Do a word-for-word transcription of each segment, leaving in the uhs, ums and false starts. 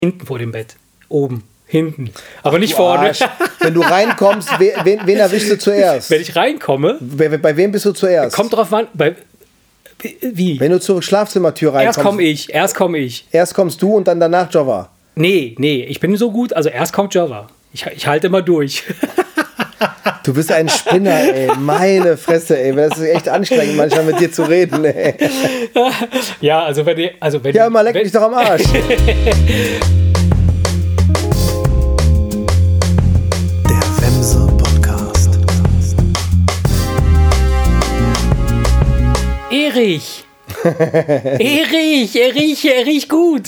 Hinten vor dem Bett. Oben. Hinten. Aber nicht vorne. Arsch. Wenn du reinkommst, wen, wen, wen erwischst du zuerst? Wenn ich reinkomme. Bei, bei wem bist du zuerst? Kommt drauf an. Bei, wie? Wenn du zur Schlafzimmertür reinkommst. Erst komme ich. Erst komme ich. Erst kommst du und dann danach Jova. Nee, nee. Ich bin so gut. Also erst kommt Jova. Ich, ich halte immer durch. Du bist ein Spinner, ey. Meine Fresse, ey. Das ist echt anstrengend, manchmal mit dir zu reden, ey. Ja, also wenn ihr... Also wenn ja, immer leck wenn, mich doch am Arsch. Der Wemse Podcast. Erich. Erich, Erich, Erich gut.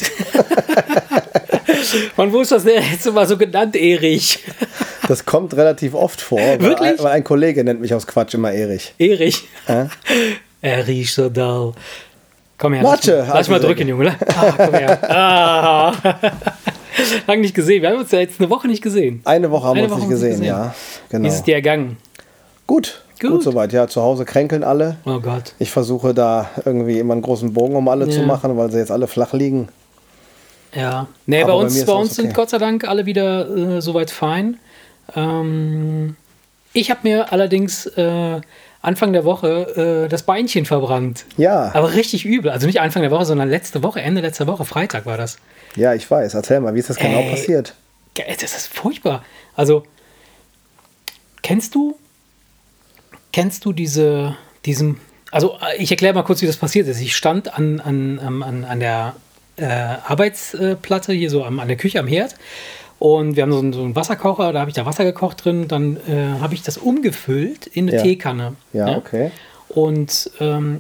Wann wusste das denn letzte Mal so genannt, Erich? Das kommt relativ oft vor. Wirklich? Weil ein, weil ein Kollege nennt mich aus Quatsch immer Erich. Erich. Äh? Erich so doll. Komm her. Matsche, Lass, lass mal also drücken, Junge. Ah, komm her. Ah. Lang nicht gesehen. Wir haben uns ja jetzt eine Woche nicht gesehen. Eine Woche haben Eine wir uns Woche nicht gesehen, gesehen. ja. Genau. Wie ist es dir ergangen? Gut, gut, Gut. soweit. Ja, zu Hause kränkeln alle. Oh Gott. Ich versuche da irgendwie immer einen großen Bogen um alle Ja. zu machen, weil sie jetzt alle flach liegen. Ja. Nee, Aber bei bei uns, mir ist bei alles uns sind okay. Gott sei Dank alle wieder äh, soweit fein. Ähm, ich habe mir allerdings äh, Anfang der Woche äh, das Beinchen verbrannt. Ja, Aber richtig übel. Also nicht Anfang der Woche, sondern letzte Woche, Ende letzter Woche, Freitag war das. ja, ich weiß. Erzähl mal, wie ist das genau Ey. passiert? Ge- Das ist furchtbar. Also, kennst du, kennst du diese, diesen, also ich erkläre mal kurz, wie das passiert ist. Ich stand an, an, an, an an der äh, Arbeitsplatte, hier so am, an der Küche am Herd. Und wir haben so einen, so einen Wasserkocher, da habe ich da Wasser gekocht drin. Dann äh, habe ich das umgefüllt in eine Ja. Teekanne. Ja, okay. Und ähm,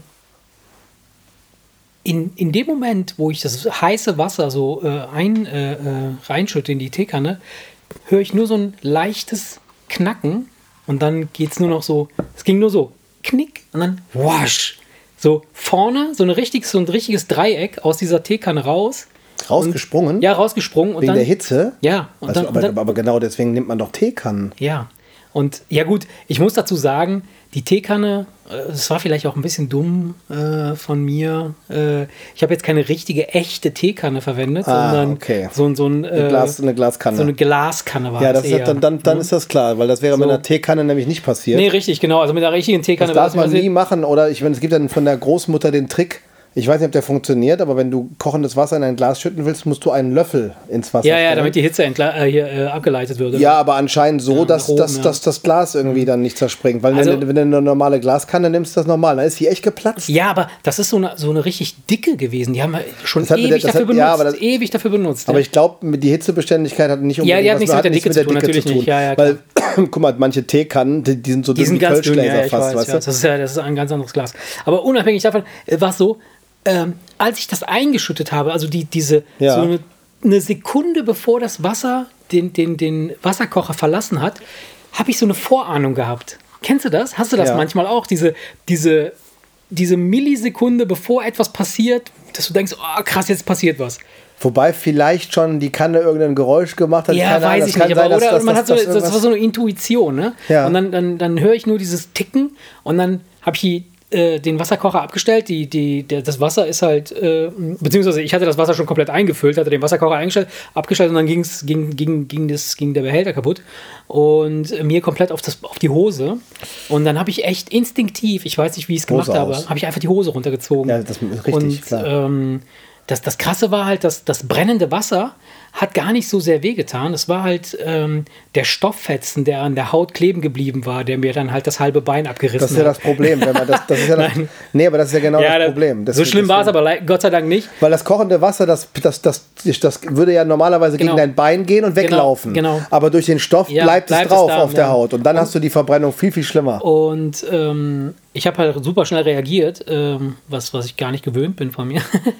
in, in dem Moment, wo ich das heiße Wasser so äh, ein, äh, äh, reinschütte in die Teekanne, höre ich nur so ein leichtes Knacken und dann geht es nur noch so, es ging nur so, knick und dann wasch. So vorne, so, eine richtig, so ein richtiges Dreieck aus dieser Teekanne raus. Rausgesprungen? Und, ja, rausgesprungen. Und Wegen dann, der Hitze? Ja. Und Also, dann, aber, und dann, aber genau deswegen nimmt man doch Teekannen. ja. Und ja gut, ich muss dazu sagen, die Teekanne, äh, das war vielleicht auch ein bisschen dumm äh, von mir. Äh, ich habe jetzt keine richtige, echte Teekanne verwendet, Ah, sondern okay. so, ein- so, ein, Eine, äh, Glas, eine Glaskanne. so eine Glaskanne war ja, das das eher. ist, dann, dann, dann ne? ist das klar, weil das wäre mit So. einer Teekanne nämlich nicht passiert. Nee, richtig, genau. Also mit der richtigen Teekanne das darf man das nie machen. Oder ich meine, es gibt dann von der Großmutter den Trick, ich weiß nicht, ob der funktioniert, aber wenn du kochendes Wasser in ein Glas schütten willst, musst du einen Löffel ins Wasser Ja, ja, stellen. damit die Hitze entla- äh, hier äh, abgeleitet wird. Ja, aber anscheinend so, Ja, dass, nach oben, dass, ja. dass das Glas irgendwie dann nicht zerspringt. Weil Also- wenn, du- wenn du eine normale Glaskanne nimmst, ist das normal. Dann ist die echt geplatzt. Ja, aber das ist so eine, so eine richtig dicke gewesen. Die haben wir schon Das hat mit ewig der- das dafür hat- benutzt. ja, aber das- ewig dafür benutzt. Aber ja. ich glaube, die Hitzebeständigkeit hat nicht Ja, die hat was- nichts mit der Dicke zu tun, natürlich nicht. Ja, ja, Weil, guck mal, manche Teekannen, die, die sind so Die dünn sind wie ganz dünn, Kölschgläser ja, ich fast, weiß, weißt ja. du? Das ist ja das ist ein ganz anderes Glas. Aber unabhängig davon äh, war es so, ähm, als ich das eingeschüttet habe, also die, diese Ja. so eine, eine Sekunde bevor das Wasser den, den, den Wasserkocher verlassen hat, habe ich so eine Vorahnung gehabt. Kennst du das? Hast du das Ja. manchmal auch? Diese, diese, diese Millisekunde, bevor etwas passiert, dass du denkst, oh krass, jetzt passiert was. Wobei vielleicht schon die Kanne irgendein Geräusch gemacht hat. Ja, Keine Ahnung, weiß das ich kann nicht. sein, Aber dass- oder dass- man dass- hat so, dass das war irgendwas- so eine Intuition, ne? Ja. Und dann, dann, dann höre ich nur dieses Ticken und dann habe ich die, äh, den Wasserkocher abgestellt. Die, die, der, das Wasser ist halt, äh, beziehungsweise ich hatte das Wasser schon komplett eingefüllt, hatte den Wasserkocher eingestellt, abgestellt und dann ging's, ging, ging, ging, das, ging der Behälter kaputt und äh, mir komplett auf, das, auf die Hose. Und dann habe ich echt instinktiv, ich weiß nicht, wie ich es gemacht Hose habe, aus. habe ich einfach die Hose runtergezogen. Ja, das ist richtig, und, klar. Ähm, das, das Krasse war halt, dass das brennende Wasser hat gar nicht so sehr wehgetan. Es war halt ähm, der Stofffetzen, der an der Haut kleben geblieben war, der mir dann halt das halbe Bein abgerissen Das ist ja hat. das Problem. Wenn man das, das ist ja das, Nein. nee, aber das ist ja genau Ja, das da- Problem. so Deswegen- schlimm war es deswegen- aber le- Gott sei Dank nicht. Weil das kochende Wasser, das, das, das, das würde ja normalerweise Genau. gegen dein Bein gehen und weglaufen. genau. Aber durch den Stoff Ja, bleibt, bleibt es es drauf da, auf der ja. Haut. Und dann hast du die Verbrennung viel, viel schlimmer. Und ähm, ich habe halt super schnell reagiert, ähm, was, was ich gar nicht gewöhnt bin von mir.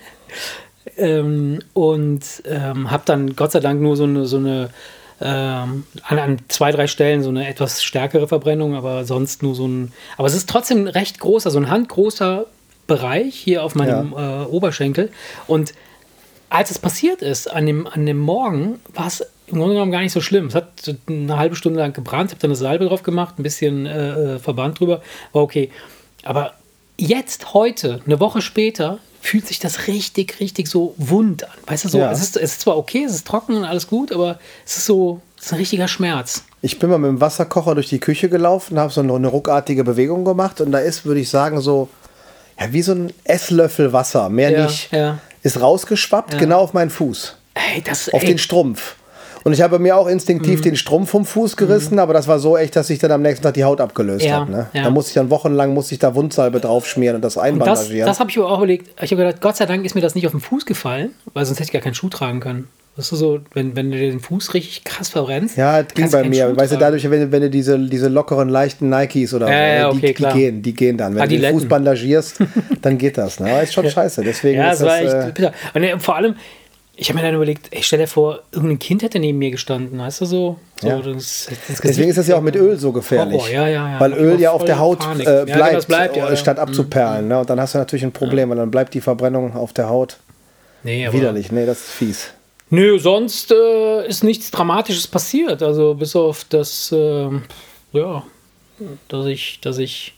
ähm, und ähm, habe dann Gott sei Dank nur so eine, so eine ähm, an, an zwei, drei Stellen so eine etwas stärkere Verbrennung, aber sonst nur so ein. Aber es ist trotzdem recht groß, also ein handgroßer Bereich hier auf meinem äh, Oberschenkel. Und als es passiert ist, an dem, an dem Morgen, war es im Grunde genommen gar nicht so schlimm. Es hat so eine halbe Stunde lang gebrannt, ich habe dann eine Salbe drauf gemacht, ein bisschen äh, Verband drüber, war okay. Aber jetzt, heute, eine Woche später, fühlt sich das richtig, richtig so wund an. Weißt du, so, Ja. es, ist, es ist zwar okay, es ist trocken und alles gut, aber es ist so, es ist ein richtiger Schmerz. Ich bin mal mit dem Wasserkocher durch die Küche gelaufen, habe so eine, eine ruckartige Bewegung gemacht und da ist, würde ich sagen, so ja, wie so ein Esslöffel Wasser, mehr Ja, nicht, ja. ist rausgeschwappt, Ja. genau auf meinen Fuß, Ey, das auf ey, den Strumpf. Und ich habe mir auch instinktiv Mhm. den Strumpf vom Fuß gerissen, aber das war so echt, dass sich dann am nächsten Tag die Haut abgelöst Ja, hat. Ne? ja. Da musste ich dann wochenlang musste ich da Wundsalbe draufschmieren und das Und das, einbandagieren. das habe ich mir auch überlegt. Ich habe gedacht, Gott sei Dank ist mir das nicht auf den Fuß gefallen, weil sonst hätte ich gar keinen Schuh tragen können. Weißt du, so, wenn, wenn du den Fuß richtig krass verbrennst. Ja, das ging kannst du bei keinen mir. Schuh Weißt du, tragen. dadurch, wenn, du- wenn du diese, diese lockeren, leichten Nikes oder Ja, so, ja, die, okay, die, klar. gehen, die gehen dann. Wenn du den Adiletten. Fuß bandagierst, dann geht das. Ne? Aber ist schon scheiße. Deswegen Ja, ist das war das. echt Äh, bitter. Und äh, vor allem, ich habe mir dann überlegt, ey, stell dir vor, irgendein Kind hätte neben mir gestanden, weißt du, so. so Ja. das, das Gesicht- deswegen ist das ja auch mit Öl so gefährlich. Horror, ja, ja, ja. Weil Mach Öl ich ja auch auf der voll Haut Panik. äh, Ja, genau, bleibt, das bleibt, ja, äh, ja. statt abzuperlen. Ne? Und dann hast du natürlich ein Problem, weil dann bleibt die Verbrennung auf der Haut. Nee, aber Widerlich. Nee, das ist fies. Nö, sonst äh, ist nichts Dramatisches passiert. Also bis auf das, äh, ja, dass ich, dass ich,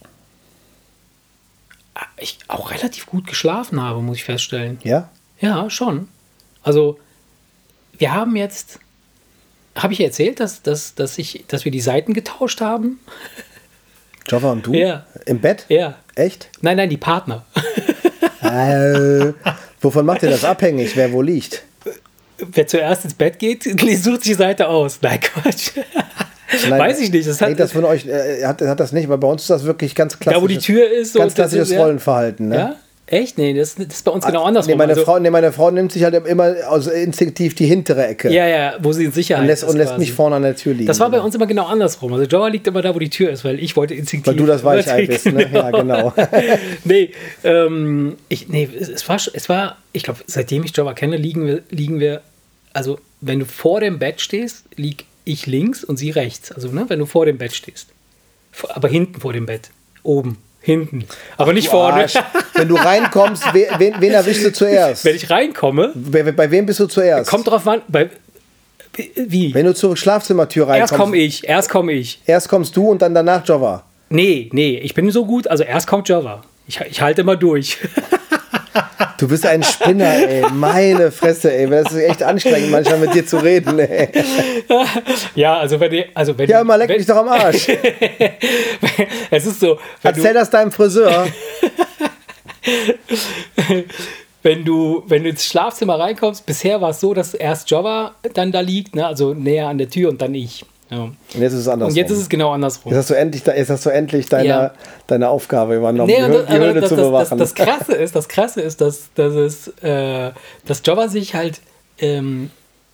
ich auch relativ gut geschlafen habe, muss ich feststellen. Ja? Ja, schon. Also wir haben jetzt, habe ich erzählt, dass, dass, dass, ich, dass wir die Seiten getauscht haben? Java und du? Ja. Im Bett? Ja. Echt? Nein, nein, die Partner. äh, wovon macht ihr das abhängig, wer wo liegt? Wer zuerst ins Bett geht, sucht sich die Seite aus. Nein, Quatsch. Nein, Weiß ich nicht. Das hat, nee, das von euch äh, hat, hat das nicht, aber bei uns ist das wirklich ganz klassisch. da, wo die Tür ist. So, Ganz das klassisches ist, ja. Rollenverhalten. Ne? Ja? Echt? Nee, das, das ist bei uns genau andersrum. Nee, meine, Also, Frau, nee, meine Frau nimmt sich halt immer also instinktiv die hintere Ecke ja, ja, wo sie in Sicherheit und lässt, ist. und lässt quasi. mich vorne an der Tür liegen. Das war bei uns immer genau andersrum. Also Joa liegt immer da, wo die Tür ist, weil ich wollte instinktiv. Weil du das Weichei bist, ne? Ja, genau. nee, ähm, ich, nee, es, es war, es war, ich glaube, seitdem ich Joa kenne, liegen wir, liegen wir, also wenn du vor dem Bett stehst, lieg ich links und sie rechts. Also, ne, wenn du vor dem Bett stehst. Aber hinten vor dem Bett. Oben. Hinten. Aber nicht Du vorne. Arsch. Wenn du reinkommst, wen, wen, wen erwischst du zuerst? Wenn ich reinkomme, Bei, bei wem bist du zuerst? kommt drauf an, bei, wie? Wenn du zur Schlafzimmertür reinkommst. Erst komme ich, erst komme ich. Erst kommst du und dann danach Java. Nee, nee, ich bin so gut, also erst kommt Java. Ich, ich halte immer durch. Du bist ein Spinner, ey. Meine Fresse, ey. Das ist echt anstrengend, manchmal mit dir zu reden, ey. Ja, also wenn ihr, also wenn Ja, mal leck wenn, mich doch am Arsch. es ist so, wenn Erzähl du, das deinem Friseur. wenn du, wenn du ins Schlafzimmer reinkommst, bisher war es so, dass erst Java dann da liegt, ne, also näher an der Tür und dann ich. Ja. Und jetzt ist es andersrum. Und jetzt ist es genau andersrum. Jetzt hast du endlich, jetzt hast du endlich deine, Ja. deine Aufgabe übernommen, Nee, die, und Hö- das, die aber Höhle das, zu das, das, bewachen. das Krasse ist, das Krasse ist, dass, dass es, äh, dass Java sich halt ähm,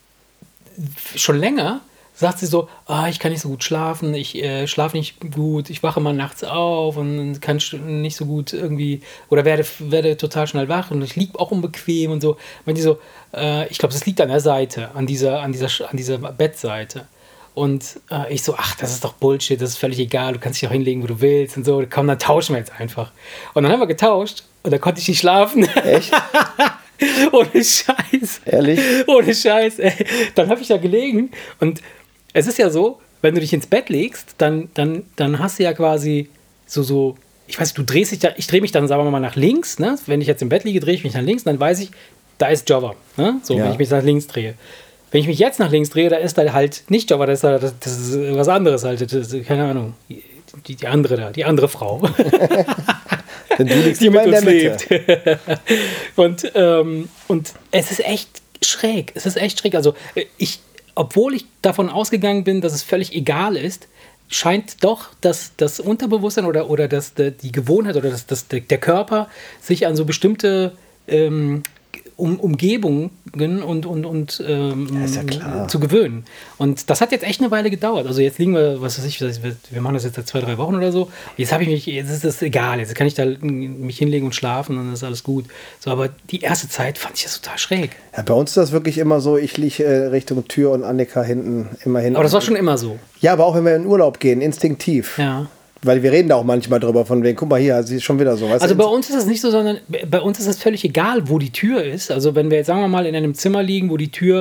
schon länger sagt sie so, ah, ich kann nicht so gut schlafen, ich äh, schlafe nicht gut, ich wache mal nachts auf und kann sch- nicht so gut irgendwie oder werde, werde total schnell wach und ich liege auch unbequem und so. Wenn die so, äh, ich glaube, das liegt an der Seite, an dieser, an dieser, an dieser Bettseite. Und äh, ich so, ach, das ist doch Bullshit, das ist völlig egal, du kannst dich auch hinlegen, wo du willst und so. Komm, dann tauschen wir jetzt einfach. Und dann haben wir getauscht und dann konnte ich nicht schlafen. Echt? Ohne Scheiß. Ehrlich? Ohne Scheiß, ey. Dann habe ich da gelegen und es ist ja so, wenn du dich ins Bett legst, dann, dann, dann hast du ja quasi so, so, ich weiß nicht, du drehst dich da, ich drehe mich dann, sagen wir mal, nach links, ne? Wenn ich jetzt im Bett liege, drehe ich mich nach links, dann weiß ich, da ist Java, ne? So, Ja. wenn ich mich nach links drehe. Wenn ich mich jetzt nach links drehe, da ist da halt nicht Java, da ist da, das, das ist was anderes halt, das ist, keine Ahnung, die, die andere da, die andere Frau. Denn du liegst die immer mit in der uns Mitte. lebt. und, ähm, und es ist echt schräg. Es ist echt schräg. Also ich, obwohl ich davon ausgegangen bin, dass es völlig egal ist, scheint doch das, das Unterbewusstsein oder, oder das, die Gewohnheit oder das, das, der Körper sich an so bestimmte ähm, um, Umgebungen und, und, und ähm, Ja, ist ja klar. zu gewöhnen. Und das hat jetzt echt eine Weile gedauert. Also jetzt liegen wir, was weiß ich, wir machen das jetzt seit zwei, drei Wochen oder so. Jetzt habe ich mich, jetzt ist das egal, jetzt kann ich da mich hinlegen und schlafen und dann ist alles gut. So, aber die erste Zeit fand ich das total schräg. Ja, bei uns ist das wirklich immer so, ich liege äh, Richtung Tür und Annika hinten, immer hinten. Aber das war schon immer so. Ja, aber auch wenn wir in Urlaub gehen, instinktiv. Ja. Weil wir reden da auch manchmal drüber, von wegen, guck mal hier, sie ist schon wieder so. Weißt Also du? bei uns ist das nicht so, sondern bei uns ist das völlig egal, wo die Tür ist. Also wenn wir jetzt, sagen wir mal, in einem Zimmer liegen, wo die Tür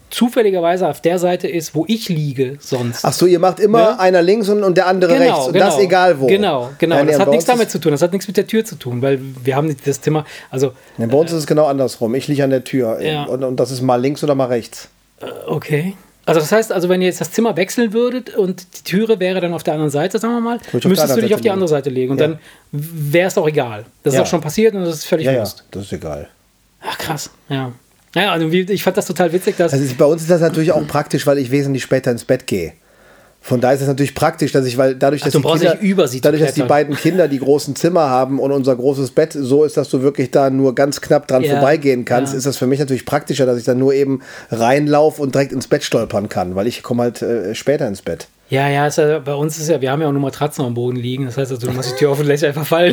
zufälligerweise auf der Seite ist, wo ich liege sonst. Ach so, ihr macht immer Ja. einer links und, und der andere Genau, rechts. Und genau. das egal wo. Genau, genau. Ja, nee, das und hat bei nichts uns damit ist- zu tun. Das hat nichts mit der Tür zu tun, weil wir haben nicht das Thema. Also, Nee, bei uns ist es genau andersrum. Ich liege an der Tür. Ja. Und, und das ist mal links oder mal rechts. okay. Also, das heißt, also, wenn ihr jetzt das Zimmer wechseln würdet und die Türe wäre dann auf der anderen Seite, sagen wir mal, ich auf der müsstest du anderen dich auf die Seite andere Seite legen und Ja. dann wäre es auch egal. Das Ja. ist auch schon passiert und das ist völlig Ja, ja, Wurst. das ist egal. Ach, krass. Ja. Ja, also wie- ich fand das total witzig, dass. Also bei uns ist das natürlich auch praktisch, weil ich wesentlich später ins Bett gehe. Von daher ist es natürlich praktisch, dass ich, weil dadurch, dass, du die, brauchst Kinder, nicht über sie zu dadurch dass die klettern. beiden Kinder die großen Zimmer haben und unser großes Bett so ist, dass du wirklich da nur ganz knapp dran Ja, vorbeigehen kannst, ja. ist das für mich natürlich praktischer, dass ich dann nur eben reinlaufe und direkt ins Bett stolpern kann, weil ich komme halt äh, später ins Bett. Ja, ja, ist ja, bei uns ist ja, wir haben ja auch nur Matratzen am Boden liegen. Das heißt, also, du machst die Tür auf und lässt sie einfach fallen.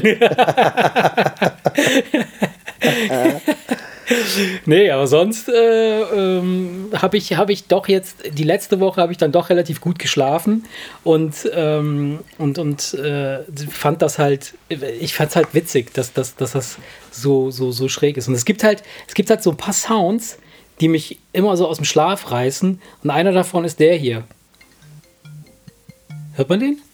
Nee, aber sonst äh, ähm, habe ich, hab ich doch jetzt, die letzte Woche habe ich dann doch relativ gut geschlafen und, ähm, und, und äh, fand das halt, ich fand es halt witzig, dass, dass, dass das so, so, so schräg ist. Und es gibt halt, es gibt halt so ein paar Sounds, die mich immer so aus dem Schlaf reißen und einer davon ist der hier. Hört man den?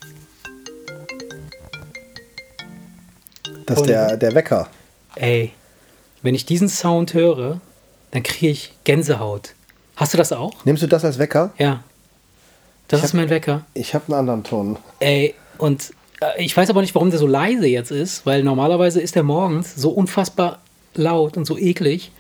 Das ist Und- der, der Wecker. Ey, wenn ich diesen Sound höre, dann kriege ich Gänsehaut. Hast du das auch? Nimmst du das als Wecker? Ja. Das Ich ist mein Wecker. Ich habe einen anderen Ton. Ey, und äh, ich weiß aber nicht, warum der so leise jetzt ist, weil normalerweise ist der morgens so unfassbar laut und so eklig.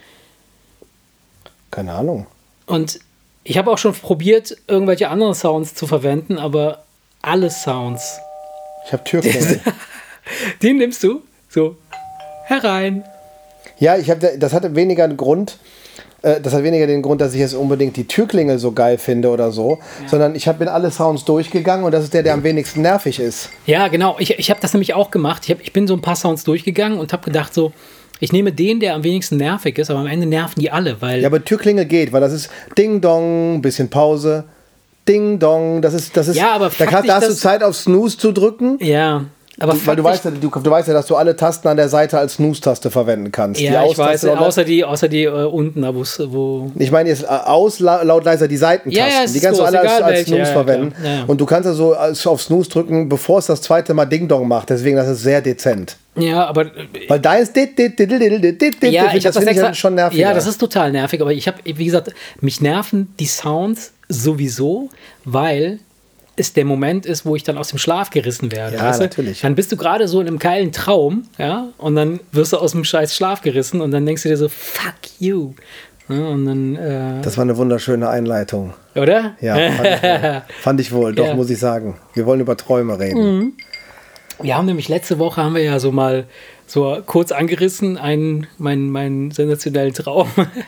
Keine Ahnung. Und ich habe auch schon probiert, irgendwelche anderen Sounds zu verwenden, aber alle Sounds, Ich habe Türklingel. den nimmst du so herein. Ja, ich habe, das hat weniger einen Grund, äh, das hat weniger den Grund, dass ich jetzt unbedingt die Türklingel so geil finde oder so, sondern ich habe in alle Sounds durchgegangen und das ist der, der am wenigsten nervig ist. Ja, genau. Ich, ich habe das nämlich auch gemacht. Ich, hab, ich bin so ein paar Sounds durchgegangen und habe gedacht so, ich nehme den, der am wenigsten nervig ist, aber am Ende nerven die alle, weil... Ja, aber Türklingel geht, weil das ist Ding Dong, bisschen Pause, Ding Dong, das ist, das ist, Ja, aber da, kann, faktisch da hast du das- Zeit auf Snooze zu drücken. ja, aber Weil du weißt, ja, du, du weißt ja, dass du alle Tasten an der Seite als Snooze-Taste verwenden kannst. ja, ich weiß, und- außer die, außer die äh, unten, da wo's- wo... Ich meine jetzt äh, aus, la- laut leiser die Seitentasten. Ja, ja, es die ist kannst du groß, alle als, egal als welche, Snooze ja, ja, verwenden. klar. Ja, ja. Und du kannst also als- auf Snooze drücken, bevor es das zweite Mal Ding Dong macht. Deswegen, das ist sehr dezent. Ja, aber... äh, Weil da ist dit, dit, dit, dit, dit, dit, dit, Ja, das ich habe das finde ich extra, dann schon nervig. Ja, das ist total nervig, aber ich habe, wie gesagt, mich nerven die Sounds sowieso, weil es der Moment ist, wo ich dann aus dem Schlaf gerissen werde. Ja, weißt du? natürlich. Dann bist du gerade so in einem geilen Traum, ja, und dann wirst du aus dem scheiß Schlaf gerissen und dann denkst du dir so, fuck you. Ja, und dann, äh, Das war eine wunderschöne Einleitung. oder? Ja, fand ich wohl. Fand ich wohl, doch, Ja. muss ich sagen. Wir wollen über Träume reden. Wir haben nämlich letzte Woche haben wir ja so mal so kurz angerissen, einen, meinen, meinen sensationellen Traum.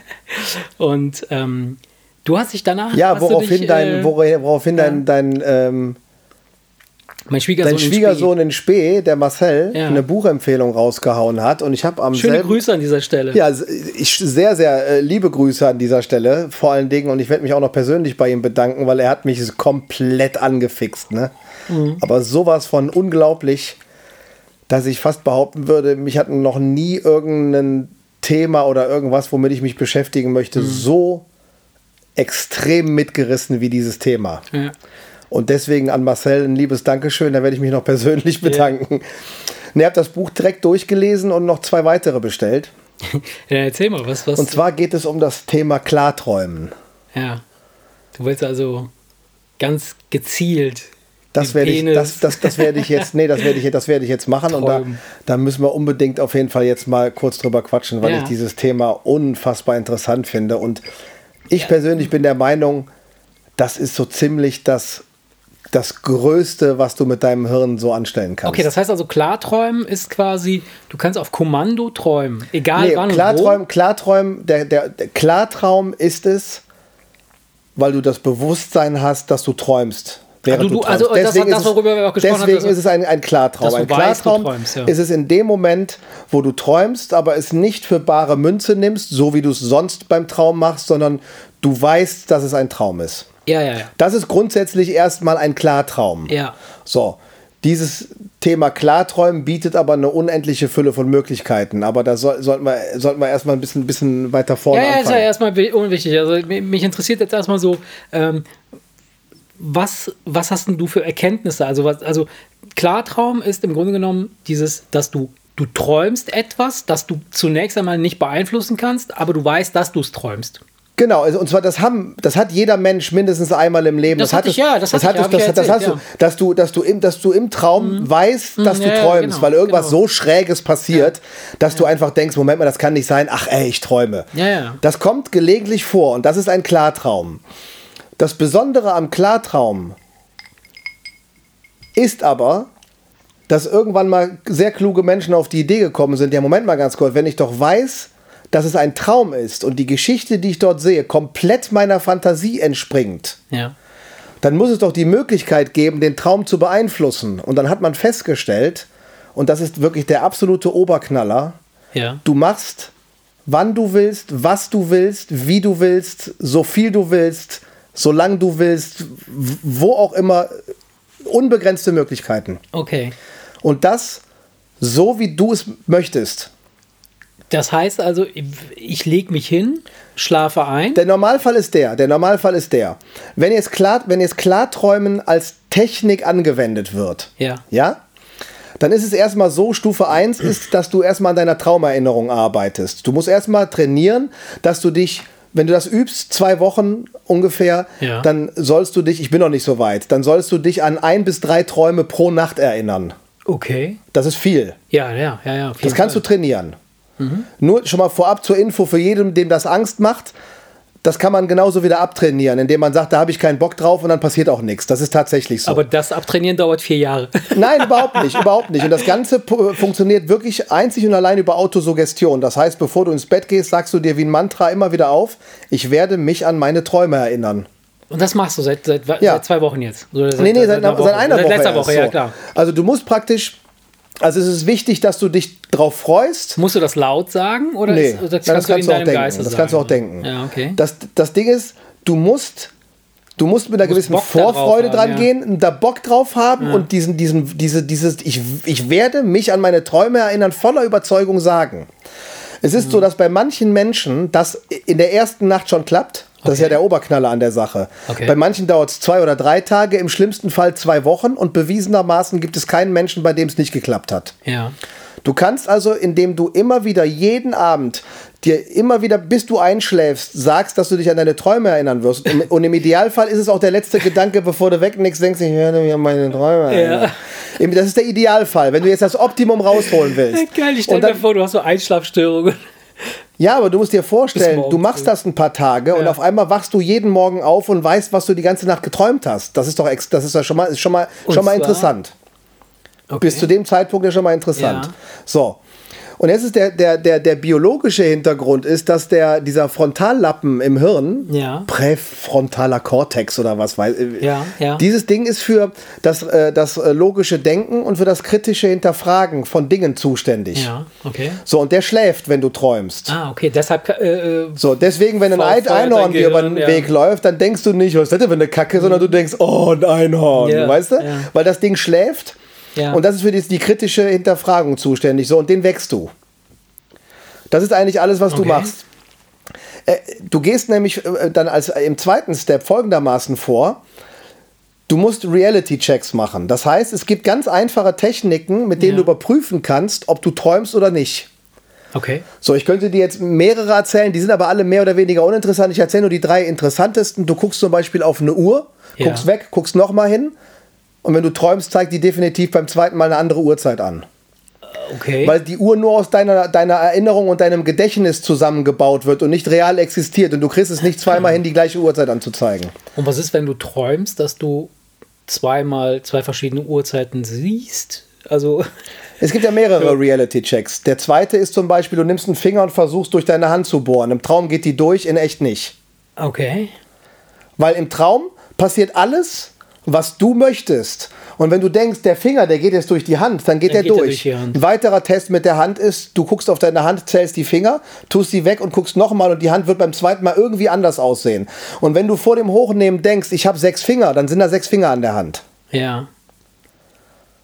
Und ähm, du hast dich danach. Ja, hast du woraufhin dich, dein, äh, wora- woraufhin dein, dein, ähm, mein Schwiegersohn, dein in Schwiegersohn in Spee, der Marcel, Ja. eine Buchempfehlung rausgehauen hat. Und ich habe am Spee. Schöne selben... Grüße an dieser Stelle. Ja, ich sehr, sehr äh, liebe Grüße an dieser Stelle, vor allen Dingen. Und ich werde mich auch noch persönlich bei ihm bedanken, weil er hat mich komplett angefixt. Ne? Mhm. Aber sowas von unglaublich, dass ich fast behaupten würde, mich hat noch nie irgendein Thema oder irgendwas, womit ich mich beschäftigen möchte, Mhm. so extrem mitgerissen wie dieses Thema. Ja. Und deswegen an Marcel ein liebes Dankeschön, da werde ich mich noch persönlich bedanken. Ja. Ich habe das Buch direkt durchgelesen und noch zwei weitere bestellt. Ja, erzähl mal, was, was. Und zwar geht es um das Thema Klarträumen. Ja. Du willst also ganz gezielt. Das den werde ich, Penis das, das, das werde ich jetzt, nee, das werde ich, das werde ich jetzt machen. Und da, Träumen. da müssen wir unbedingt auf jeden Fall jetzt mal kurz drüber quatschen, weil Ja. ich dieses Thema unfassbar interessant finde. Und ich persönlich bin der Meinung, das ist so ziemlich das, das Größte, was du mit deinem Hirn so anstellen kannst. Okay, das heißt also, Klarträumen ist quasi, du kannst auf Kommando träumen. Egal Nee, wann und Klarträumen, Klarträumen, der, der, der Klartraum ist es, weil du das Bewusstsein hast, dass du träumst. Während Ah, du- du- träumst. also das- Deswegen das, ist es- worüber wir auch gesprochen haben, Deswegen dass- ist es ein, ein Klartraum. dass du Ein weißt, du Klartraum träumst, ja. ist es in dem Moment, wo du träumst, aber es nicht für bare Münze nimmst, so wie du es sonst beim Traum machst, sondern du weißt, dass es ein Traum ist. wo. Ja, ja, ja. Das ist grundsätzlich erstmal ein Klartraum. Ja. So. Dieses Thema Klarträumen bietet aber eine unendliche Fülle von Möglichkeiten. Aber da soll, sollten wir, sollten wir erstmal ein bisschen, bisschen weiter vorne ja, ja, anfangen. ist ja erstmal unwichtig. Also mich interessiert jetzt erstmal so, ähm, was, was hast denn du für Erkenntnisse? Also, was, also Klartraum ist im Grunde genommen dieses, dass du, du träumst etwas, das du zunächst einmal nicht beeinflussen kannst, aber du weißt, dass du es träumst. Genau, also, und zwar das haben, das hat jeder Mensch mindestens einmal im Leben. Das, das hatte ich, ja, das, das hatte hat ich, das, ja, das, das hast ja. du, dass du, dass du im, dass du im Traum mhm. weißt, dass mhm, du ja, träumst, genau, weil irgendwas genau. so Schräges passiert, ja. dass ja. du einfach denkst, Moment mal, das kann nicht sein. Ach, ey, ich träume. Ja, ja. Das kommt gelegentlich vor und das ist ein Klartraum. Das Besondere am Klartraum ist aber, dass irgendwann mal sehr kluge Menschen auf die Idee gekommen sind. Ja, Moment mal ganz kurz, wenn ich doch weiß, dass es ein Traum ist und die Geschichte, die ich dort sehe, komplett meiner Fantasie entspringt, ja. dann muss es doch die Möglichkeit geben, den Traum zu beeinflussen. Und dann hat man festgestellt, und das ist wirklich der absolute Oberknaller, ja. du machst, wann du willst, was du willst, wie du willst, so viel du willst, solange du willst, wo auch immer, unbegrenzte Möglichkeiten. Okay. Und das so, wie du es möchtest. Das heißt also, ich lege mich hin, schlafe ein. Der Normalfall ist der, der Normalfall ist der. Wenn jetzt, klar, wenn jetzt Klarträumen als Technik angewendet wird, ja. ja, dann ist es erstmal so, Stufe eins ist, dass du erstmal an deiner Traumerinnerung arbeitest. Du musst erstmal trainieren, dass du dich, wenn du das übst, zwei Wochen ungefähr, ja. dann sollst du dich, ich bin noch nicht so weit, dann sollst du dich an ein bis drei Träume pro Nacht erinnern. Okay. Das ist viel. Ja, ja, ja, ja. Das kannst Fall. du trainieren. Mhm. Nur schon mal vorab zur Info für jeden, dem das Angst macht, das kann man genauso wieder abtrainieren, indem man sagt, da habe ich keinen Bock drauf und dann passiert auch nichts. Das ist tatsächlich so. Aber das Abtrainieren dauert vier Jahre. Nein, überhaupt nicht, überhaupt nicht. Und das Ganze p- funktioniert wirklich einzig und allein über Autosuggestion. Das heißt, bevor du ins Bett gehst, sagst du dir wie ein Mantra immer wieder auf, ich werde mich an meine Träume erinnern. Und das machst du seit, seit, ja. seit zwei Wochen jetzt? Oder seit, nee, nee, seit, seit, einer Woche. seit einer seit Woche. letzter Woche, erst, ja so. klar. Also du musst praktisch, also es ist wichtig, dass du dich drauf freust. Musst du das laut sagen? Oder Nee, ist, das, das kannst, kannst du, du in deinem auch Geiste denken. Das sagen? kannst du auch denken. Ja, okay. Das, das Ding ist, du musst, du musst mit einer Du musst gewissen Bock Vorfreude darauf haben, dran ja. gehen, da Bock drauf haben Ja. und diesen, diesen, diese, dieses, ich, ich werde mich an meine Träume erinnern, voller Überzeugung sagen. Es ist Mhm. so, dass bei manchen Menschen das in der ersten Nacht schon klappt. Das Okay. ist ja der Oberknaller an der Sache. Okay. Bei manchen dauert es zwei oder drei Tage, im schlimmsten Fall zwei Wochen und bewiesenermaßen gibt es keinen Menschen, bei dem es nicht geklappt hat. Ja. Du kannst also, indem du immer wieder jeden Abend dir immer wieder, bis du einschläfst, sagst, dass du dich an deine Träume erinnern wirst. Und im Idealfall ist es auch der letzte Gedanke, bevor du wegnickst, denkst, ich werde mich an meine Träume erinnern. Ja. Das ist der Idealfall, wenn du jetzt das Optimum rausholen willst. Geil, ich stell Und dann, mir vor, du hast so Einschlafstörungen. ja, aber du musst dir Bis vorstellen, morgens du machst das ein paar Tage und Ja. auf einmal wachst du jeden Morgen auf und weißt, was du die ganze Nacht geträumt hast. Das ist doch ex- das ist ja schon mal, ist schon mal, Und schon mal zwar? interessant. Okay. Bis zu dem Zeitpunkt ja schon mal interessant. Ja. So. Und jetzt ist der, der, der, der biologische Hintergrund ist, dass der, dieser Frontallappen im Hirn, Ja. präfrontaler Kortex oder was weiß Ja, ja. dieses Ding ist für das, äh, das äh, logische Denken und für das kritische Hinterfragen von Dingen zuständig. Ja, okay. So, und der schläft, wenn du träumst. Ah, okay, deshalb. Äh, So, deswegen, wenn ein Vor- Ein- feuert Einhorn dein dir über den Gehirn, ja. Weg läuft, dann denkst du nicht, was ist das denn für eine Kacke, sondern du denkst, oh, ein Einhorn, Ja, weißt du? ja. Weil das Ding schläft ja. und das ist für die, die kritische Hinterfragung zuständig. So, und den wächst du. Das ist eigentlich alles, was du Okay. machst. Äh, du gehst nämlich äh, dann als äh, im zweiten Step folgendermaßen vor. Du musst Reality-Checks machen. Das heißt, es gibt ganz einfache Techniken, mit denen Ja. du überprüfen kannst, ob du träumst oder nicht. Okay. So, ich könnte dir jetzt mehrere erzählen, die sind aber alle mehr oder weniger uninteressant. Ich erzähle nur die drei interessantesten. Du guckst zum Beispiel auf eine Uhr, Ja. guckst weg, guckst nochmal hin und wenn du träumst, zeigt die definitiv beim zweiten Mal eine andere Uhrzeit an. Okay. Weil die Uhr nur aus deiner, deiner Erinnerung und deinem Gedächtnis zusammengebaut wird und nicht real existiert und du kriegst es nicht zweimal hin, die gleiche Uhrzeit anzuzeigen. Und was ist, wenn du träumst, dass du zweimal zwei verschiedene Uhrzeiten siehst? Also. Es gibt ja mehrere Reality-Checks. Der zweite ist zum Beispiel, du nimmst einen Finger und versuchst durch deine Hand zu bohren. Im Traum geht die durch, in echt nicht. Okay. Weil im Traum passiert alles, was du möchtest. Und wenn du denkst, der Finger, der geht jetzt durch die Hand, dann geht Dann er geht er durch. durch die Hand. Ein weiterer Test mit der Hand ist, du guckst auf deine Hand, zählst die Finger, tust sie weg und guckst nochmal und die Hand wird beim zweiten Mal irgendwie anders aussehen. Und wenn du vor dem Hochnehmen denkst, ich habe sechs Finger, dann sind da sechs Finger an der Hand. Ja.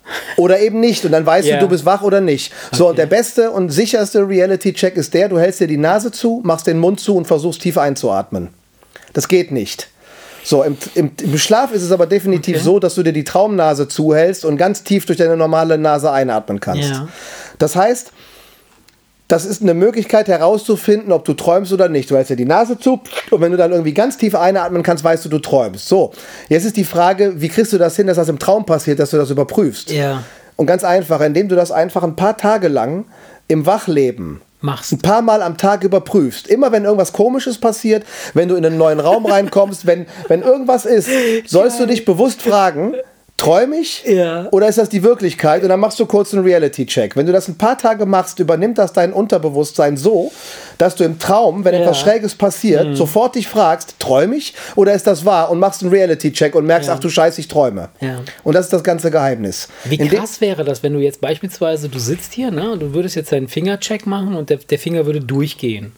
Oder eben nicht. Und dann weißt Ja. du, du bist wach oder nicht. So, Okay. und der beste und sicherste Reality-Check ist der, du hältst dir die Nase zu, machst den Mund zu und versuchst tief einzuatmen. Das geht nicht. So, im, im, im Schlaf ist es aber definitiv Okay. so, dass du dir die Traumnase zuhältst und ganz tief durch deine normale Nase einatmen kannst. Ja. Das heißt, das ist eine Möglichkeit herauszufinden, ob du träumst oder nicht. Du hältst dir die Nase zu und wenn du dann irgendwie ganz tief einatmen kannst, weißt du, du träumst. So, jetzt ist die Frage, wie kriegst du das hin, dass das im Traum passiert, dass du das überprüfst? Ja. Und ganz einfach, indem du das einfach ein paar Tage lang im Wachleben Machst. ein paar Mal am Tag überprüfst. Immer wenn irgendwas Komisches passiert, wenn du in einen neuen Raum reinkommst, wenn, wenn irgendwas ist, sollst du dich bewusst fragen, träume ich Ja. oder ist das die Wirklichkeit? Und dann machst du kurz einen Reality-Check. Wenn du das ein paar Tage machst, übernimmt das dein Unterbewusstsein so, dass du im Traum, wenn Ja. etwas Schräges passiert, sofort dich fragst, träume ich oder ist das wahr? Und machst einen Reality-Check und merkst, Ja. ach du Scheiße, ich träume. Ja. Und das ist das ganze Geheimnis. Wie In dem- krass wäre das, wenn du jetzt beispielsweise, du sitzt hier, ne, und du würdest jetzt deinen Fingercheck machen und der, der Finger würde durchgehen.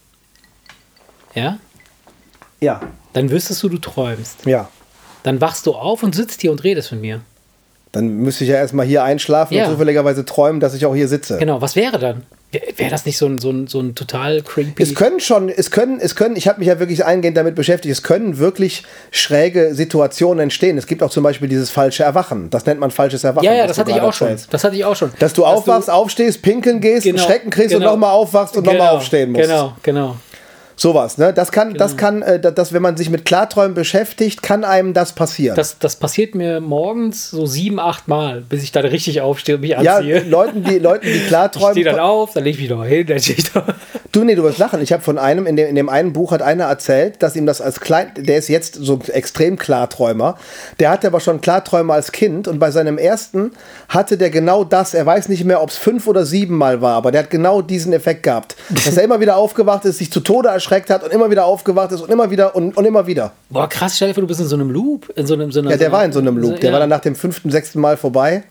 Ja? Ja, Dann wüsstest du, du träumst. ja. Dann wachst du auf und sitzt hier und redest mit mir. Dann müsste ich ja erstmal hier einschlafen Ja. und zufälligerweise träumen, dass ich auch hier sitze. Genau, was wäre dann? Wäre wär das nicht so ein, so ein, so ein total creepy... Es können schon, es können, es können, ich habe mich ja wirklich eingehend damit beschäftigt, es können wirklich schräge Situationen entstehen. Es gibt auch zum Beispiel dieses falsche Erwachen. Das nennt man falsches Erwachen. ja, ja, was das du hatte ich gerade auch schon. erzählst. Das hatte ich auch schon. Dass du aufwachst, aufstehst, pinkeln gehst, Genau, einen Schrecken kriegst genau. und nochmal aufwachst und nochmal Genau, aufstehen musst. Genau, genau. Sowas, ne? Das kann, das kann, äh, das, wenn man sich mit Klarträumen beschäftigt, kann einem das passieren. Das, das passiert mir morgens so sieben, acht Mal, bis ich dann richtig aufstehe und mich ja, anziehe. Leuten, die, Leuten, die Ich Klarträumen. stehe dann auf, dann lege ich mich noch hin, dann stehe ich da. Du, nee, du wirst lachen. Ich habe von einem, in dem, in dem einen Buch hat einer erzählt, dass ihm das als Klein, der ist jetzt so extrem Klarträumer, der hatte aber schon Klarträume als Kind und bei seinem ersten hatte der genau das, er weiß nicht mehr, ob es fünf oder sieben Mal war, aber der hat genau diesen Effekt gehabt, dass er immer wieder aufgewacht ist, sich zu Tode erschreckt hat und immer wieder aufgewacht ist und immer wieder und, und immer wieder. Boah, krass, stell dir vor, du bist in so einem Loop. In so einem, so einer, Ja, der so war in so einem Loop, der ja. war dann nach dem fünften, sechsten Mal vorbei.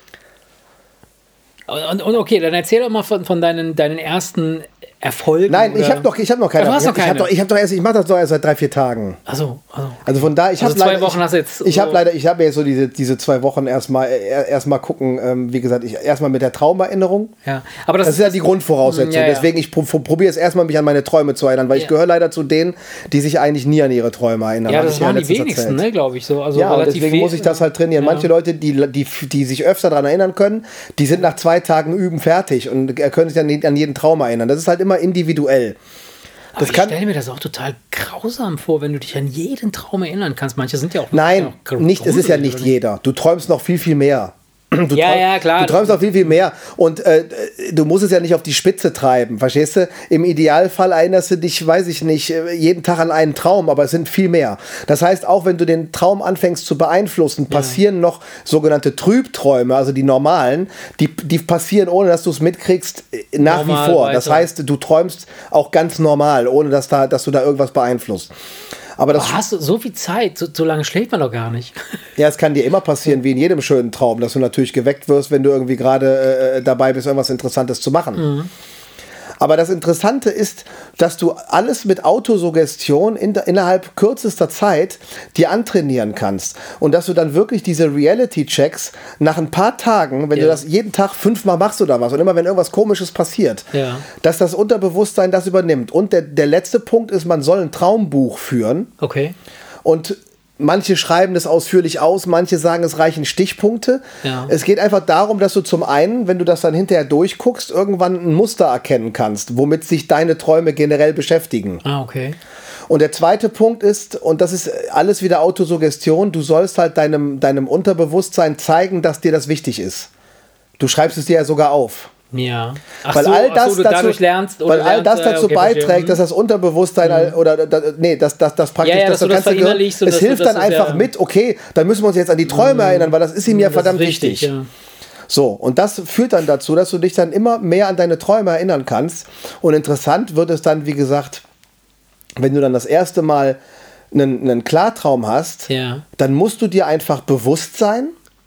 Und, und okay, dann erzähl doch mal von, von deinen, deinen ersten Erfolgen. Nein, ich oder- habe doch, ich habe noch keine. Ach, du hast ich noch habe keine. doch, ich habe doch erst, ich mache das doch erst seit drei, vier Tagen. Achso, also. Also von da, ich Also habe zwei leider, Wochen ich, hast du jetzt ich so- habe leider, ich habe jetzt so diese, diese zwei Wochen erstmal erstmal gucken, ähm, wie gesagt, ich erstmal mit der Traumerinnerung. Ja, aber das, Das ist ja die Grundvoraussetzung. Ja, ja. Deswegen, ich pro, probiere es erstmal, mich an meine Träume zu erinnern, weil ich Ja. gehöre leider zu denen, die sich eigentlich nie an ihre Träume erinnern. Ja, Hab das ich ja waren die letztens wenigsten, erzählt. ne, glaube ich so. Also Ja, und relativ deswegen viel- muss ich das halt trainieren. Ja. Manche Leute, die, die, die sich öfter daran erinnern können, die sind nach zwei Tagen Üben fertig und können sich an, an jeden Traum erinnern. Das ist halt immer individuell. Aber Das ich kann, stelle mir das auch total grausam vor, wenn du dich an jeden Traum erinnern kannst. Manche sind ja auch Nein, auch nicht, es ist ja gruselig, nicht oder jeder. Du träumst noch viel, viel mehr. Du Ja, träum- ja, klar. Du träumst noch viel, viel mehr. Und äh, du musst es ja nicht auf die Spitze treiben, verstehst du? Im Idealfall erinnerst du dich, weiß ich nicht, äh, jeden Tag an einen Traum, aber es sind viel mehr. Das heißt, auch wenn du den Traum anfängst zu beeinflussen, passieren noch sogenannte Trübträume, also die normalen, die, die passieren, ohne dass du es mitkriegst, äh, nach Normal wie vor. Das weiter. heißt, du träumst auch ganz normal, ohne dass, da, dass du da irgendwas beeinflusst. Aber das Aber hast du so viel Zeit? So, so lange schläft man doch gar nicht. Ja, es kann dir immer passieren, wie in jedem schönen Traum, dass du natürlich geweckt wirst, wenn du irgendwie gerade äh, dabei bist, irgendwas Interessantes zu machen. Mhm. Aber das Interessante ist, dass du alles mit Autosuggestion in, innerhalb kürzester Zeit dir antrainieren kannst. Und dass du dann wirklich diese Reality-Checks nach ein paar Tagen, wenn Ja. du das jeden Tag fünfmal machst oder was, und immer wenn irgendwas Komisches passiert, Ja. dass das Unterbewusstsein das übernimmt. Und der, der letzte Punkt ist, man soll ein Traumbuch führen. Okay. Und manche schreiben das ausführlich aus, manche sagen, es reichen Stichpunkte. Ja. Es geht einfach darum, dass du zum einen, wenn du das dann hinterher durchguckst, irgendwann ein Muster erkennen kannst, womit sich deine Träume generell beschäftigen. Ah, okay. Und der zweite Punkt ist, und das ist alles wieder Autosuggestion, du sollst halt deinem, deinem Unterbewusstsein zeigen, dass dir das wichtig ist. Du schreibst es dir ja sogar auf. Ja. Ach Weil so, all ach das so, du dazu, dadurch lernst. oder weil all das lernst, äh, dazu okay, verstehe. beiträgt, dass das Unterbewusstsein all- oder da, nee, dass das, das praktisch, Ja, ja, dass dass du das ganze Gehirn- verinnerlichst und es dass du- hilft dass dann das einfach ja- mit, okay, dann müssen wir uns jetzt an die Träume erinnern, weil das ist ihm ja Das ist verdammt wichtig. ja. So, und das führt dann dazu, dass du dich dann immer mehr an deine Träume erinnern kannst. Und interessant wird es dann, wie gesagt, wenn du dann das erste Mal einen, einen Klartraum hast, Ja. dann musst du dir einfach bewusst sein,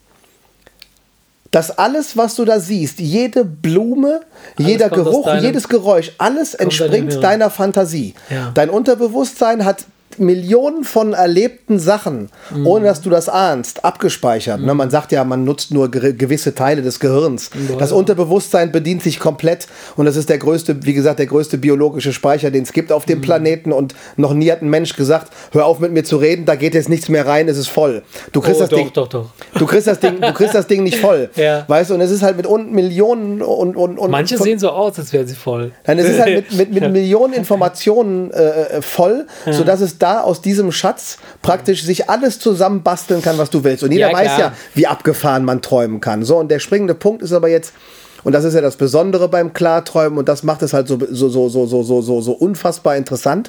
dass alles, was du da siehst, jede Blume, jeder kommt aus Geruch, deinem- jedes Geräusch, alles deinem entspringt Hirn. deiner Fantasie. Ja. Dein Unterbewusstsein hat Millionen von erlebten Sachen, mhm. ohne dass du das ahnst, abgespeichert. Mhm. Ne, man sagt ja, man nutzt nur ge- gewisse Teile des Gehirns. Mhm. Das Unterbewusstsein bedient sich komplett und das ist der größte, wie gesagt, der größte biologische Speicher, den es gibt auf dem mhm. Planeten und noch nie hat ein Mensch gesagt, hör auf mit mir zu reden, da geht jetzt nichts mehr rein, es ist voll. Du kriegst oh, das doch, Ding, doch, doch. Du kriegst das Ding, du kriegst das Ding nicht voll. Ja. Weißt du, und es ist halt mit un- Millionen und, und, und manche von, sehen so aus, als wären sie voll. Nein, es ist halt mit, mit, mit Millionen Informationen äh, voll, ja. sodass es da aus diesem Schatz praktisch sich alles zusammenbasteln kann, was du willst. Und jeder ja, weiß ja, wie abgefahren man träumen kann. So, und der springende Punkt ist aber jetzt, und das ist ja das Besondere beim Klarträumen, und das macht es halt so, so, so, so, so, so, so, so unfassbar interessant.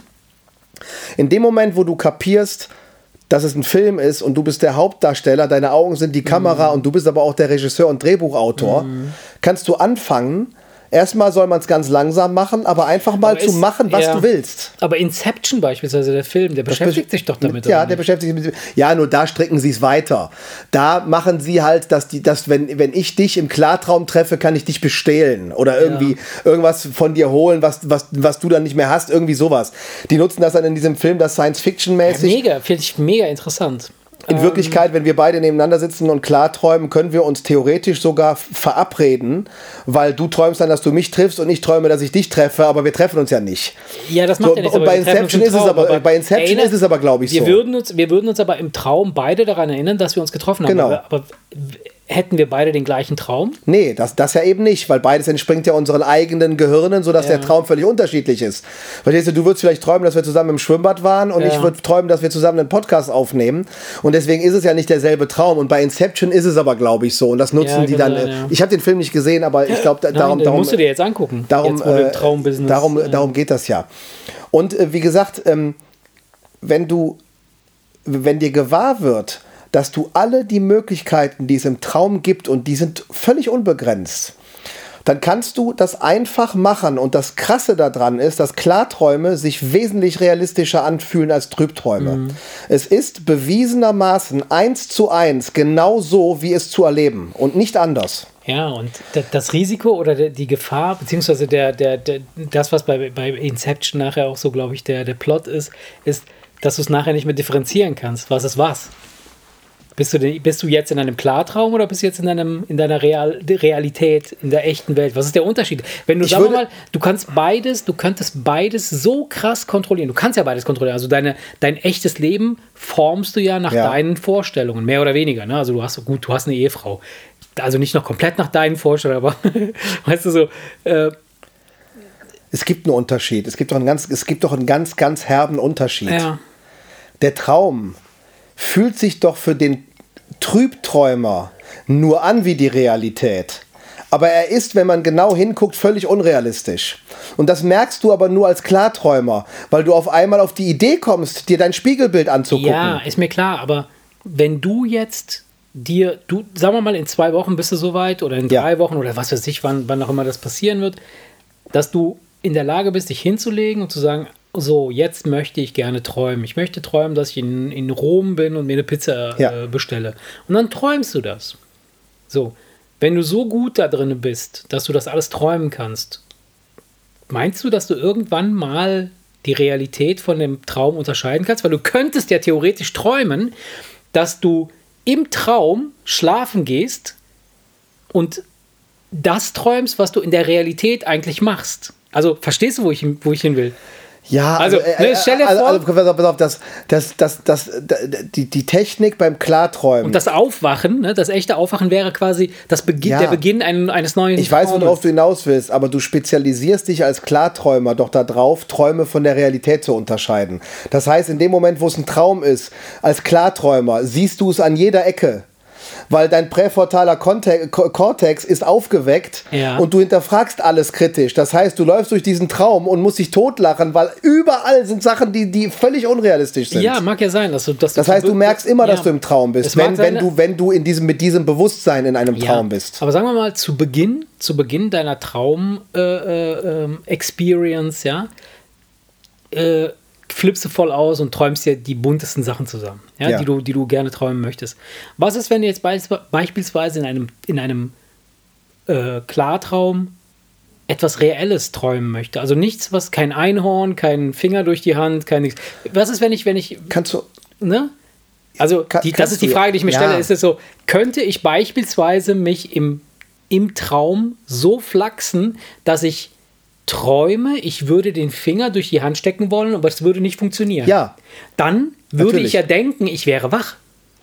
In dem Moment, wo du kapierst, dass es ein Film ist und du bist der Hauptdarsteller, deine Augen sind die Kamera mm. und du bist aber auch der Regisseur und Drehbuchautor, mm. kannst du anfangen. Erstmal soll man es ganz langsam machen, aber einfach mal aber zu ist, machen, was ja. du willst. Aber Inception beispielsweise, der Film, der beschäftigt sich doch damit. Ja, der beschäftigt sich mit. Ja, nur da stricken sie es weiter. Da machen sie halt, dass die, dass wenn, wenn ich dich im Klartraum treffe, kann ich dich bestehlen oder irgendwie ja. irgendwas von dir holen, was, was, was du dann nicht mehr hast, irgendwie sowas. Die nutzen das dann in diesem Film, das Science-Fiction-mäßig. Ja, mega, finde ich mega interessant. In Wirklichkeit, wenn wir beide nebeneinander sitzen und klar träumen, können wir uns theoretisch sogar verabreden, weil du träumst dann, dass du mich triffst und ich träume, dass ich dich treffe, aber wir treffen uns ja nicht. Ja, das macht so, ja nichts. Und bei Inception ist es aber, aber bei Inception erinnert, ist es aber, glaube ich, wir so. Würden uns, wir würden uns aber im Traum beide daran erinnern, dass wir uns getroffen haben. Genau. Aber, aber hätten wir beide den gleichen Traum? Nee, das, das ja eben nicht, weil beides entspringt ja unseren eigenen Gehirnen, sodass ja. der Traum völlig unterschiedlich ist. Verstehst du, du würdest vielleicht träumen, dass wir zusammen im Schwimmbad waren und ja. ich würde träumen, dass wir zusammen einen Podcast aufnehmen und deswegen ist es ja nicht derselbe Traum und bei Inception ist es aber, glaube ich, so und das nutzen ja, die dann, sein, ja. ich habe den Film nicht gesehen, aber ich glaube, da, darum... Nein, darum musst du dir jetzt angucken, darum, jetzt, wo du im Traumbusiness... Darum, ja. darum geht das ja. Und äh, wie gesagt, ähm, wenn du, wenn dir gewahr wird, dass du alle die Möglichkeiten, die es im Traum gibt, und die sind völlig unbegrenzt, dann kannst du das einfach machen. Und das Krasse daran ist, dass Klarträume sich wesentlich realistischer anfühlen als Trübträume. Mhm. Es ist bewiesenermaßen eins zu eins genau so, wie es zu erleben und nicht anders. Ja, und das Risiko oder die Gefahr, beziehungsweise der, der, der, das, was bei, bei Inception nachher auch so, glaube ich, der, der Plot ist, ist, dass du es nachher nicht mehr differenzieren kannst. Was ist was? Bist du, denn, bist du jetzt in einem Klartraum oder bist du jetzt in, einem, in deiner Real, Realität, in der echten Welt? Was ist der Unterschied? Wenn du, ich sagen wir würde, mal, du kannst beides, du könntest beides so krass kontrollieren. Du kannst ja beides kontrollieren. Also deine, dein echtes Leben formst du ja nach ja. deinen Vorstellungen, mehr oder weniger. Ne? Also du hast, gut, du hast eine Ehefrau. Also nicht noch komplett nach deinen Vorstellungen, aber weißt du so... Äh, es gibt einen Unterschied. Es gibt doch einen ganz, es gibt doch einen ganz, ganz herben Unterschied. Ja. Der Traum fühlt sich doch für den Trübträumer nur an wie die Realität. Aber er ist, wenn man genau hinguckt, völlig unrealistisch. Und das merkst du aber nur als Klarträumer, weil du auf einmal auf die Idee kommst, dir dein Spiegelbild anzugucken. Ja, ist mir klar, aber wenn du jetzt dir, du, sagen wir mal, in zwei Wochen bist du soweit oder in drei ja. Wochen oder was weiß ich, wann, wann auch immer das passieren wird, dass du in der Lage bist, dich hinzulegen und zu sagen, so, jetzt möchte ich gerne träumen. Ich möchte träumen, dass ich in, in Rom bin und mir eine Pizza ja. äh, bestelle. Und dann träumst du das. So, wenn du so gut da drin bist, dass du das alles träumen kannst, meinst du, dass du irgendwann mal die Realität von dem Traum unterscheiden kannst? Weil du könntest ja theoretisch träumen, dass du im Traum schlafen gehst und das träumst, was du in der Realität eigentlich machst. Also, verstehst du, wo ich, wo ich hin will? Ja, also, also, ne, stell dir also, vor, also, pass auf, pass auf, das, das, das, das, die, die Technik beim Klarträumen. Und das Aufwachen, ne, das echte Aufwachen wäre quasi das Beginn, ja. der Beginn ein, eines neuen Ich weiß, worauf du hinaus willst, aber du spezialisierst dich als Klarträumer doch darauf, Träume von der Realität zu unterscheiden. Das heißt, in dem Moment, wo es ein Traum ist, als Klarträumer, siehst du es an jeder Ecke. Weil dein präfrontaler Kortex ist aufgeweckt ja. und du hinterfragst alles kritisch. Das heißt, du läufst durch diesen Traum und musst dich totlachen, weil überall sind Sachen, die, die völlig unrealistisch sind. Ja, mag ja sein. Dass du, dass das du heißt, du merkst immer, ja. dass du im Traum bist, wenn, wenn, du, wenn du in diesem, mit diesem Bewusstsein in einem ja. Traum bist. Aber sagen wir mal, zu Beginn, zu Beginn deiner Traum-Experience, äh, äh, ja, äh, flippst du voll aus und träumst dir die buntesten Sachen zusammen, ja, ja. Die, du, die du gerne träumen möchtest. Was ist, wenn du jetzt beisp- beispielsweise in einem, in einem äh, Klartraum etwas Reelles träumen möchte. Also nichts, was kein Einhorn, kein Finger durch die Hand, kein nichts. Was ist, wenn ich, wenn ich. Kannst du. Ne? Also, Kann, die, das ist die Frage, die ich mir ja. stelle. Ist es so, könnte ich beispielsweise mich im, im Traum so flachsen, dass ich träume, ich würde den Finger durch die Hand stecken wollen, aber es würde nicht funktionieren? Ja. Dann würde Natürlich. ich ja denken, ich wäre wach.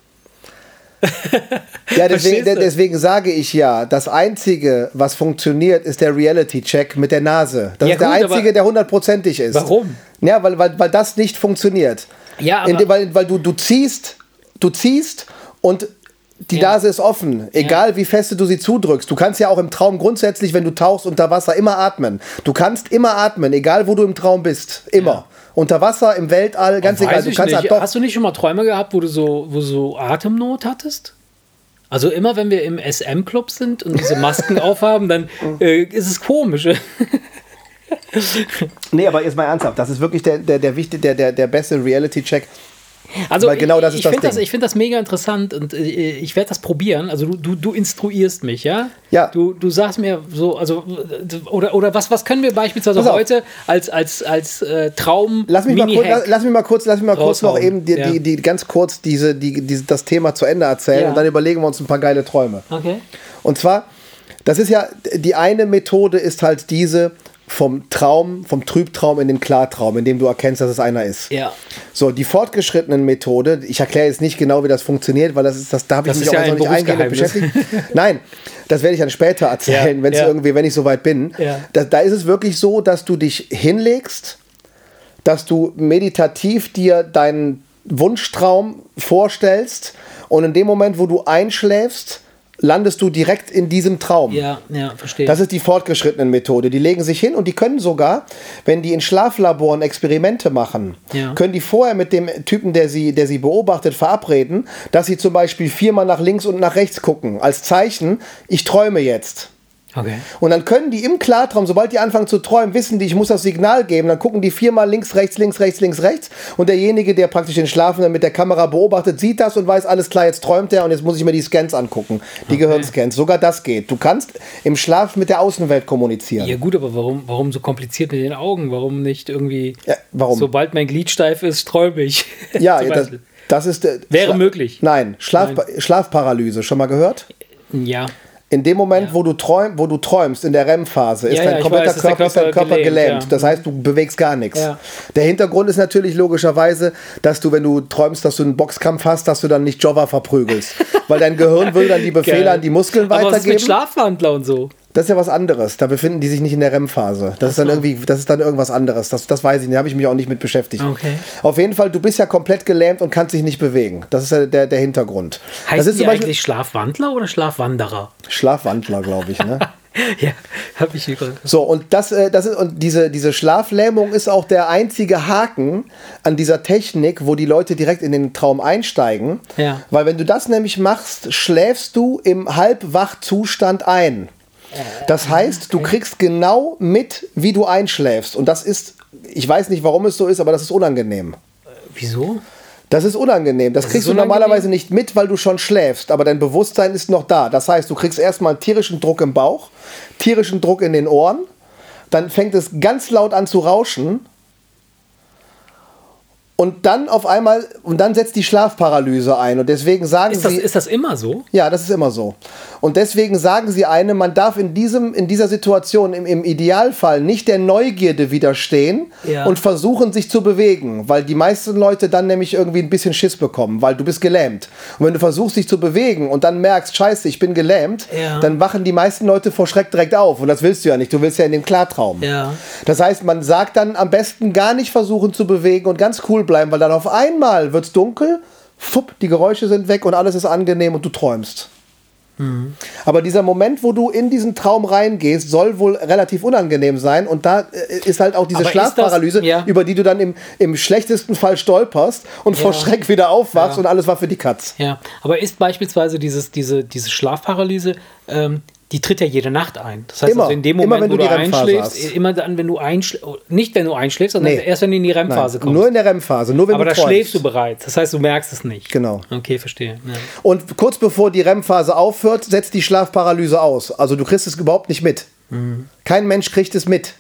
Ja, deswegen, Verstehst du? deswegen sage ich ja, das Einzige, was funktioniert, ist der Reality-Check mit der Nase. Das Ja, ist der gut, Einzige, aber der hundertprozentig ist. Warum? Ja, weil, weil, weil das nicht funktioniert. Ja, aber- In dem, weil, weil du, du ziehst, du ziehst und die Ja. Nase ist offen, egal wie feste du sie zudrückst. Du kannst ja auch im Traum grundsätzlich, wenn du tauchst unter Wasser, immer atmen. Du kannst immer atmen, egal wo du im Traum bist. Immer. Ja. Unter Wasser, im Weltall, ganz Weiß egal. Du ich kannst nicht. ja doch. Hast du nicht schon mal Träume gehabt, wo du so, wo du so Atemnot hattest? Also immer, wenn wir im S M-Club sind und diese Masken aufhaben, dann äh, ist es komisch. Nee, aber jetzt mal ernsthaft. Das ist wirklich der, der, der, wichtig, der, der, der beste Reality-Check. Also Weil genau das ist ich das finde das, Ding. ich find das mega interessant und äh, ich werde das probieren. Also du, du, du instruierst mich, ja? Ja. Du, du sagst mir so, also oder, oder was, was können wir beispielsweise Pass auf. heute als, als, als äh, Traum Lass mich, mal kurz, lass, lass mich mal kurz, lass mich mal kurz noch raushauen. eben die, Ja. die, die ganz kurz diese, die, diese, das Thema zu Ende erzählen Ja. und dann überlegen wir uns ein paar geile Träume. Okay. Und zwar, das ist ja, die eine Methode ist halt diese vom Traum, vom Trübtraum in den Klartraum, in dem du erkennst, dass es einer ist. Ja. So, die fortgeschrittenen Methode, ich erkläre jetzt nicht genau, wie das funktioniert, weil das ist, das, da habe ich Das mich ist auch ja noch ein nicht eingehend mit Berufsgeheimnis. beschäftigt. Nein, das werde ich dann später erzählen, Ja, wenn es ja. irgendwie, wenn ich soweit bin. Ja. Da, da ist es wirklich so, dass du dich hinlegst, dass du meditativ dir deinen Wunschtraum vorstellst und in dem Moment, wo du einschläfst, landest du direkt in diesem Traum. Ja, ja, verstehe. Das ist die fortgeschrittenen Methode. Die legen sich hin und die können sogar, wenn die in Schlaflaboren Experimente machen, Ja. können die vorher mit dem Typen, der sie, der sie beobachtet, verabreden, dass sie zum Beispiel viermal nach links und nach rechts gucken. Als Zeichen, ich träume jetzt. okay. Und dann können die im Klartraum, sobald die anfangen zu träumen, wissen die, ich muss das Signal geben, dann gucken die viermal links, rechts, links, rechts, links, rechts und derjenige, der praktisch den Schlafenden mit der Kamera beobachtet, sieht das und weiß, alles klar, jetzt träumt er und jetzt muss ich mir die Scans angucken, die Okay. Gehirnscans. Sogar das geht. Du kannst im Schlaf mit der Außenwelt kommunizieren. Ja gut, aber warum, warum so kompliziert mit den Augen? Warum nicht irgendwie, Ja, warum? sobald mein Glied steif ist, träume ich? Ja, Zum das, Beispiel. das ist... äh, Wäre Schla- möglich. Nein, Schlaf, Schlafparalyse, schon mal gehört? Ja. In dem Moment, Ja. wo du träum, wo du träumst, in der R E M-Phase, ist Ja, dein ja, ich kompletter weiß, ist der Körper, ist dein Körper Körper gelähmt. gelähmt, ja. Das heißt, du bewegst gar nichts. Ja. Der Hintergrund ist natürlich logischerweise, dass du, wenn du träumst, dass du einen Boxkampf hast, dass du dann nicht Jobber verprügelst. Weil dein Gehirn will dann die Befehle Geil. an die Muskeln Aber was ist weitergeben. mit Schlafwandler und so? Das ist ja was anderes. Da befinden die sich nicht in der R E M-Phase. Das ist dann irgendwie, das ist dann irgendwas anderes. Das, das weiß ich nicht. Da habe ich mich auch nicht mit beschäftigt. Okay. Auf jeden Fall, du bist ja komplett gelähmt und kannst dich nicht bewegen. Das ist ja der, der Hintergrund. Heißt das ist die zum Beispiel eigentlich Schlafwandler oder Schlafwanderer? Schlafwandler, glaube ich. Ne? Ja, habe ich gedacht. So, und das, äh, das ist, und diese, diese Schlaflähmung ist auch der einzige Haken an dieser Technik, wo die Leute direkt in den Traum einsteigen. Ja. Weil wenn du das nämlich machst, schläfst du im Halbwachzustand ein. Das heißt, du kriegst genau mit, wie du einschläfst. Und das ist, ich weiß nicht, warum es so ist, aber das ist unangenehm. Wieso? Das ist unangenehm. Das, Das kriegst ist du normalerweise unangenehm? nicht mit, weil du schon schläfst. Aber dein Bewusstsein ist noch da. Das heißt, du kriegst erstmal einen tierischen Druck im Bauch, tierischen Druck in den Ohren. Dann fängt es ganz laut an zu rauschen. Und dann auf einmal, und dann setzt die Schlafparalyse ein. Und deswegen sagen Ist das, sie... ist das immer so? Ja, das ist immer so. Und deswegen sagen sie einem, man darf in, diesem, in dieser Situation im, im Idealfall nicht der Neugierde widerstehen Ja. und versuchen, sich zu bewegen, weil die meisten Leute dann nämlich irgendwie ein bisschen Schiss bekommen, weil du bist gelähmt. Und wenn du versuchst, dich zu bewegen und dann merkst, scheiße, ich bin gelähmt, Ja. dann wachen die meisten Leute vor Schreck direkt auf. Und das willst du ja nicht. Du willst ja in den Klartraum. Ja. Das heißt, man sagt dann am besten gar nicht versuchen zu bewegen und ganz cool bleiben, weil dann auf einmal wird es dunkel, fupp, die Geräusche sind weg und alles ist angenehm und du träumst. Mhm. Aber dieser Moment, wo du in diesen Traum reingehst, soll wohl relativ unangenehm sein und da äh, ist halt auch diese Aber ist Schlafparalyse, das- ja. über die du dann im, im schlechtesten Fall stolperst und vor Ja. Schreck wieder aufwachst Ja. und alles war für die Katz. Ja, aber ist beispielsweise dieses, diese, diese Schlafparalyse, ähm, die tritt ja jede Nacht ein. Das heißt, Immer. also in dem Immer, Moment, wenn wo du du die R E M-Phase einschläfst, hast. immer dann, wenn du einschläfst, nicht wenn du einschläfst, sondern Nee. erst wenn du in die R E M-Phase Nein, kommst. nur in der R E M-Phase, nur wenn aber du da träumst. schläfst du bereits. Das heißt, du merkst es nicht. Genau. Okay, verstehe. Ja. Und kurz bevor die R E M-Phase aufhört, setzt die Schlafparalyse aus. Also du kriegst es überhaupt nicht mit. Mhm. Kein Mensch kriegt es mit.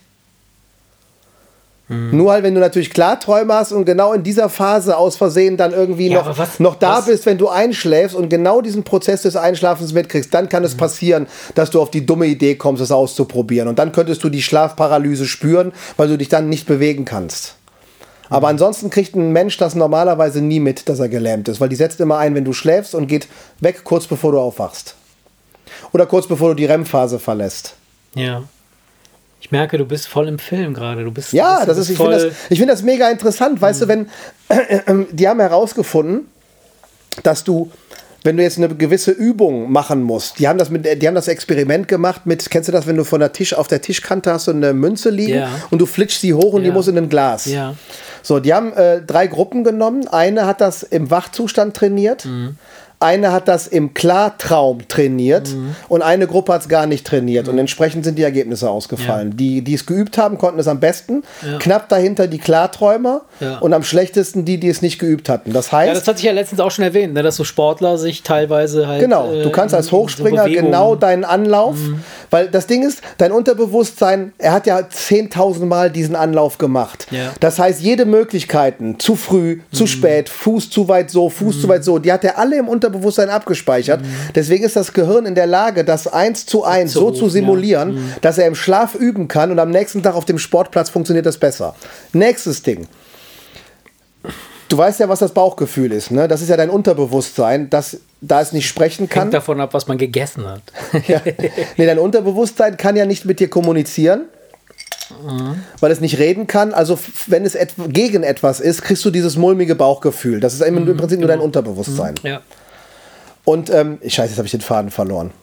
Mhm. Nur halt, wenn du natürlich Klarträume hast und genau in dieser Phase aus Versehen dann irgendwie ja, noch, was, noch da was? bist, wenn du einschläfst und genau diesen Prozess des Einschlafens mitkriegst, dann kann es mhm. passieren, dass du auf die dumme Idee kommst, es auszuprobieren. Und dann könntest du die Schlafparalyse spüren, weil du dich dann nicht bewegen kannst. Mhm. Aber ansonsten kriegt ein Mensch das normalerweise nie mit, dass er gelähmt ist, weil die setzt immer ein, wenn du schläfst und geht weg, kurz bevor du aufwachst. Oder kurz bevor du die R E M-Phase verlässt. Ja. Ich merke, du bist voll im Film gerade. Du bist, ja, du bist, das ist, ich finde das, ich find das mega interessant. Weißt mhm. du, wenn äh, äh, die haben herausgefunden, dass du, wenn du jetzt eine gewisse Übung machen musst, die haben das mit, die haben das Experiment gemacht mit, kennst du das, wenn du von der Tisch auf der Tischkante hast und eine Münze liegen ja. und du flitschst sie hoch und ja. die muss in ein Glas. Ja. So, die haben äh, drei Gruppen genommen. Eine hat das im Wachzustand trainiert. Mhm. Eine hat das im Klartraum trainiert mhm. und eine Gruppe hat es gar nicht trainiert. Mhm. Und entsprechend sind die Ergebnisse ausgefallen. Ja. Die, die es geübt haben, konnten es am besten. Ja. Knapp dahinter die Klarträumer ja. und am schlechtesten die, die es nicht geübt hatten. Das heißt... Ja, das hatte ich ja letztens auch schon erwähnt, ne, dass so Sportler sich teilweise halt... Genau, du kannst als Hochspringer so genau deinen Anlauf, mhm. weil das Ding ist, dein Unterbewusstsein, er hat ja zehntausend Mal diesen Anlauf gemacht. Ja. Das heißt, jede Möglichkeiten, zu früh, mhm. zu spät, Fuß zu weit so, Fuß mhm. zu weit so, die hat er alle im Unterbewusstsein Bewusstsein abgespeichert. Mhm. Deswegen ist das Gehirn in der Lage, das eins zu eins so zu simulieren, ja. mhm. dass er im Schlaf üben kann und am nächsten Tag auf dem Sportplatz funktioniert das besser. Nächstes Ding. Du weißt ja, was das Bauchgefühl ist. Ne? Das ist ja dein Unterbewusstsein, das, da es nicht sprechen kann. Hängt davon ab, was man gegessen hat. ja. Nee, dein Unterbewusstsein kann ja nicht mit dir kommunizieren. Mhm. Weil es nicht reden kann. Also wenn es et- gegen etwas ist, kriegst du dieses mulmige Bauchgefühl. Das ist im, im Prinzip nur dein Unterbewusstsein. Mhm. Ja. Und, ähm, scheiße, jetzt habe ich den Faden verloren.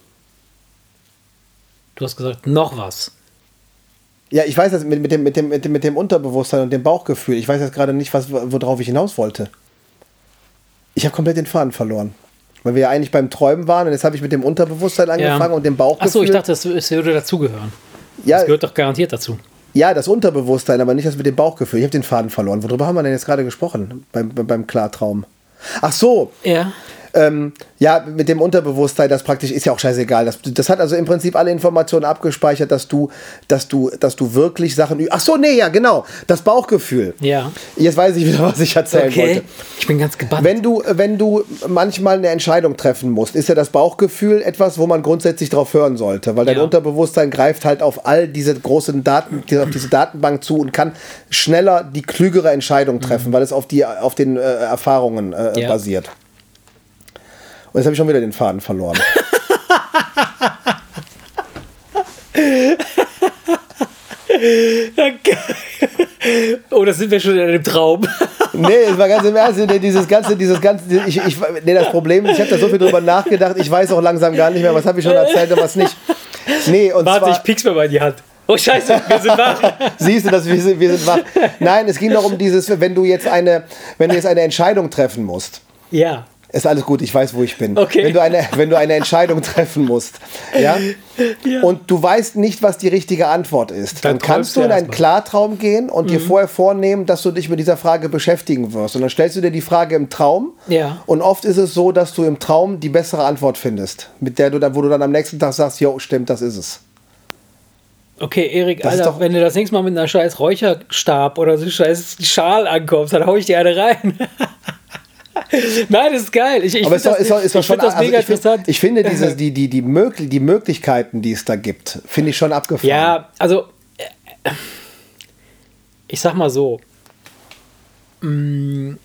Du hast gesagt, noch was. Ja, ich weiß jetzt mit, mit, dem, mit, dem, mit, dem, mit dem Unterbewusstsein und dem Bauchgefühl, ich weiß jetzt gerade nicht, was, worauf ich hinaus wollte. Ich habe komplett den Faden verloren. Weil wir ja eigentlich beim Träumen waren und jetzt habe ich mit dem Unterbewusstsein angefangen ja. und dem Bauchgefühl. Achso, ich dachte, das, das würde dazugehören. Ja, das gehört doch garantiert dazu. Ja, das Unterbewusstsein, aber nicht das mit dem Bauchgefühl. Ich habe den Faden verloren. Worüber haben wir denn jetzt gerade gesprochen beim, beim Klartraum? Ach so. Ja. Ähm, ja, mit dem Unterbewusstsein, das praktisch ist ja auch scheißegal. Das, das hat also im Prinzip alle Informationen abgespeichert, dass du, dass du, dass du wirklich Sachen. Ach so, nee, ja, genau. Das Bauchgefühl. Ja. Jetzt weiß ich wieder, was ich erzählen okay. wollte. Ich bin ganz gebannt. Wenn du, wenn du manchmal eine Entscheidung treffen musst, ist ja das Bauchgefühl etwas, wo man grundsätzlich drauf hören sollte, weil dein ja. Unterbewusstsein greift halt auf all diese großen Daten, auf diese Datenbank zu und kann schneller die klügere Entscheidung treffen, mhm. weil es auf die, auf den äh, Erfahrungen äh, ja. basiert. Und jetzt habe ich schon wieder den Faden verloren. Oh, das sind wir schon in einem Traum. Nee, es war ganz im Ernst, dieses ganze, dieses ganze, ich, ich, nee, das Problem ist, ich habe da so viel drüber nachgedacht, ich weiß auch langsam gar nicht mehr, was habe ich schon erzählt und was nicht. Nee, und Warte, zwar, ich piek's mir mal in die Hand. Oh Scheiße, wir sind wach. Siehst du, dass wir sind, wir sind wach. Nein, es ging doch um dieses, wenn du jetzt eine, wenn du jetzt eine Entscheidung treffen musst. Ja. Ist alles gut, ich weiß, wo ich bin. Okay. Wenn du eine, wenn du eine Entscheidung treffen musst, ja, ja, und du weißt nicht, was die richtige Antwort ist, dann, dann kannst du in einen Klartraum gehen und mhm. dir vorher vornehmen, dass du dich mit dieser Frage beschäftigen wirst. Und dann stellst du dir die Frage im Traum. Ja. Und oft ist es so, dass du im Traum die bessere Antwort findest, mit der du dann, wo du dann am nächsten Tag sagst, jo, stimmt, das ist es. Okay, Erik, das Alter, doch, wenn du das nächste Mal mit einer scheiß Räucherstab oder so scheiß Schal ankommst, dann hau ich dir eine rein. Nein, das ist geil. Ich, ich aber es ist, ist, ist, ist schon das mega also interessant. Ich, find, ich finde diese, die, die, die, Möglich, die Möglichkeiten, die es da gibt, finde ich schon abgefahren. Ja, also ich sag mal so, wenn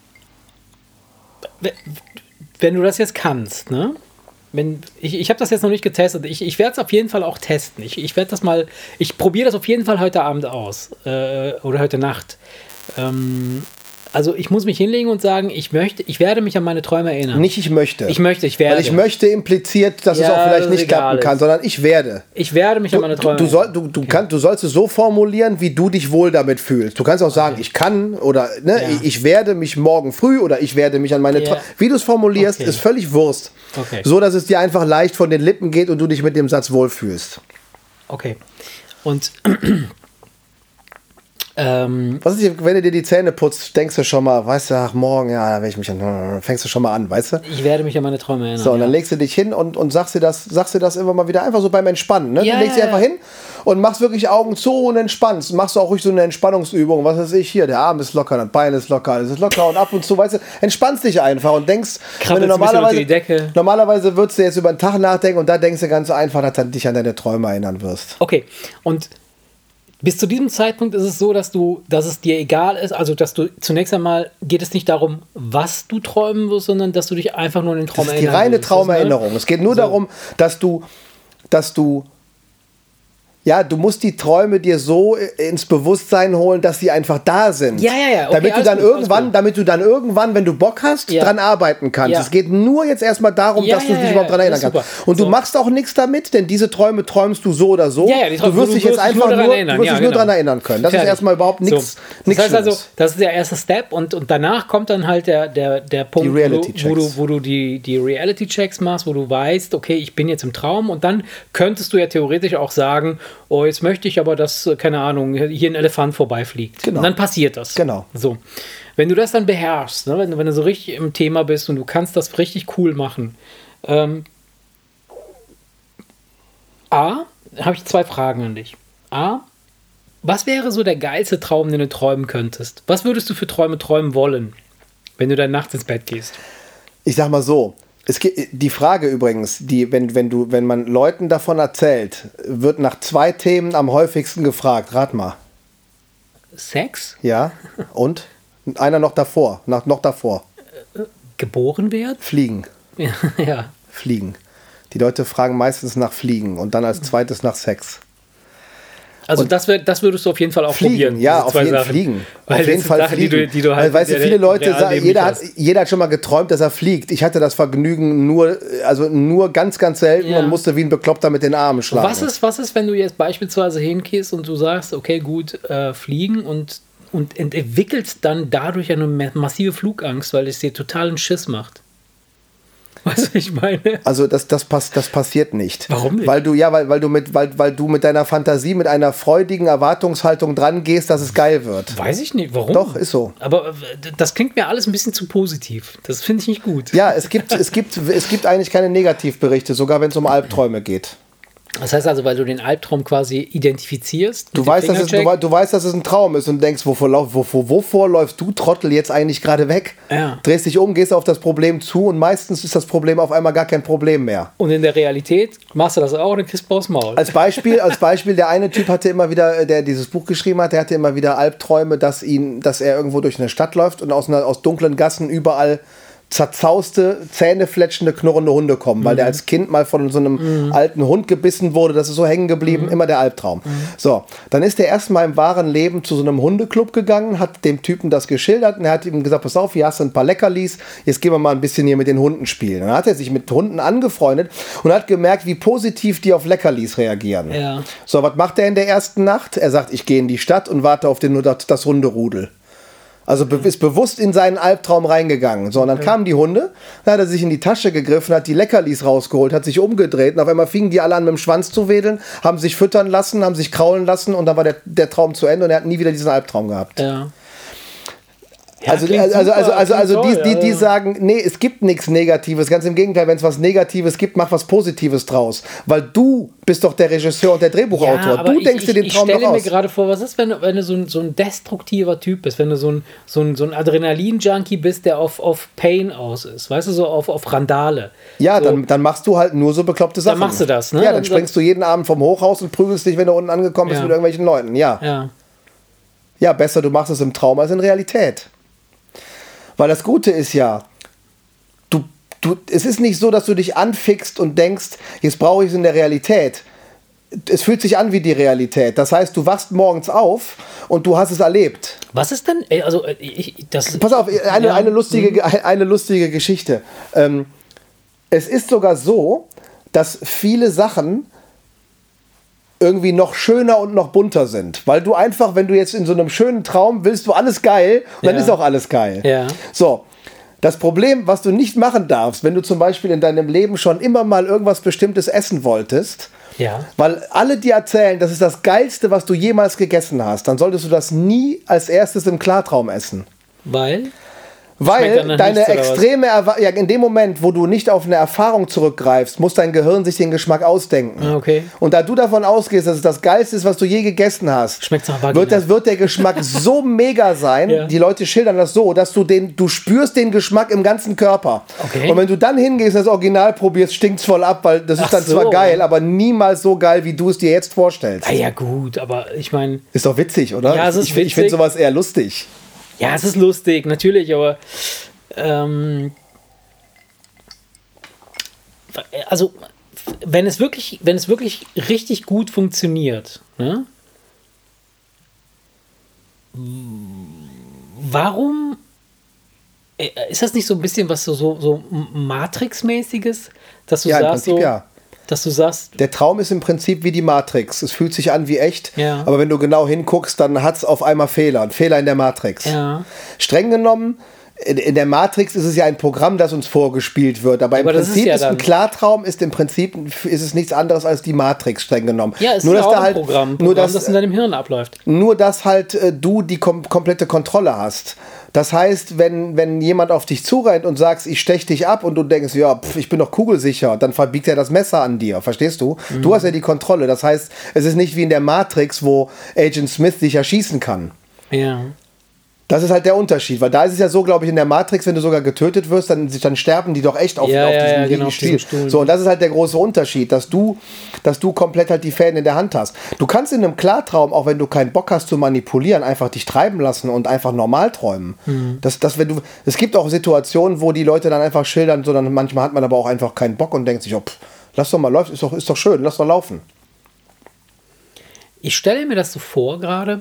du das jetzt kannst, ne? Wenn, ich ich habe das jetzt noch nicht getestet. Ich, ich werde es auf jeden Fall auch testen. Ich, ich werde das mal, ich probiere das auf jeden Fall heute Abend aus. Äh, oder heute Nacht. Ähm, Also ich muss mich hinlegen und sagen, ich möchte, ich werde mich an meine Träume erinnern. Nicht ich möchte. Ich möchte, ich werde. Weil ich möchte impliziert, dass ja, es auch vielleicht nicht klappen kann, sondern ich werde. Ich werde mich du, an meine Träume du, du, soll, du, du, okay. kann, du sollst es so formulieren, wie du dich wohl damit fühlst. Du kannst auch sagen, okay. ich kann oder ne, ja. ich, ich werde mich morgen früh oder ich werde mich an meine Träume. Ja. Wie du es formulierst, okay. ist völlig Wurst. Okay. So, dass es dir einfach leicht von den Lippen geht und du dich mit dem Satz wohlfühlst. Okay. Und Ähm, Was ist, wenn du dir die Zähne putzt, denkst du schon mal, weißt du, ach, morgen, ja, da werde ich mich an, fängst du schon mal an, weißt du? ich werde mich an meine Träume erinnern. So, und dann ja. legst du dich hin und, und sagst dir das, sagst dir das immer mal wieder einfach so beim Entspannen. Ne? Ja, du legst ja, dich einfach ja. hin und machst wirklich Augen zu und entspannst. Machst du auch ruhig so eine Entspannungsübung. Was weiß ich hier, der Arm ist locker, das Bein ist locker, alles ist locker und ab und zu, weißt du, entspannst dich einfach und denkst, wenn du Krabbelst ein bisschen unter normalerweise, die Decke. normalerweise würdest du jetzt über den Tag nachdenken und da denkst du ganz einfach, dass du dich an deine Träume erinnern wirst. Okay, und bis zu diesem Zeitpunkt ist es so, dass du, dass es dir egal ist, also dass du zunächst einmal geht es nicht darum, was du träumen wirst, sondern dass du dich einfach nur an den Traum Das ist die erinnern reine willst. Traumerinnerung. Es geht nur So. darum, dass du, dass du, ja, du musst die Träume dir so ins Bewusstsein holen, dass sie einfach da sind. Ja, ja, ja. Okay, damit du alles dann gut, alles irgendwann, gut. damit du dann irgendwann, wenn du Bock hast, Ja. dran arbeiten kannst. Ja. Es geht nur jetzt erstmal darum, Ja, dass du ja, dich ja, überhaupt dran ja, erinnern das ist kannst. super. Und du So. machst auch nichts damit, denn diese Träume träumst du so oder so. Ja, ja, die Träume- du wirst du dich jetzt wirst dich einfach nur nur, daran du erinnern. wirst Ja, dich nur genau. dran erinnern können. Das Fertig. ist erstmal überhaupt nichts. So. Das nichts heißt also, Schlimmes. das ist der erste Step und, und danach kommt dann halt der, der, der Punkt, Die wo du, Reality-Checks. wo du, wo du die, die Reality-Checks machst, wo du weißt, okay, ich bin jetzt im Traum und dann könntest du ja theoretisch auch sagen, oh, jetzt möchte ich aber, dass, keine Ahnung, hier ein Elefant vorbeifliegt. Genau. Und dann passiert das. Genau. So. Wenn du das dann beherrschst, ne, wenn, du, wenn du so richtig im Thema bist und du kannst das richtig cool machen, ähm, A, habe ich zwei Fragen an dich. A, was wäre so der geilste Traum, den du träumen könntest? Was würdest du für Träume träumen wollen, wenn du dann nachts ins Bett gehst? Ich sag mal so, es gibt die Frage übrigens, die, wenn, wenn, du, wenn man Leuten davon erzählt, wird nach zwei Themen am häufigsten gefragt. Rat mal. Sex? Ja. Und? Einer noch davor. Nach, noch davor. Geboren werden? Fliegen. Ja, ja. Fliegen. Die Leute fragen meistens nach Fliegen und dann als zweites nach Sex. Also Und das, wär, das würdest du auf jeden Fall auch Fliegen, probieren. ja, diese auf zwei jeden Fall Sachen. fliegen. Weil auf jeden das sind Fall Sachen, fliegen. Die du, die du halt Weil, weißt du, in viele der- Leute im realen sagen, Leben jeder nicht hat, hast. jeder hat schon mal geträumt, dass er fliegt. Ich hatte das Vergnügen nur, also nur ganz, ganz selten Ja. und musste wie ein Bekloppter mit den Armen schlagen. Was ist, was ist, wenn du jetzt beispielsweise hingehst und du sagst, okay, gut, äh, fliegen und, und ent- entwickelst dann dadurch eine ma- massive Flugangst, weil es dir totalen Schiss macht? Weißt du, was ich meine? Also das, das, pass, das passiert nicht. Warum nicht? Weil du, ja, weil, weil, du mit, weil, weil du mit deiner Fantasie, mit einer freudigen Erwartungshaltung dran gehst, dass es geil wird. Weiß ich nicht, warum? Doch, ist so. Aber äh, das klingt mir alles ein bisschen zu positiv. Das finde ich nicht gut. Ja, es gibt, es, gibt, es gibt eigentlich keine Negativberichte, sogar wenn es um Albträume geht. Das heißt also, weil du den Albtraum quasi identifizierst. Du mit dem weißt, dass es, du, Fingercheck. wei- du weißt, dass es ein Traum ist und denkst, wovor, lau- wovor, wovor läufst du, Trottel, jetzt eigentlich gerade weg? Ja. Drehst dich um, gehst auf das Problem zu und meistens ist das Problem auf einmal gar kein Problem mehr. Und in der Realität machst du das auch und dann kriegst du aufs Maul. Als Beispiel, als Beispiel, der eine Typ hatte immer wieder, der dieses Buch geschrieben hat, der hatte immer wieder Albträume, dass ihn, dass er irgendwo durch eine Stadt läuft und aus, einer, aus dunklen Gassen überall zerzauste, zähnefletschende, knurrende Hunde kommen, weil der als Kind mal von so einem alten Hund gebissen wurde, das ist so hängen geblieben, immer der Albtraum. So, dann ist er erstmal im wahren Leben zu so einem Hundeclub gegangen, hat dem Typen das geschildert und er hat ihm gesagt, pass auf, hier hast du ein paar Leckerlis, jetzt gehen wir mal ein bisschen hier mit den Hunden spielen. Dann hat er sich mit Hunden angefreundet und hat gemerkt, wie positiv die auf Leckerlis reagieren. Ja. So, was macht er in der ersten Nacht? Er sagt, ich gehe in die Stadt und warte auf den, das, das Hunderudel. Also be ist bewusst in seinen Albtraum reingegangen. So, und dann kamen die Hunde, dann hat er sich in die Tasche gegriffen, hat die Leckerlis rausgeholt, hat sich umgedreht und auf einmal fingen die alle an mit dem Schwanz zu wedeln, haben sich füttern lassen, haben sich kraulen lassen und dann war der, der Traum zu Ende und er hat nie wieder diesen Albtraum gehabt. Ja. Ja, Also, klingt also, also, super, also, also klingt die, toll, die, die ja. sagen, nee, es gibt nichts Negatives. Ganz im Gegenteil, wenn es was Negatives gibt, mach was Positives draus. Weil du bist doch der Regisseur und der Drehbuchautor. Ja, aber du ich, denkst ich, dir den ich Traum doch stelle mir aus. gerade vor, was ist, wenn, du- wenn du so ein, so ein destruktiver Typ bist, wenn du so ein, so ein, so ein Adrenalin-Junkie bist, der auf, auf Pain aus ist, weißt du, so auf, auf Randale. Ja, so. dann, dann machst du halt nur so bekloppte Sachen. machst du das, ne? Ja, dann Dann- springst du jeden Abend vom Hochhaus und prügelst dich, wenn du unten angekommen bist Ja. mit irgendwelchen Leuten. Ja. Ja. Ja, besser du machst es im Traum als in Realität. Weil das Gute ist ja, du, du, es ist nicht so, dass du dich anfickst und denkst, jetzt brauche ich es in der Realität. Es fühlt sich an wie die Realität. Das heißt, du wachst morgens auf und du hast es erlebt. Was ist denn, ey, also, ich, das. Pass auf, eine, Ja. eine, lustige, eine lustige Geschichte. Ähm, es ist sogar so, dass viele Sachen irgendwie noch schöner und noch bunter sind. Weil du einfach, wenn du jetzt in so einem schönen Traum willst, du alles geil und dann Ja. ist auch alles geil. Ja. So, das Problem, was du nicht machen darfst, wenn du zum Beispiel in deinem Leben schon immer mal irgendwas Bestimmtes essen wolltest Ja. Weil alle dir erzählen, das ist das Geilste, was du jemals gegessen hast, dann solltest du das nie als erstes im Klartraum essen. Weil? Weil deine extreme, Erwa- ja, in dem Moment, wo du nicht auf eine Erfahrung zurückgreifst, muss dein Gehirn sich den Geschmack ausdenken. Ah, okay. Und da du davon ausgehst, dass es das Geilste ist, was du je gegessen hast, Schmeckt's nach Vagina. wird, das, wird der Geschmack so mega sein, Ja. die Leute schildern das so, dass du den, du spürst den Geschmack im ganzen Körper. Okay. Und wenn du dann hingehst und das Original probierst, stinkt's voll ab, weil das ist Ach dann so. zwar geil, aber niemals so geil, wie du es dir jetzt vorstellst. Ah, ja gut, aber ich meine, Ist doch witzig, oder? Ja, es ist ich ich finde witzig. sowas eher lustig. ja, es ist lustig, natürlich, aber ähm, also wenn es wirklich, wenn es wirklich richtig gut funktioniert, ne? Warum äh, ist das nicht so ein bisschen was so, so, so Matrix-mäßiges, dass du Ja, im sagst, Prinzip so, ja. dass du sagst, Der Traum ist im Prinzip wie die Matrix. Es fühlt sich an wie echt, Ja. aber wenn du genau hinguckst, dann hat es auf einmal Fehler. Ein Fehler in der Matrix. ja, Streng genommen, in, in der Matrix ist es ja ein Programm, das uns vorgespielt wird. Aber, Aber im das ist Prinzip ja ist, ein dann- Klartraum, ist im Prinzip ist es nichts anderes als die Matrix, streng genommen. ja, es nur, ist dass ja auch da ein halt, Programm, nur, Programm dass, das in deinem Hirn abläuft. nur, dass halt äh, du die kom komplette Kontrolle hast. Das heißt, wenn, wenn jemand auf dich zurennt und sagst, ich stech dich ab und du denkst, ja, pf, ich bin doch kugelsicher, dann verbiegt er das Messer an dir, verstehst du? Mhm. Du hast ja die Kontrolle. Das heißt, es ist nicht wie in der Matrix, wo Agent Smith dich erschießen kann. Ja. Das ist halt der Unterschied, weil da ist es ja so, glaube ich, in der Matrix, wenn du sogar getötet wirst, dann, dann sterben die doch echt auf, Ja, auf ja, diesem ja, genau, auf Stuhl. diesem Stuhl. So, und das ist halt der große Unterschied, dass du, dass du komplett halt die Fäden in der Hand hast. Du kannst in einem Klartraum, auch wenn du keinen Bock hast zu manipulieren, einfach dich treiben lassen und einfach normal träumen. Mhm. Das, das, wenn du, es gibt auch Situationen, wo die Leute dann einfach schildern, sondern manchmal hat man aber auch einfach keinen Bock und denkt sich, oh, pff, lass doch mal, läuft, ist doch, ist doch schön, lass doch laufen. Ich stelle mir das so vor gerade.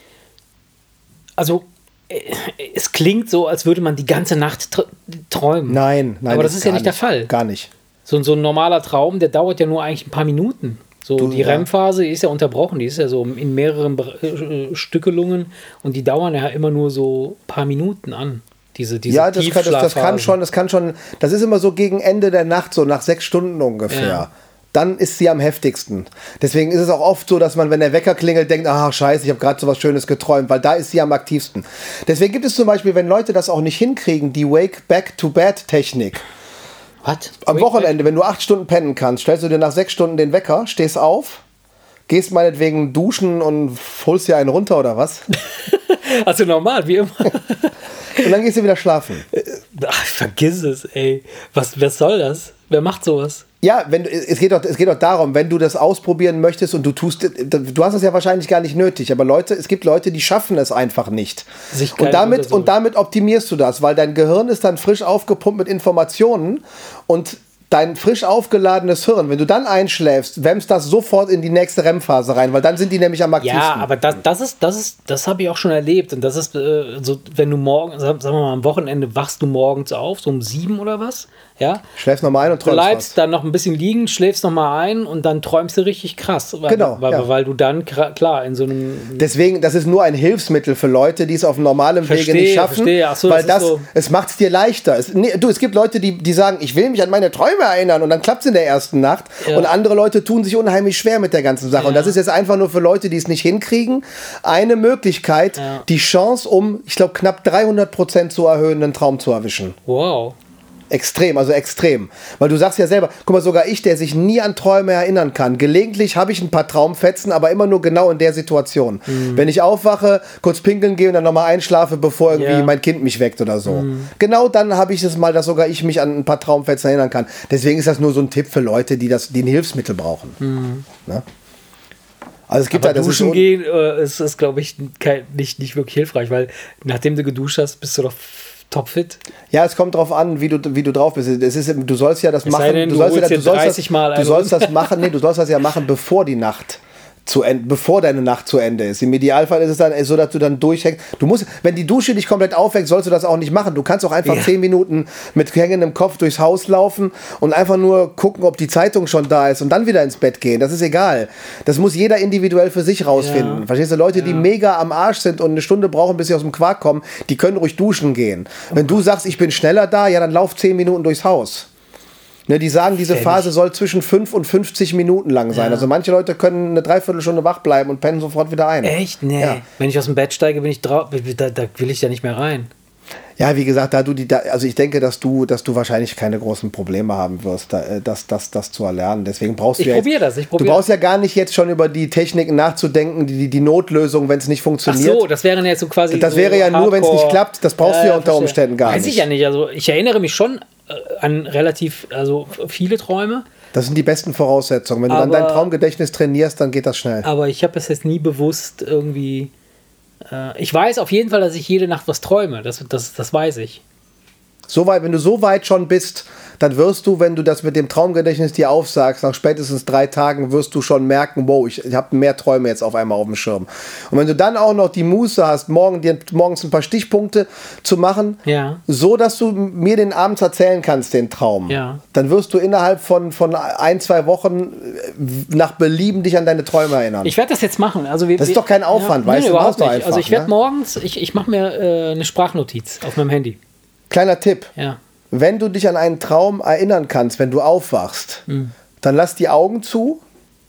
Also, äh, es klingt so, als würde man die ganze Nacht tr träumen. Nein, nein. Aber das ist ja gar nicht der Fall. Gar nicht. So, so ein normaler Traum, der dauert ja nur eigentlich ein paar Minuten. So, Du, die ja. R E M-Phase ist ja unterbrochen, die ist ja so in mehreren Bere- äh, Stückelungen und die dauern ja immer nur so ein paar Minuten an. Diese, diese Ja, das kann, das, das kann Tiefschlafphasen. schon, das kann schon, das ist immer so gegen Ende der Nacht, so nach sechs Stunden ungefähr. Ja. Dann ist sie am heftigsten. Deswegen ist es auch oft so, dass man, wenn der Wecker klingelt, denkt, ach scheiße, ich habe gerade so was Schönes geträumt, weil da ist sie am aktivsten. Deswegen gibt es zum Beispiel, wenn Leute das auch nicht hinkriegen, die Wake-Back-to-Bed-Technik. Was? Am Wait, Wochenende, wenn du acht Stunden pennen kannst, stellst du dir nach sechs Stunden den Wecker, stehst auf, gehst meinetwegen duschen und holst dir einen runter oder was? Also normal, wie immer. Und dann gehst du wieder schlafen. Ach, vergiss es, ey. Was, wer soll das? Wer macht sowas? Ja, wenn du, es geht doch, es geht doch darum, wenn du das ausprobieren möchtest und du tust, du hast es ja wahrscheinlich gar nicht nötig, aber Leute, es gibt Leute, die schaffen es einfach nicht. Sich Und kalt damit, untersuchen. und damit optimierst du das, weil dein Gehirn ist dann frisch aufgepumpt mit Informationen und dein frisch aufgeladenes Hirn, wenn du dann einschläfst, wämmst das sofort in die nächste R E M-Phase rein, weil dann sind die nämlich am aktivsten. Ja, aber das, das ist, das ist, das habe ich auch schon erlebt. Und das ist äh, so, wenn du morgen, sagen wir mal, am Wochenende wachst du morgens auf, so um sieben oder was, ja. Schläfst nochmal ein und träumst Bleibst was. dann noch ein bisschen liegen, schläfst noch mal ein und dann träumst du richtig krass. Weil, Genau, Weil, ja. weil du dann, kra- klar, in so einem. Deswegen, das ist nur ein Hilfsmittel für Leute, die es auf normalem Wege Verstehe, nicht schaffen. verstehe. Ach so, weil das das, ist so- es macht es dir leichter. Es, nee, du, es gibt Leute, die, die sagen, ich will mich an meine Träume erinnern und dann klappt es in der ersten Nacht. Ja. Und andere Leute tun sich unheimlich schwer mit der ganzen Sache. Und Ja. das ist jetzt einfach nur für Leute, die es nicht hinkriegen, eine Möglichkeit, Ja. die Chance, um, ich glaube, knapp dreihundert Prozent zu erhöhen, einen Traum zu erwischen. Wow. Extrem, also extrem. Weil du sagst ja selber, guck mal, sogar ich, der sich nie an Träume erinnern kann. Gelegentlich habe ich ein paar Traumfetzen, aber immer nur genau in der Situation. Mhm. Wenn ich aufwache, kurz pinkeln gehe und dann nochmal einschlafe, bevor irgendwie Ja. mein Kind mich weckt oder so. Mhm. Genau dann habe ich es mal, dass sogar ich mich an ein paar Traumfetzen erinnern kann. Deswegen ist das nur so ein Tipp für Leute, die, das, die ein Hilfsmittel brauchen. Ne? Also es gibt Aber halt, das ist duschen so, gehen äh, ist, ist glaube ich, kein, nicht, nicht wirklich hilfreich, weil nachdem du geduscht hast, bist du doch topfit. ja, es kommt drauf an, wie du, wie du drauf bist. Es ist, du sollst ja das Es machen. sei denn, du du sollst ja, holst du dir sollst dreißig das, Mal du einen sollst runter. das machen. Nee, du sollst das ja machen, bevor die Nacht zu Ende, bevor deine Nacht zu Ende ist. Im Idealfall ist es dann so, dass du dann durchhängst. Du musst, wenn die Dusche dich komplett aufweckt, sollst du das auch nicht machen. Du kannst auch einfach Ja. zehn Minuten mit hängendem Kopf durchs Haus laufen und einfach nur gucken, ob die Zeitung schon da ist und dann wieder ins Bett gehen. Das ist egal. Das muss jeder individuell für sich rausfinden. Ja. Verstehst du? Leute, die Ja. mega am Arsch sind und eine Stunde brauchen, bis sie aus dem Quark kommen, die können ruhig duschen gehen. Wenn du sagst, ich bin schneller da, ja, dann lauf zehn Minuten durchs Haus. Ne, die sagen, diese Fähig. Phase soll zwischen fünf und fünfzig Minuten lang sein. Ja. Also manche Leute können eine Dreiviertelstunde wach bleiben und pennen sofort wieder ein. Echt? Nee. Ja. Wenn ich aus dem Bett steige, bin ich drauf, da, da will ich ja nicht mehr rein. Ja, wie gesagt, da du die, da, also ich denke, dass du, dass du wahrscheinlich keine großen Probleme haben wirst, da, äh, das, das, das zu erlernen. Deswegen brauchst du Ich ja probiere jetzt, das, ich Du probiere. brauchst ja gar nicht jetzt schon über die Techniken nachzudenken, die, die Notlösung, wenn es nicht Ach funktioniert. so, das wäre jetzt so quasi. Das so wäre ja nur, wenn es nicht Hardcore- klappt. Das brauchst du ja unter verstehe. Umständen gar Weiß nicht. ich ja nicht. Also ich erinnere mich schon äh, an relativ, also viele Träume, Das sind die besten Voraussetzungen. Wenn du dann Aber- dein Traumgedächtnis trainierst, dann geht das schnell. aber ich habe es jetzt nie bewusst irgendwie. Äh, ich weiß auf jeden Fall, dass ich jede Nacht was träume. Das, das, das weiß ich. So weit, wenn du so weit schon bist, dann wirst du, wenn du das mit dem Traumgedächtnis dir aufsagst, nach spätestens drei Tagen wirst du schon merken, wow, ich, ich habe mehr Träume jetzt auf einmal auf dem Schirm. Und wenn du dann auch noch die Muße hast, morgen dir morgens ein paar Stichpunkte zu machen, Ja. so dass du mir den abends erzählen kannst, den Traum, Ja. dann wirst du innerhalb von, von ein, zwei Wochen nach Belieben dich an deine Träume erinnern. Ich werde das jetzt machen. Also wir, Das ist doch kein Aufwand, weißt nee, du, überhaupt machst du nicht. einfach, Also ich werde ne? morgens, ich, ich mache mir äh, eine Sprachnotiz auf meinem Handy. Kleiner Tipp. Ja. Wenn du dich an einen Traum erinnern kannst, wenn du aufwachst, Mhm. dann lass die Augen zu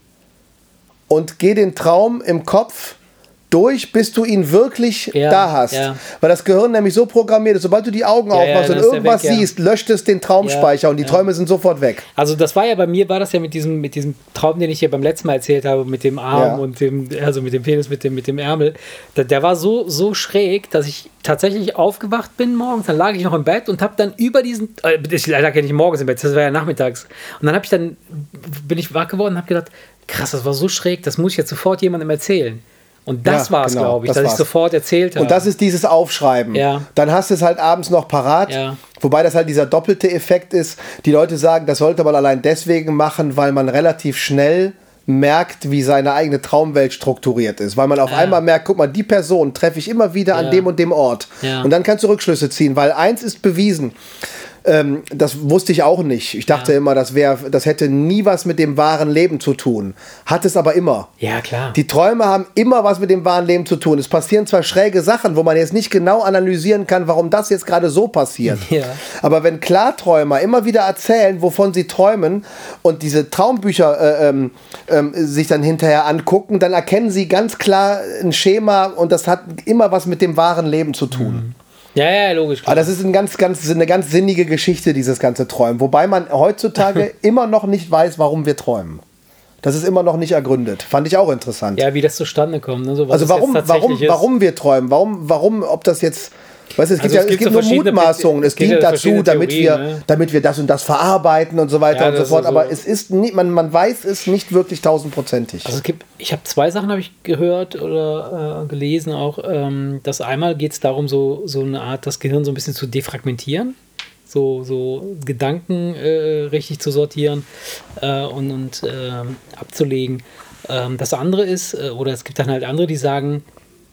und geh den Traum im Kopf durch, bis du ihn wirklich Ja, da hast. ja. Weil das Gehirn nämlich so programmiert ist, sobald du die Augen Ja, ja, aufmachst dann und ist der irgendwas weg, ja. siehst, löscht es den Traumspeicher Ja, und die ja. Träume sind sofort weg. Also das war ja bei mir, war das ja mit diesem, mit diesem Traum, den ich hier beim letzten Mal erzählt habe, mit dem Arm Ja. und dem, also mit dem Penis, mit dem, mit dem Ärmel. Der, der war so, so schräg, dass ich tatsächlich aufgewacht bin morgens, dann lag ich noch im Bett und habe dann über diesen, äh, ich lag ja nicht morgens im Bett, das war ja nachmittags. Und dann habe ich dann, bin ich wach geworden und habe gedacht, krass, das war so schräg, das muss ich jetzt sofort jemandem erzählen. Und das Ja, war es, genau, glaube ich, das dass war's. ich sofort erzählt habe. Und das ist dieses Aufschreiben. Ja. Dann hast du es halt abends noch parat. Ja. Wobei das halt dieser doppelte Effekt ist. Die Leute sagen, das sollte man allein deswegen machen, weil man relativ schnell merkt, wie seine eigene Traumwelt strukturiert ist. Weil man auf Ja. einmal merkt, guck mal, die Person treffe ich immer wieder an Ja. dem und dem Ort. Ja. Und dann kannst du Rückschlüsse ziehen, weil eins ist bewiesen. Ähm, das wusste ich auch nicht. Ich dachte Ja. immer, das, wär, das hätte nie was mit dem wahren Leben zu tun. Hat es aber immer. Ja, klar. Die Träume haben immer was mit dem wahren Leben zu tun. Es passieren zwar schräge Sachen, wo man jetzt nicht genau analysieren kann, warum das jetzt gerade so passiert. Ja. Aber wenn Klarträumer immer wieder erzählen, wovon sie träumen und diese Traumbücher äh, ähm, ähm, sich dann hinterher angucken, dann erkennen sie ganz klar ein Schema und das hat immer was mit dem wahren Leben zu tun. ja, ja, logisch. Aber das ist ein ganz, ganz, eine ganz sinnige Geschichte, dieses ganze Träumen. Wobei man heutzutage immer noch nicht weiß, warum wir träumen. Das ist immer noch nicht ergründet. Fand ich auch interessant. Ja, wie das zustande kommt. Ne? So, was Also es warum, jetzt warum, tatsächlich ist. warum wir träumen? Warum, warum, ob das jetzt, weißt du, es gibt Also ja, es es gibt gibt so nur verschiedene- Mutmaßungen. es Es gibt dient ja dazu, verschiedene damit wir, Theorien, ne? damit wir das und das verarbeiten und so weiter Ja, und so das fort. ist Aber so. es ist nie, man, man weiß es nicht wirklich tausendprozentig. Also es gibt, ich habe zwei Sachen habe ich gehört oder äh, gelesen auch. Ähm, dass einmal geht es darum, so, so eine Art, das Gehirn so ein bisschen zu defragmentieren, so, so Gedanken äh, richtig zu sortieren äh, und, und ähm, abzulegen. Ähm, das andere ist, äh, oder es gibt dann halt andere, die sagen,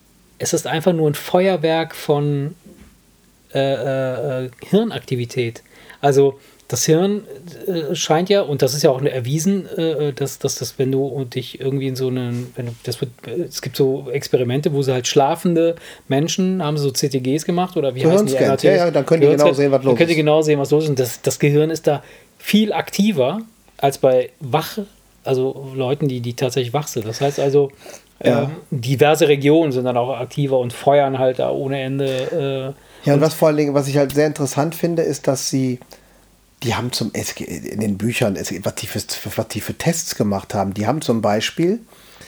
es ist einfach nur ein Feuerwerk von äh, äh, Hirnaktivität. Also das Hirn äh, scheint ja, und das ist ja auch erwiesen, äh, dass, dass das, wenn du dich irgendwie in so einen, wenn du, das wird, es gibt so Experimente, wo sie halt schlafende Menschen, haben so C T Gs gemacht oder wie heißen die? Gehirnscan, M R Ts? ja, ja, dann können die genau Gehirnscan. sehen, was los Dann könnt ihr ist. genau sehen, was los ist. Und das, das Gehirn ist da viel aktiver als bei wach, also Leuten, die, die tatsächlich wach sind. Das heißt also, Ja. ähm, diverse Regionen sind dann auch aktiver und feuern halt da ohne Ende. Äh, Ja, und was vor allen Dingen, was ich halt sehr interessant finde, ist, dass sie, die haben zum, es, in den Büchern, es, was, die für, was die für Tests gemacht haben, die haben zum Beispiel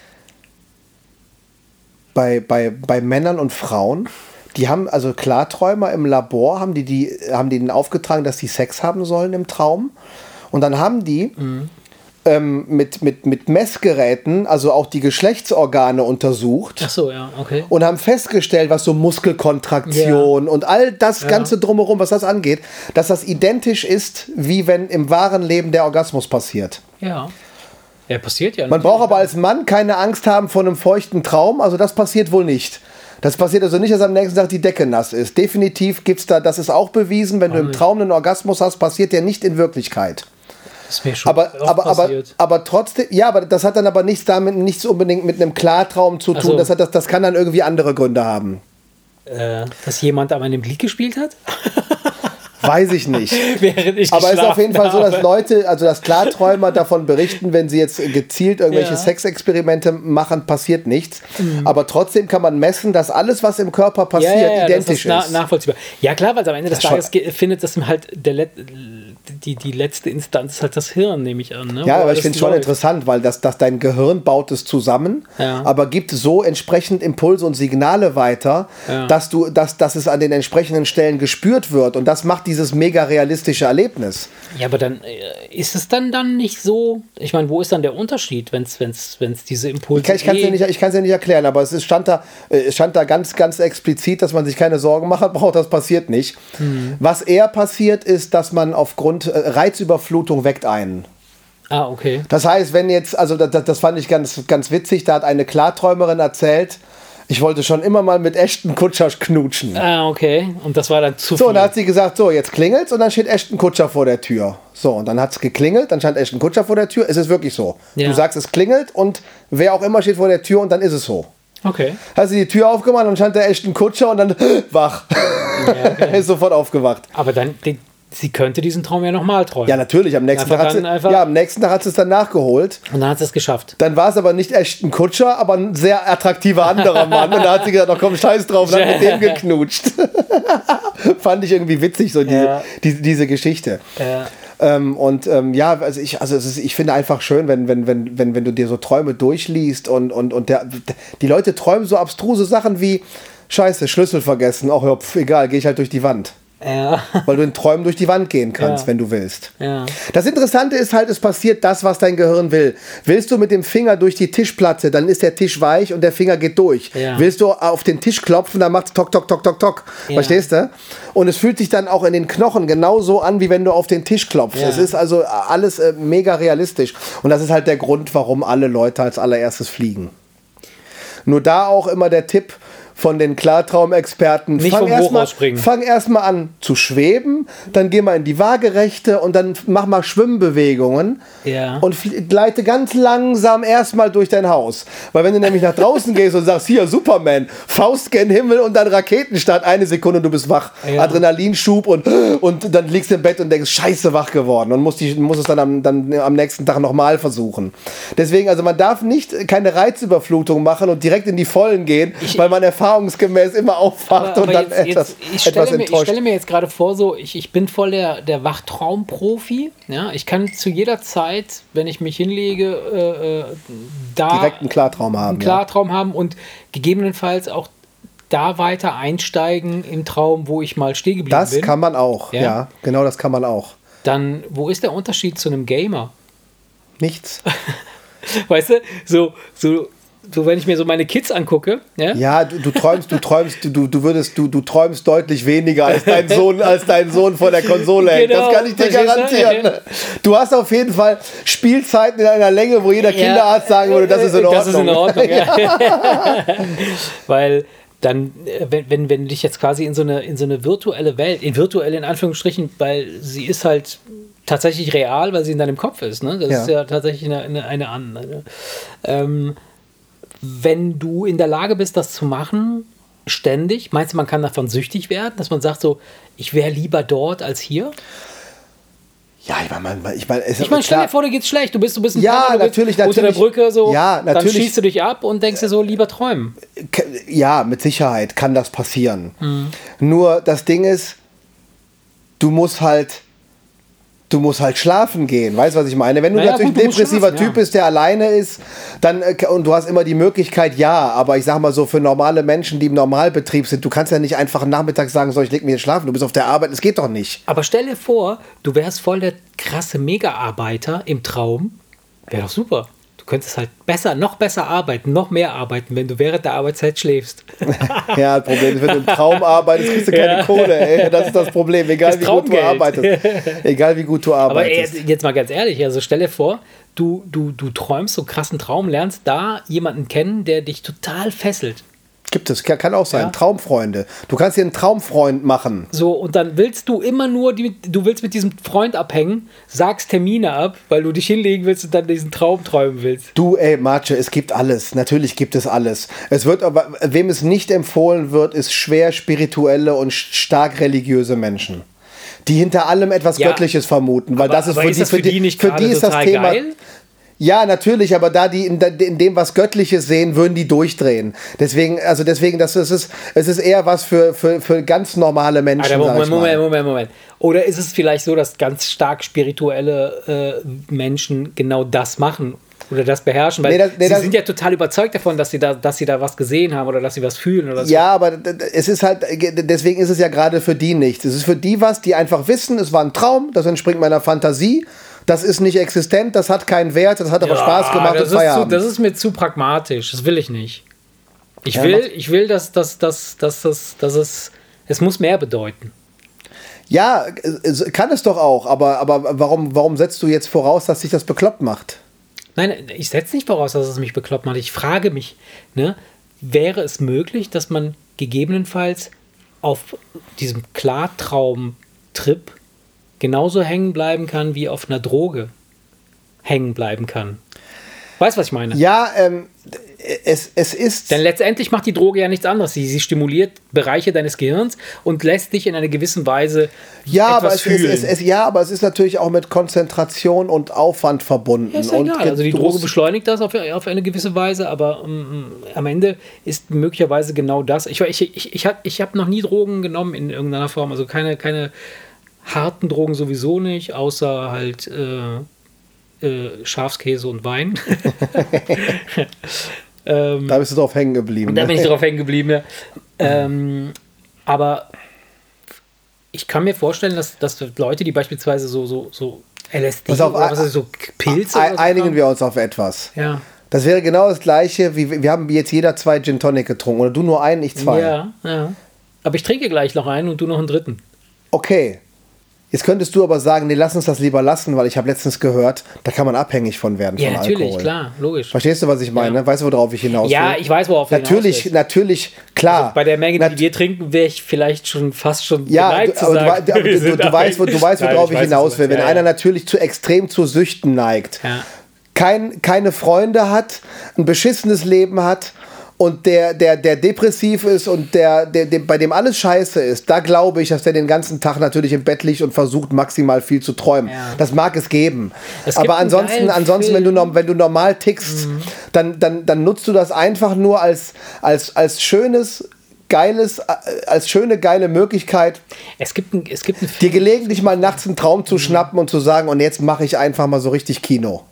bei, bei, bei Männern und Frauen, die haben, also Klarträumer im Labor, haben die, die, haben denen aufgetragen, dass die Sex haben sollen im Traum. Und dann haben die ähm, mit, mit, mit Messgeräten, also auch die Geschlechtsorgane untersucht. Ach so, ja, okay. Und haben festgestellt, was so Muskelkontraktion und all das Ja. Ganze drumherum, was das angeht, dass das identisch ist, wie wenn im wahren Leben der Orgasmus passiert. Ja. Ja, passiert ja. Man braucht aber als Mann keine Angst haben vor einem feuchten Traum, also das passiert wohl nicht. Das passiert also nicht, dass am nächsten Tag die Decke nass ist. Definitiv gibt es da, das ist auch bewiesen, wenn du im nicht. Traum einen Orgasmus hast, passiert der nicht in Wirklichkeit. Das ist mir schon Aber, oft aber, aber, passiert. aber trotzdem, ja, aber das hat dann aber nichts damit, nichts unbedingt mit einem Klartraum zu tun. Ach so. Das, hat, das, das kann dann irgendwie andere Gründe haben. Äh, dass jemand an meinem Glied gespielt hat? Weiß ich nicht. Während ich Aber es ist auf jeden Fall so, dass habe. Leute, also dass Klarträumer davon berichten, wenn sie jetzt gezielt irgendwelche Ja. Sexexperimente machen, passiert nichts. Mhm. Aber trotzdem kann man messen, dass alles, was im Körper passiert, ja, ja, ja, identisch das ist. ist. Na, nachvollziehbar. Ja klar, weil am Ende des Das Tages schon- ge- findet das halt der Let die, die letzte Instanz ist halt das Hirn, nehme ich an. Ne? Ja, Wo aber ich alles finde es schon läuft. interessant, weil das, das dein Gehirn baut es zusammen, Ja. aber gibt so entsprechend Impulse und Signale weiter, Ja. dass du, dass, dass es an den entsprechenden Stellen gespürt wird. Und das macht dieses mega realistische Erlebnis. Ja, aber dann äh, ist es dann dann nicht so. Ich meine, wo ist dann der Unterschied, wenn es wenn's, wenn's diese Impulse Ich kann es eh- dir nicht, ich kann's dir nicht erklären, aber es ist, stand, da, äh, es stand da ganz, ganz explizit, dass man sich keine Sorgen machen braucht, das passiert nicht. Hm. Was eher passiert ist, dass man aufgrund äh, Reizüberflutung weckt einen. Ah, okay. Das heißt, wenn jetzt, also das, das fand ich ganz, ganz witzig, da hat eine Klarträumerin erzählt, ich wollte schon immer mal mit Ashton Kutscher knutschen. Ah, okay. Und das war dann zu So, viel. und dann hat sie gesagt, so, jetzt klingelt's und dann steht Ashton Kutscher vor der Tür. So, und dann hat's geklingelt, dann stand Ashton Kutscher vor der Tür. Es ist wirklich so. Ja. Du sagst, es klingelt und wer auch immer steht vor der Tür und dann ist es so. Okay. Hast du die Tür aufgemacht und stand der Ashton Kutscher und dann wach. Er ist sofort aufgewacht. Aber dann, die, sie könnte diesen Traum ja nochmal träumen. Ja, natürlich. Am nächsten, Einfach Tag hat, sie, dann einfach- ja, am nächsten Tag hat sie es dann nachgeholt. Und dann hat sie es geschafft. Dann war es aber nicht Ashton Kutscher, aber ein sehr attraktiver anderer Mann. Und da hat sie gesagt, ach komm, scheiß drauf, und hat mit dem geknutscht. Fand ich irgendwie witzig, so diese, Ja. diese, diese Geschichte. Ja. Ähm, und ähm, ja, also ich, also es ist, ich finde einfach schön, wenn, wenn, wenn, wenn, wenn du dir so Träume durchliest und, und, und der, die Leute träumen so abstruse Sachen wie Scheiße, Schlüssel vergessen. Ach ja, pf, egal, gehe ich halt durch die Wand. Ja. Weil du in Träumen durch die Wand gehen kannst, Ja. wenn du willst. Ja. Das Interessante ist halt, es passiert das, was dein Gehirn will. Willst du mit dem Finger durch die Tischplatte, dann ist der Tisch weich und der Finger geht durch. Ja. Willst du auf den Tisch klopfen, dann macht es tok, tok, tok, tok, tok. Ja. Verstehst du? Und es fühlt sich dann auch in den Knochen genauso an, wie wenn du auf den Tisch klopfst. Ja. Es ist also alles äh, mega realistisch. Und das ist halt der Grund, warum alle Leute als allererstes fliegen. Nur da auch immer der Tipp von den Klartraumexperten. Nicht fang vom erst Hochhaus mal, springen. Fang erstmal an zu schweben, dann geh mal in die Waagerechte und dann mach mal Schwimmbewegungen Ja. und fl- gleite ganz langsam erstmal durch dein Haus. Weil wenn du nämlich nach draußen gehst und sagst, hier Superman, Faust gen Himmel und dann Raketenstart, eine Sekunde und du bist wach. Ja. Adrenalinschub und, und dann liegst du im Bett und denkst, scheiße, wach geworden und musst, die, musst es dann am, dann am nächsten Tag nochmal versuchen. Deswegen, also man darf nicht keine Reizüberflutung machen und direkt in die Vollen gehen, Ich- weil man erfahrungsgemäß immer aufwacht Aber und dann jetzt, etwas, jetzt, ich, etwas stelle mir, ich enttäuscht. stelle mir jetzt gerade vor, so, ich, ich bin voll der, der Wachtraumprofi. Ja? Ich kann zu jeder Zeit, wenn ich mich hinlege, äh, äh, da Direkt einen Klartraum haben. einen Klartraum haben und gegebenenfalls auch da weiter einsteigen im Traum, wo ich mal stehen Ja. geblieben Das bin. kann man auch, Ja. ja. Genau, das kann man auch. Dann, wo ist der Unterschied zu einem Gamer? Nichts. Weißt du, so, so, so wenn ich mir so meine Kids angucke, ja, Ja, du, du träumst, du träumst, du, du würdest, du, du träumst deutlich weniger als dein Sohn, als dein Sohn vor der Konsole hängt. Genau, Das kann ich dir verstehst du? garantieren. Du hast auf jeden Fall Spielzeiten in einer Länge, wo jeder Kinderarzt sagen würde, das ist in Ordnung. Das ist in Ordnung, ja. Weil dann, äh, wenn, wenn, wenn du dich jetzt quasi in so eine, in so eine virtuelle Welt, in virtuell in Anführungsstrichen, weil sie ist halt tatsächlich real, weil sie in deinem Kopf ist, ne? Das Ja. ist ja tatsächlich eine, eine, eine andere. Ähm, wenn du in der Lage bist, das zu machen, ständig, meinst du, man kann davon süchtig werden, dass man sagt so, ich wäre lieber dort als hier? Ja, ich meine, ich meine, es Ich meine, ist stell klar. dir vor, dir geht's schlecht, du bist, du bist ein Ja, Penner, du bist natürlich, unter der natürlich. Brücke, so, Ja, dann natürlich. schießt du dich ab und denkst dir so, lieber träumen. Ja, mit Sicherheit kann das passieren. Mhm. Nur das Ding ist, du musst halt, du musst halt schlafen gehen. Weißt du, was ich meine? Wenn du Naja, natürlich gut, du ein musst depressiver schlafen, Typ ja. bist, der alleine ist, dann äh, und du hast immer die Möglichkeit, ja, aber ich sag mal so, für normale Menschen, die im Normalbetrieb sind, du kannst ja nicht einfach am Nachmittag sagen, so, ich leg mich jetzt schlafen, du bist auf der Arbeit, das geht doch nicht. Aber stell dir vor, du wärst voll der krasse Mega-Arbeiter im Traum. Wäre doch super. Du könntest halt besser, noch besser arbeiten, noch mehr arbeiten, wenn du während der Arbeitszeit schläfst. Ja, das Problem ist, wenn du im Traum arbeitest, kriegst du keine Ja. Kohle, ey. Das ist das Problem, egal Das wie gut du Traumgeld. arbeitest. Egal wie gut du Aber ey, arbeitest. jetzt mal ganz ehrlich, also stell dir vor, du, du, du träumst so einen krassen Traum, lernst da jemanden kennen, der dich total fesselt. Gibt es, kann kann auch sein. Ja. Traumfreunde. Du kannst dir einen Traumfreund machen. So, und dann willst du immer nur, die, du willst mit diesem Freund abhängen, sagst Termine ab, weil du dich hinlegen willst und dann diesen Traum träumen willst. Du, ey, Marce, es gibt alles. Natürlich gibt es alles. Es wird aber, wem es nicht empfohlen wird, ist schwer spirituelle und stark religiöse Menschen. die hinter allem etwas Ja. Göttliches vermuten, weil Aber- das ist aber für ist die, das für die nicht für gerade die ist das total Thema. geil? Ja, natürlich, aber da die in, in dem was Göttliches sehen, würden die durchdrehen. Deswegen, also deswegen, das ist es, es ist eher was für, für, für ganz normale Menschen. Alter, sag Moment, ich mal. Moment, Moment, Moment. Oder ist es vielleicht so, dass ganz stark spirituelle äh, Menschen genau das machen oder das beherrschen? Weil Nee, das- nee, sie das- sind ja total überzeugt davon, dass sie, da, dass sie da was gesehen haben oder dass sie was fühlen oder so. Ja, aber d- d- es ist halt, deswegen ist es ja gerade für die nichts. Es ist für die was, die einfach wissen, es war ein Traum, das entspringt meiner Fantasie, das ist nicht existent, das hat keinen Wert, das hat aber Ja, Spaß gemacht das und ist, zu, Feierabend. das ist mir zu pragmatisch. Das will ich nicht. Ich Ja, will, macht- ich will, dass, dass, dass, dass, dass, dass es, es muss mehr bedeuten. Ja, es- kann es doch auch, aber, aber warum, warum setzt du jetzt voraus, dass sich das bekloppt macht? Nein, ich setze nicht voraus, dass es mich bekloppt macht. Ich frage mich, ne, wäre es möglich, dass man gegebenenfalls auf diesem Klartraum-Trip genauso hängen bleiben kann, wie auf einer Droge hängen bleiben kann? Weißt du, was ich meine? Ja, ähm, es, es ist... Denn letztendlich macht die Droge ja nichts anderes. Sie, sie stimuliert Bereiche deines Gehirns und lässt dich in einer gewissen Weise Ja, aber etwas es, es, fühlen. es, es, ja, aber es ist natürlich auch mit Konzentration und Aufwand verbunden. Ja, ist ja und egal. Also die du Droge musst- beschleunigt das auf, auf eine gewisse Weise, aber ähm, am Ende ist möglicherweise genau das. Ich, ich, ich, ich habe ich hab noch nie Drogen genommen in irgendeiner Form. Also keine, keine harten Drogen sowieso nicht, außer halt äh, äh, Schafskäse und Wein. ähm, Da bist du drauf hängen geblieben. da ne? bin ich drauf hängen geblieben. Ja. Ähm, aber ich kann mir vorstellen, dass, dass Leute, die beispielsweise so, so, so L S D Pass auf, oder was ist das, so Pilze Ei- oder so Einigen haben. wir uns auf etwas. Ja. Das wäre genau das Gleiche, wie wir haben jetzt jeder zwei Gin Tonic getrunken. Oder du nur einen, ich zwei. Ja, ja. Aber ich trinke gleich noch einen und du noch einen dritten. Okay. Jetzt könntest du aber sagen, nee, lass uns das lieber lassen, weil ich habe letztens gehört, da kann man abhängig von werden, Ja, von natürlich, Alkohol. klar, logisch. Verstehst du, was ich meine? Ja. Weißt du, worauf ich hinaus will? Ja, ich weiß, worauf du Natürlich, hinaus willst. natürlich, klar. Bei der Menge, Nat- die wir trinken, wäre ich vielleicht schon fast schon Ja, geneigt du, zu aber sagen, du, aber wir du, sind du, du weißt, wo- du weißt, Nein, worauf ich ich weiß, hinaus was will. du Wenn meinst. Ja, einer ja. natürlich zu extrem zu Süchten neigt, Ja. kein, keine Freunde hat, ein beschissenes Leben hat und der, der, der depressiv ist und der, der, der, bei dem alles scheiße ist, da glaube ich, dass der den ganzen Tag natürlich im Bett liegt und versucht, maximal viel zu träumen. Ja. Das mag es geben. Es gibt Aber einen ansonsten, geilen ansonsten wenn, du, Film. norm- wenn du normal tickst, Mhm. dann, dann, dann nutzt du das einfach nur als, als, als schönes, geiles, äh, als schöne, geile Möglichkeit, Es gibt einen es gibt einen dir Film, gelegentlich mal nachts einen Traum Mhm. zu schnappen und zu sagen, und jetzt mache ich einfach mal so richtig Kino.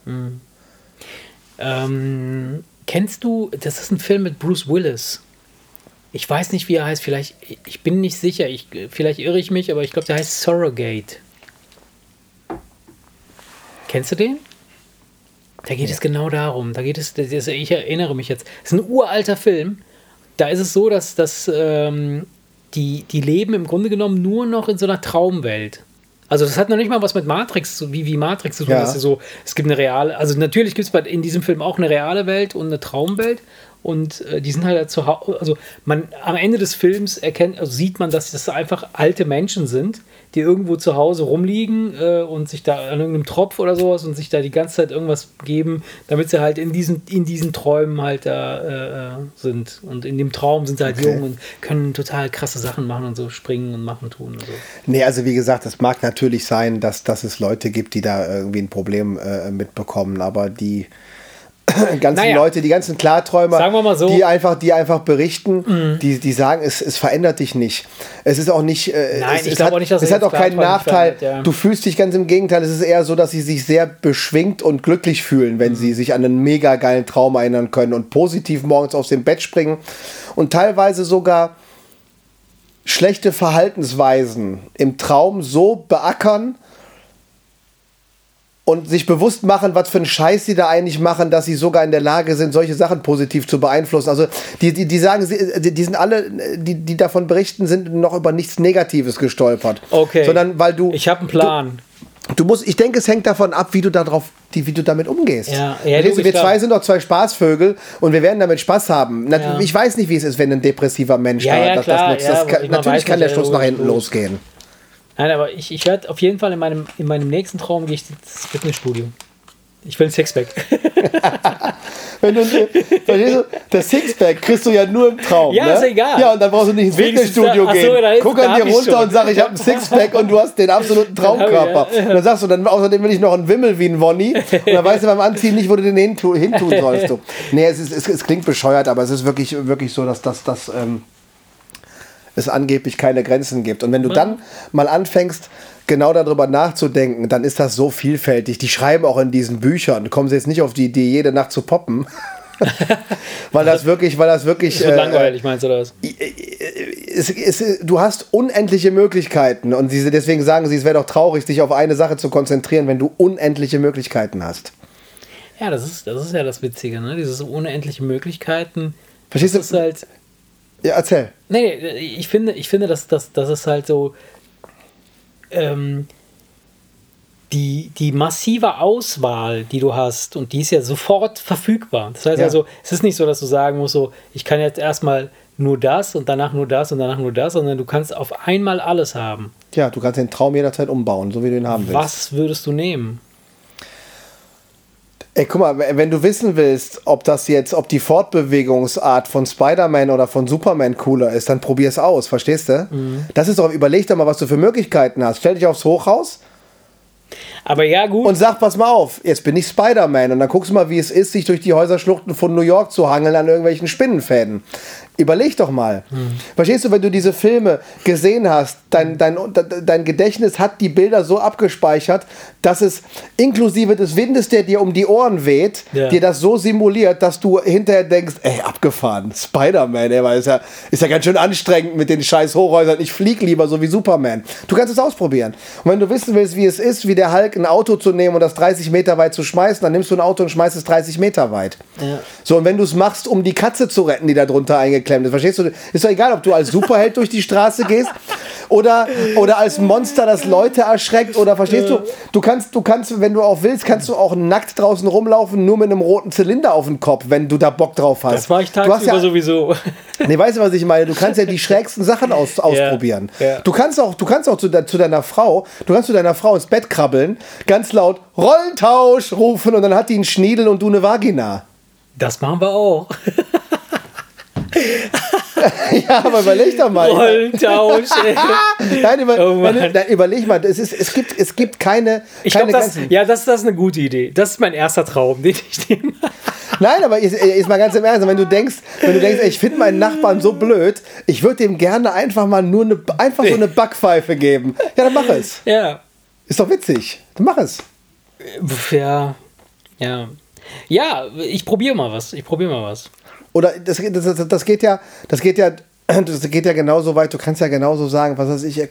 ähm, kennst du, das ist ein Film mit Bruce Willis. Ich weiß nicht, wie er heißt, vielleicht, ich bin nicht sicher, ich, vielleicht irre ich mich, aber ich glaube, der heißt Surrogate. Kennst du den? Da geht es genau darum. Da geht es, das ist, ich erinnere mich jetzt. Es ist ein uralter Film. Da ist es so, dass, dass ähm, die, die leben im Grunde genommen nur noch in so einer Traumwelt. Also das hat noch nicht mal was mit Matrix, so wie, wie Matrix zu tun. Ja. Dass sie so, es gibt eine reale, also natürlich gibt es in diesem Film auch eine reale Welt und eine Traumwelt. Und äh, die sind halt zu Hause, also man am Ende des Films erkennt, also sieht man, dass das einfach alte Menschen sind, die irgendwo zu Hause rumliegen äh, und sich da an irgendeinem Tropf oder sowas und sich da die ganze Zeit irgendwas geben, damit sie halt in diesen, in diesen Träumen halt da äh, sind. Und in dem Traum sind sie halt Okay. jung und können total krasse Sachen machen und so springen und machen tun und so. Nee, also wie gesagt, es mag natürlich sein, dass, dass es Leute gibt, die da irgendwie ein Problem äh, mitbekommen, aber die ganzen Naja. Leute, die ganzen Klarträumer, Sagen wir mal so. die einfach, die einfach berichten, die, die sagen, es, es verändert dich nicht. Es ist auch nicht, äh, Nein, es, ich es glaube hat, auch nicht, dass es es hat auch jetzt keinen Klarträume Nachteil. verändert, ja. Du fühlst dich ganz im Gegenteil. Es ist eher so, dass sie sich sehr beschwingt und glücklich fühlen, wenn sie sich an einen mega geilen Traum erinnern können und positiv morgens aus dem Bett springen und teilweise sogar schlechte Verhaltensweisen im Traum so beackern und sich bewusst machen, was für einen Scheiß sie da eigentlich machen, dass sie sogar in der Lage sind, solche Sachen positiv zu beeinflussen. Also die, die, die sagen, sie- die, die sind alle, die, die davon berichten, sind noch über nichts Negatives gestolpert. Okay. Sondern weil du. Ich habe einen Plan. Du, du musst, ich denke, es hängt davon ab, wie du darauf, die, wie du damit umgehst. Ja, ja, Verstehst du, logisch, wir klar. zwei sind doch zwei Spaßvögel und wir werden damit Spaß haben. Nat- Ja. Ich weiß nicht, wie es ist, wenn ein depressiver Mensch Ja, da ja, das, klar, das nutzt. ja, Das aber kann, ich- man natürlich weiß kann nicht, der Schluss ja, nach logisch, hinten logisch. losgehen. Nein, aber ich, ich werde auf jeden Fall in meinem, in meinem nächsten Traum gehe ich ins Fitnessstudio. Ich will ein Sixpack. Wenn du, verstehst du, das Sixpack kriegst du ja nur im Traum. Ja, ne? ist egal. Ja, und dann brauchst du nicht ins Wenigstens Fitnessstudio da- ach so, gehen. da ist- Guck da an hab dir ich runter schon. und sag, ich habe ein Sixpack und du hast den absoluten Traumkörper. hab ich, ja. Und dann sagst du, dann außerdem will ich noch einen Wimmel wie ein Wonny. Und dann weißt du beim Anziehen nicht, wo du den hintun, hintun sollst. Du. Nee, es, ist, es, es klingt bescheuert, aber es ist wirklich, wirklich so, dass das, das ähm, es angeblich keine Grenzen gibt. Und wenn du dann mal anfängst, genau darüber nachzudenken, dann ist das so vielfältig. Die schreiben auch in diesen Büchern, kommen sie jetzt nicht auf die Idee, jede Nacht zu poppen. weil das wirklich, weil das wirklich. Ist so äh, langweilig, meinst du das? Es, es, du hast unendliche Möglichkeiten und sie, deswegen sagen sie, es wäre doch traurig, sich auf eine Sache zu konzentrieren, wenn du unendliche Möglichkeiten hast. Ja, das ist, das ist ja das Witzige, ne? Diese unendlichen Möglichkeiten. Verstehst Das ist du? halt. Ja, erzähl. Nee, nee, ich finde, ich finde, dass, dass, dass es halt so. Ähm, die, die massive Auswahl, die du hast, und die ist ja sofort verfügbar. Das heißt Ja. also, es ist nicht so, dass du sagen musst, so, ich kann jetzt erstmal nur das und danach nur das und danach nur das, sondern du kannst auf einmal alles haben. Ja, du kannst den Traum jederzeit umbauen, so wie du ihn haben willst. Was würdest du nehmen? Ey, guck mal, wenn du wissen willst, ob das jetzt, ob die Fortbewegungsart von Spider-Man oder von Superman cooler ist, dann probier es aus, verstehst du? Mhm. Das ist doch, überleg doch mal, was du für Möglichkeiten hast. Stell dich aufs Hochhaus Aber ja, gut. und sag, pass mal auf, jetzt bin ich Spider-Man und dann guckst du mal, wie es ist, sich durch die Häuserschluchten von New York zu hangeln an irgendwelchen Spinnenfäden. Überleg doch mal. Hm. Verstehst du, wenn du diese Filme gesehen hast, dein, dein, dein Gedächtnis hat die Bilder so abgespeichert, dass es inklusive des Windes, der dir um die Ohren weht, ja. dir das so simuliert, dass du hinterher denkst, ey, abgefahren, Spider-Man, ey, weil ist ja, ist ja ganz schön anstrengend mit den scheiß Hochhäusern, ich flieg lieber so wie Superman. Du kannst es ausprobieren. Und wenn du wissen willst, wie es ist, wie der Hulk ein Auto zu nehmen und das dreißig Meter weit zu schmeißen, dann nimmst du ein Auto und schmeißt es dreißig Meter weit. Ja. So, und wenn du es machst, um die Katze zu retten, die da drunter eingeklemmt ist, verstehst du? Ist doch egal, ob du als Superheld durch die Straße gehst oder, oder als Monster, das Leute erschreckt, oder verstehst du? Du kannst, du kannst, wenn du auch willst, kannst du auch nackt draußen rumlaufen, nur mit einem roten Zylinder auf dem Kopf, wenn du da Bock drauf hast. Das war ich Du hast tagsüber ja, sowieso. Nee, weißt du, was ich meine? Du kannst ja die schrägsten Sachen aus, ausprobieren. ja. Du kannst auch, du kannst auch zu, de, zu deiner Frau, du kannst zu deiner Frau ins Bett krabbeln, ganz laut Rollentausch rufen und dann hat die einen Schniedel und du eine Vagina. Das machen wir auch. Ja, aber überleg doch mal. Rollentausch, ey. Nein, über, Oh Mann. nein, überleg mal, es, ist, es, gibt, es gibt keine, Ich keine glaube, das, Grenzen. ja, das, das ist eine gute Idee. Das ist mein erster Traum, den ich nehme. Nein, aber jetzt, jetzt mal ganz im Ernst, wenn du denkst, wenn du denkst, ey, ich finde meinen Nachbarn so blöd, ich würde dem gerne einfach mal nur eine, einfach so eine Backpfeife geben. Ja, dann mach es. Ja. Ist doch witzig. Dann mach es. Ja. Ja. Ja, ich probiere mal was. Ich probiere mal was. Oder das, das, das geht ja, das geht ja, das geht ja genauso weit, du kannst ja genauso sagen, was weiß ich,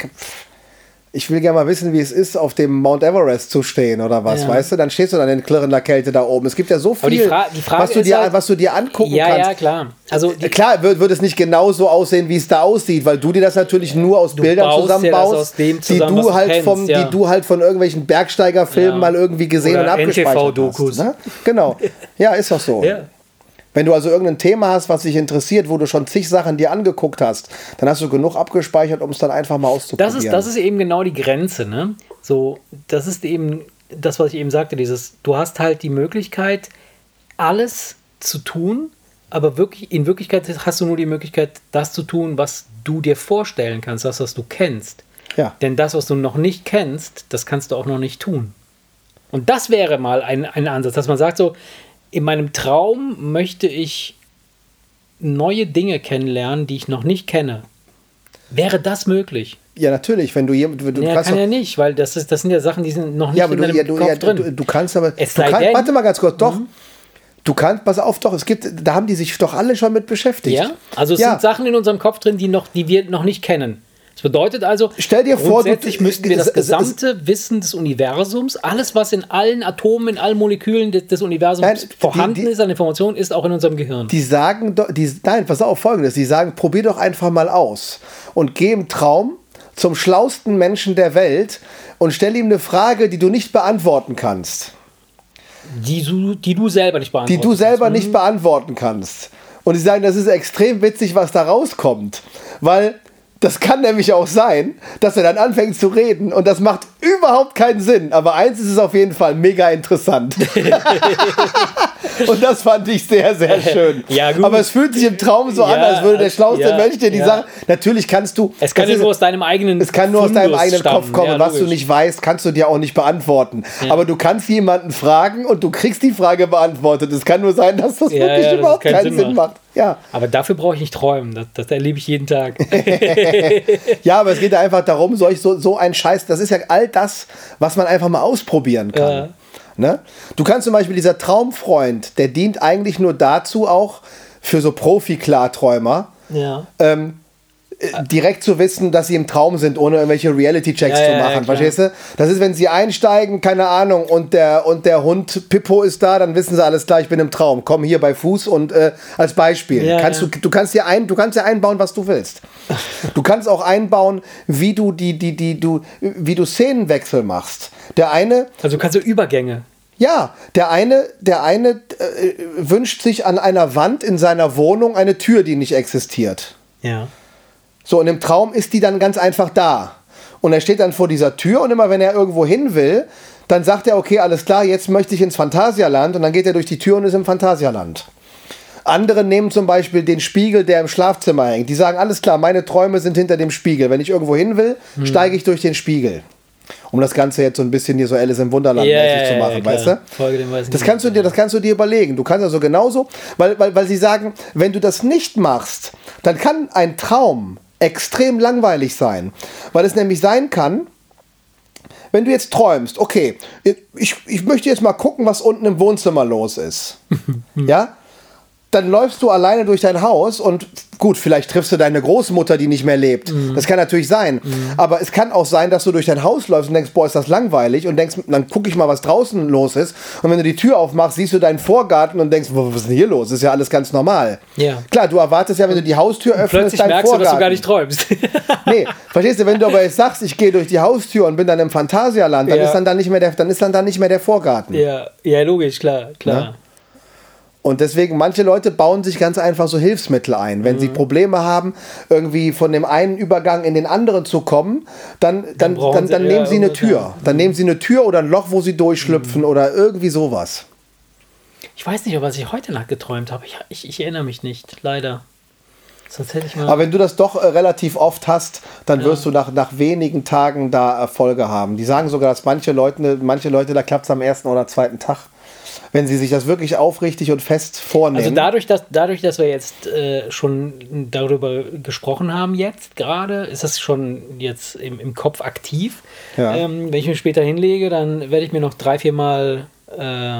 ich will gerne mal wissen, wie es ist, auf dem Mount Everest zu stehen oder was, Ja. weißt du? Dann stehst du dann in klirrender Kälte da oben. Es gibt ja so Aber die viel, Fra- die Frage was, du ist dir, halt- was du dir angucken Ja, kannst. ja, klar. Also die, Klar wird, wird es nicht genauso aussehen, wie es da aussieht, weil du dir das natürlich nur aus Du Bildern baust dir das zusammenbaust, aus dem die, zusammen, was du du halt kennst, vom, ja. die du halt von irgendwelchen Bergsteigerfilmen Ja. mal irgendwie gesehen Oder und abgespeichert N T V-Dokus. hast. Ne? Genau. Ja, ist doch so. ja. Wenn du also irgendein Thema hast, was dich interessiert, wo du schon zig Sachen dir angeguckt hast, dann hast du genug abgespeichert, um es dann einfach mal auszuprobieren. Das ist, das ist eben genau die Grenze, ne? So, das ist eben das, was ich eben sagte, dieses, du hast halt die Möglichkeit, alles zu tun, aber wirklich, in Wirklichkeit hast du nur die Möglichkeit, das zu tun, was du dir vorstellen kannst, das, was du kennst. Ja. Denn das, was du noch nicht kennst, das kannst du auch noch nicht tun. Und das wäre mal ein, ein Ansatz, dass man sagt so, in meinem Traum möchte ich neue Dinge kennenlernen, die ich noch nicht kenne. Wäre das möglich? Ja, natürlich, wenn du jemand. Du Ja, kannst kann doch, ja nicht, weil das, ist, das sind ja Sachen, die sind noch nicht ja, aber in du, deinem ja, du, Kopf ja, drin. du, du kannst aber. Es du sei kannst, denn- warte mal ganz kurz, doch. Du kannst, pass auf, doch, es gibt, da haben die sich doch alle schon mit beschäftigt. Ja, also es Ja. sind Sachen in unserem Kopf drin, die, noch, die wir noch nicht kennen. Das bedeutet also, Stell dir vor, du- grundsätzlich müssten wir es- das es- gesamte Wissen des Universums, alles, was in allen Atomen, in allen Molekülen des, des Universums Nein, die- vorhanden die- ist an Informationen, ist auch in unserem Gehirn. Die sagen doch, die, nein, pass auf, folgendes, die sagen, probier doch einfach mal aus und geh im Traum zum schlausten Menschen der Welt und stell ihm eine Frage, die du nicht beantworten kannst. Die du, die du selber nicht Die beantworten du selber kannst. nicht beantworten kannst. Und die sagen, das ist extrem witzig, was da rauskommt. Weil das kann nämlich auch sein, dass er dann anfängt zu reden und das macht überhaupt keinen Sinn, aber eins ist es auf jeden Fall mega interessant. Und das fand ich sehr, sehr schön. Ja, gut. Aber es fühlt sich im Traum so Ja, an, als würde der schlauste ja, Mensch dir die ja. Sache... Natürlich kannst du... Es kann das ja ist- nur aus deinem eigenen Es kann nur aus deinem Fundus eigenen stammen. Kopf kommen. Ja, Was du logisch. nicht weißt, kannst du dir auch nicht beantworten. Ja. Aber du kannst jemanden fragen und du kriegst die Frage beantwortet. Es kann nur sein, dass das Ja, wirklich ja, dass überhaupt es keinen keinen Sinn, Sinn macht. Ja. Aber dafür brauche ich nicht träumen. Das, das erlebe ich jeden Tag. ja, aber es geht ja einfach darum, solch, so, so ein Scheiß, das ist ja all das, was man einfach mal ausprobieren kann. Ja. Ne? Du kannst zum Beispiel, dieser Traumfreund, der dient eigentlich nur dazu auch für so Profi-Klarträumer, Ja. ähm, äh, direkt zu wissen, dass sie im Traum sind, ohne irgendwelche Reality-Checks Ja, zu ja, ja, machen, klar. verstehst du? Das ist, wenn sie einsteigen, keine Ahnung, und der, und der Hund Pippo ist da, dann wissen sie alles klar, ich bin im Traum. Komm hier bei Fuß und äh, als Beispiel. Ja, kannst ja. Du, du, kannst dir ein, du kannst dir einbauen, was du willst. Du kannst auch einbauen, wie du, die, die, die, du, wie du Szenenwechsel machst. Der eine... Also du kannst so Übergänge. Ja, der eine, der eine äh, wünscht sich an einer Wand in seiner Wohnung eine Tür, die nicht existiert. Ja. So, und im Traum ist die dann ganz einfach da. Und er steht dann vor dieser Tür und immer wenn er irgendwo hin will, dann sagt er, okay, alles klar, jetzt möchte ich ins Phantasialand und dann geht er durch die Tür und ist im Phantasialand. Andere nehmen zum Beispiel den Spiegel, der im Schlafzimmer hängt. Die sagen, alles klar, meine Träume sind hinter dem Spiegel. Wenn ich irgendwo hin will, Hm. steige ich durch den Spiegel. Um das Ganze jetzt so ein bisschen hier so Alice im Wunderland Ja, mäßig ja, zu ja, machen, klar. weißt du? Folge dem weißen Das kannst du dir, das kannst du dir überlegen. Du kannst also genauso, weil, weil, weil sie sagen, wenn du das nicht machst, dann kann ein Traum extrem langweilig sein. Weil es nämlich sein kann, wenn du jetzt träumst, okay, ich, ich möchte jetzt mal gucken, was unten im Wohnzimmer los ist. Ja? Dann läufst du alleine durch dein Haus und gut, vielleicht triffst du deine Großmutter, die nicht mehr lebt. Mhm. Das kann natürlich sein. Mhm. Aber es kann auch sein, dass du durch dein Haus läufst und denkst, boah, ist das langweilig und denkst, dann gucke ich mal, was draußen los ist. Und wenn du die Tür aufmachst, siehst du deinen Vorgarten und denkst, was ist denn hier los? Ist ja alles ganz normal. Ja. Klar, du erwartest ja, wenn du die Haustür öffnest, Plötzlich deinen merkst Vorgarten. du, dass du gar nicht träumst. Nee, verstehst du, wenn du aber jetzt sagst, ich gehe durch die Haustür und bin dann im Phantasialand, dann Ja. ist dann da nicht mehr der, dann ist dann da nicht mehr der Vorgarten. ja, ja, logisch, klar, klar. Ja. Und deswegen, manche Leute bauen sich ganz einfach so Hilfsmittel ein. Wenn Mhm. sie Probleme haben, irgendwie von dem einen Übergang in den anderen zu kommen, dann, dann, dann, brauchen dann, sie- ja, nehmen sie eine irgendwo Tür. da. Dann nehmen sie eine Tür oder ein Loch, wo sie durchschlüpfen oder irgendwie sowas. Ich weiß nicht, was ich heute Nacht geträumt habe. Ich, ich, ich erinnere mich nicht, leider. Sonst hätte ich mal. Aber wenn du das doch äh, relativ oft hast, dann wirst du nach, nach wenigen Tagen da Erfolge haben. Die sagen sogar, dass manche Leute, manche Leute, da klappt es am ersten oder zweiten Tag, wenn sie sich das wirklich aufrichtig und fest vornehmen. Also dadurch, dass, dadurch, dass wir jetzt äh, schon darüber gesprochen haben, jetzt gerade, ist das schon jetzt im, im Kopf aktiv. Ja. Ähm, wenn ich mich später hinlege, dann werde ich mir noch drei, vier Mal äh,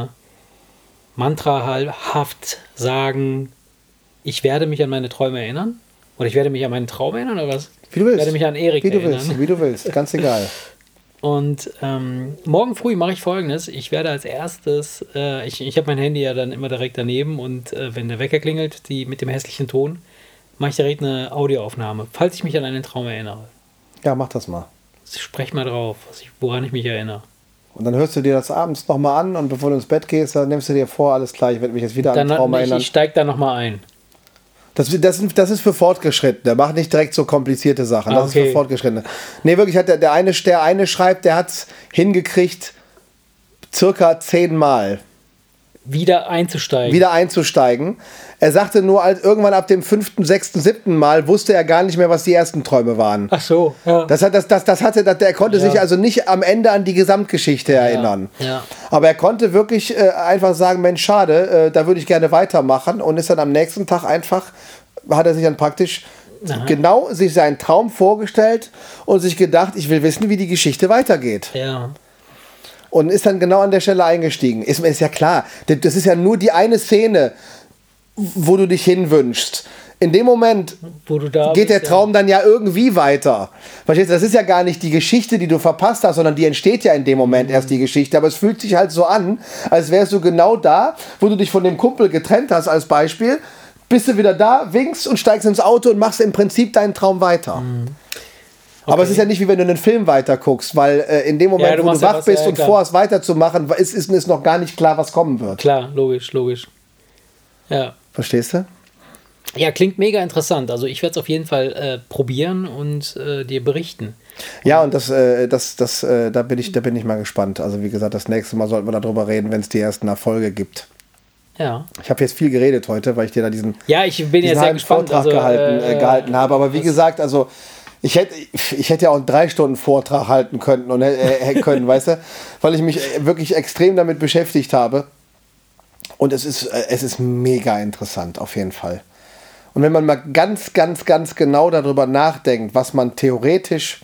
mantrahaft sagen, ich werde mich an meine Träume erinnern. Oder ich werde mich an meinen Traum erinnern, oder was? Wie du willst. Ich werde mich an Erik Wie du erinnern. willst, wie du willst, ganz egal. Und ähm, morgen früh mache ich Folgendes. Ich werde als erstes, äh, ich, ich habe mein Handy ja dann immer direkt daneben und äh, wenn der Wecker klingelt, die mit dem hässlichen Ton, mache ich direkt eine Audioaufnahme, falls ich mich an einen Traum erinnere. Ja, mach das mal. Sprech mal drauf, was ich, woran ich mich erinnere. Und dann hörst du dir das abends nochmal an und bevor du ins Bett gehst, dann nimmst du dir vor, alles klar, ich werde mich jetzt wieder an den Traum Dann, ich, erinnern. ich steige da nochmal ein. Das, das, das ist für Fortgeschrittene. Mach nicht direkt so komplizierte Sachen. Das Ah, ist für okay. Fortgeschrittene. Nee, wirklich, hat der, der, eine, der eine schreibt, der hat es hingekriegt, circa zehnmal Wieder einzusteigen. wieder einzusteigen. Er sagte nur, als irgendwann ab dem fünften, sechsten, siebten Mal wusste er gar nicht mehr, was die ersten Träume waren. Ach so, ja. Das hat, das, das, das hatte, das, der konnte Ja. sich also nicht am Ende an die Gesamtgeschichte erinnern. ja. Aber er konnte wirklich äh, einfach sagen, Mensch, schade, äh, da würde ich gerne weitermachen und ist dann am nächsten Tag einfach, hat er sich dann praktisch Aha. genau sich seinen Traum vorgestellt und sich gedacht, ich will wissen, wie die Geschichte weitergeht. Ja. Und ist dann genau an der Stelle eingestiegen. Ist mir ist ja klar, das ist ja nur die eine Szene, wo du dich hinwünschst. In dem Moment Wo du da geht der bist, Traum dann ja irgendwie weiter. Verstehst du? Das ist ja gar nicht die Geschichte, die du verpasst hast, sondern die entsteht ja in dem Moment erst die Geschichte. Aber es fühlt sich halt so an, als wärst du genau da, wo du dich von dem Kumpel getrennt hast, als Beispiel. Bist du wieder da, winkst und steigst ins Auto und machst im Prinzip deinen Traum weiter. Aber Okay. es ist ja nicht wie wenn du einen Film weiter guckst, weil äh, in dem Moment, Ja, du wo du machst ja wach was, bist ja, und klar. vorhast weiterzumachen, ist, ist, ist noch gar nicht klar, was kommen wird. Klar, logisch, logisch. Ja. Verstehst du? Ja, klingt mega interessant. Also ich werde es auf jeden Fall äh, probieren und äh, dir berichten. Ja, und das, äh, das, das, äh, da bin ich, da bin ich mal gespannt. Also wie gesagt, das nächste Mal sollten wir darüber reden, wenn es die ersten Erfolge gibt. Ja. Ich habe jetzt viel geredet heute, weil ich dir da diesen, ja, ich bin jetzt sehr gespannt, Vortrag also, gehalten, äh, äh, gehalten habe. Aber wie gesagt, also ich hätte, ich hätte ja auch einen drei Stunden Vortrag halten können und äh, können, weißt du, weil ich mich wirklich extrem damit beschäftigt habe. Und es ist, äh, es ist mega interessant, auf jeden Fall. Und wenn man mal ganz, ganz, ganz genau darüber nachdenkt, was man theoretisch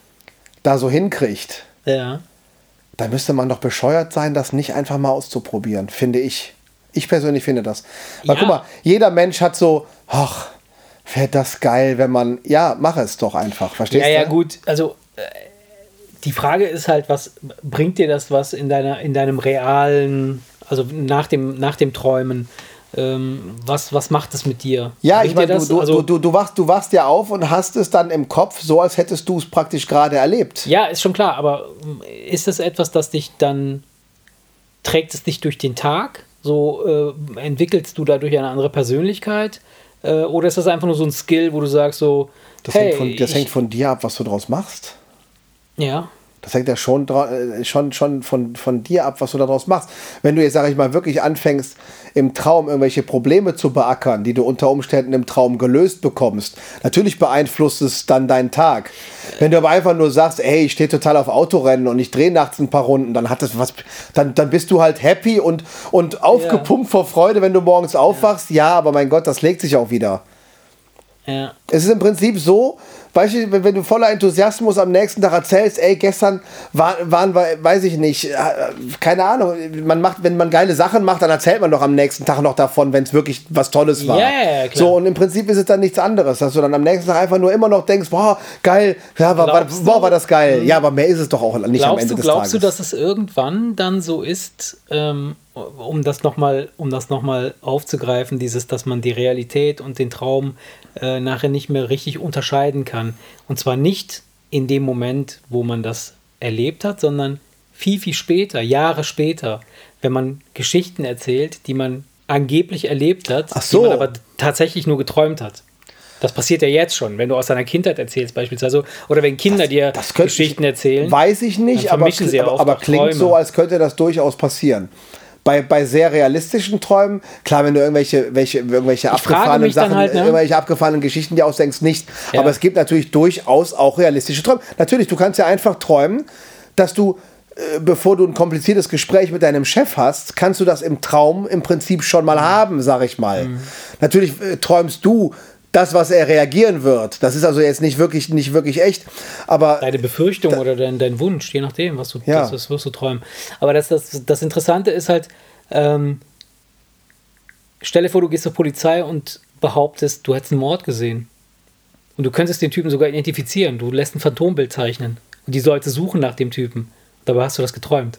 da so hinkriegt, ja. dann müsste man doch bescheuert sein, das nicht einfach mal auszuprobieren, finde ich. Ich persönlich finde das. Weil Ja. guck mal, jeder Mensch hat so, ach, wäre das geil, wenn man, ja, mach es doch einfach, verstehst Ja, du? ja, gut. Also äh, die Frage ist halt, was bringt dir das was in deiner, in deinem realen, also nach dem, nach dem Träumen? Ähm, was, was macht es mit dir? Ja, Bringt ich meine, dir du, das? du, also, du, du, wachst, du wachst ja auf und hast es dann im Kopf, so als hättest du es praktisch gerade erlebt. ja, ist schon klar, aber ähm, ist das etwas, das dich dann, trägt es dich durch den Tag? So äh, entwickelst du dadurch eine andere Persönlichkeit? Äh, oder ist das einfach nur so ein Skill, wo du sagst so, Das, hey, hängt, von, das ich, hängt von dir ab, was du draus machst. ja, Das hängt ja schon, dra- äh, schon, schon von, von dir ab, was du daraus machst. Wenn du jetzt, sag ich mal, wirklich anfängst, im Traum irgendwelche Probleme zu beackern, die du unter Umständen im Traum gelöst bekommst, natürlich beeinflusst es dann deinen Tag. Wenn du aber einfach nur sagst, ey, ich stehe total auf Autorennen und ich drehe nachts ein paar Runden, dann hat das was, dann, dann bist du halt happy und, und aufgepumpt vor Freude, wenn du morgens aufwachst. Ja, aber mein Gott, das legt sich auch wieder. ja. Es ist im Prinzip so, weißt du, wenn, wenn du voller Enthusiasmus am nächsten Tag erzählst, ey, gestern war, waren wir, weiß ich nicht, äh, keine Ahnung, man macht, wenn man geile Sachen macht, dann erzählt man doch am nächsten Tag noch davon, wenn es wirklich was Tolles war. Ja, ja, ja, klar. So, und im Prinzip ist es dann nichts anderes, dass du dann am nächsten Tag einfach nur immer noch denkst, boah, geil, ja, war, war, Glaubst boah, du- war das geil. Ja, aber mehr ist es doch auch nicht am Glaubst Ende du, des glaubst Tages. du, dass es irgendwann dann so ist, ähm, um das nochmal um das noch mal aufzugreifen, dieses, dass man die Realität und den Traum äh, nachher nicht mehr richtig unterscheiden kann? Und zwar nicht in dem Moment, wo man das erlebt hat, sondern viel, viel später, Jahre später, wenn man Geschichten erzählt, die man angeblich erlebt hat, Ach so. die man aber tatsächlich nur geträumt hat. Das passiert ja jetzt schon, wenn du aus deiner Kindheit erzählst beispielsweise. Oder wenn Kinder dir Das könnte- Geschichten erzählen. Weiß ich nicht, Dann aber, vermischen sie ja aber, oft aber auch klingt Träume. so, als könnte das durchaus passieren. Bei, bei sehr realistischen Träumen, klar, wenn du irgendwelche, welche, irgendwelche frage abgefahrenen mich dann Sachen, halt, ne? irgendwelche abgefahrenen Geschichten dir ausdenkst, nicht. Ja. Aber es gibt natürlich durchaus auch realistische Träume. Natürlich, du kannst ja einfach träumen, dass du, äh, bevor du ein kompliziertes Gespräch mit deinem Chef hast, kannst du das im Traum im Prinzip schon mal haben, sag ich mal. Mhm. Natürlich äh, träumst du das, was er reagieren wird. Das ist also jetzt nicht wirklich, nicht wirklich echt. Aber Deine Befürchtung oder dein, dein Wunsch, je nachdem, was du, Ja. das, das wirst du träumen. Aber das, das, das Interessante ist halt, ähm, stell dir vor, du gehst zur Polizei und behauptest, du hättest einen Mord gesehen. Und du könntest den Typen sogar identifizieren. Du lässt ein Phantombild zeichnen. Und die Leute suchen nach dem Typen. Dabei hast du das geträumt.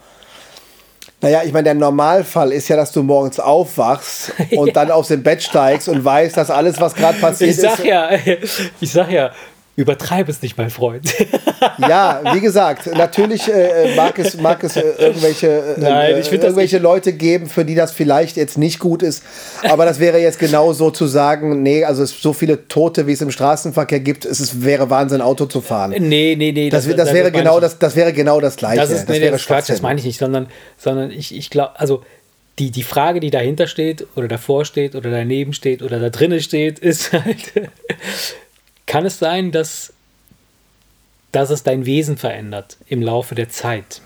Naja, ich meine, der Normalfall ist ja, dass du morgens aufwachst und dann aus dem Bett steigst und weißt, dass alles, was gerade passiert Ich sag ist. ja, ich sag ja, übertreib es nicht, mein Freund. Ja, wie gesagt, natürlich äh, mag es, mag es äh, irgendwelche, äh, Nein, äh, ich find das irgendwelche Leute geben, für die das vielleicht jetzt nicht gut ist. Aber das wäre jetzt genau so zu sagen, nee, also es so viele Tote, wie es im Straßenverkehr gibt, es ist, wäre Wahnsinn, Auto zu fahren. nee, nee, nee. Das, das, das, wäre meine genau ich- das, das wäre genau das Gleiche. Das ist, nee, wäre das ist Quatsch, das Schwachsinn. meine ich nicht, sondern, sondern ich, ich glaube, also die, die Frage, die dahinter steht oder davor steht oder daneben steht oder da drinnen steht, ist halt, kann es sein, dass, dass es dein Wesen verändert im Laufe der Zeit?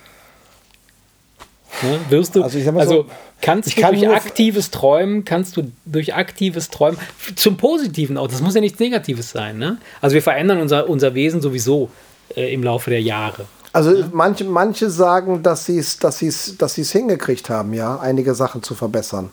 Ne? Wirst du, Also ich sag mal also so, kannst ich du kann durch nur- aktives Träumen, kannst du durch aktives Träumen, zum Positiven auch, das muss ja nichts Negatives sein, ne? Also wir verändern unser, unser Wesen sowieso äh, im Laufe der Jahre. Also manche, manche sagen, dass sie es dass sie's, dass sie's hingekriegt haben, ja, einige Sachen zu verbessern.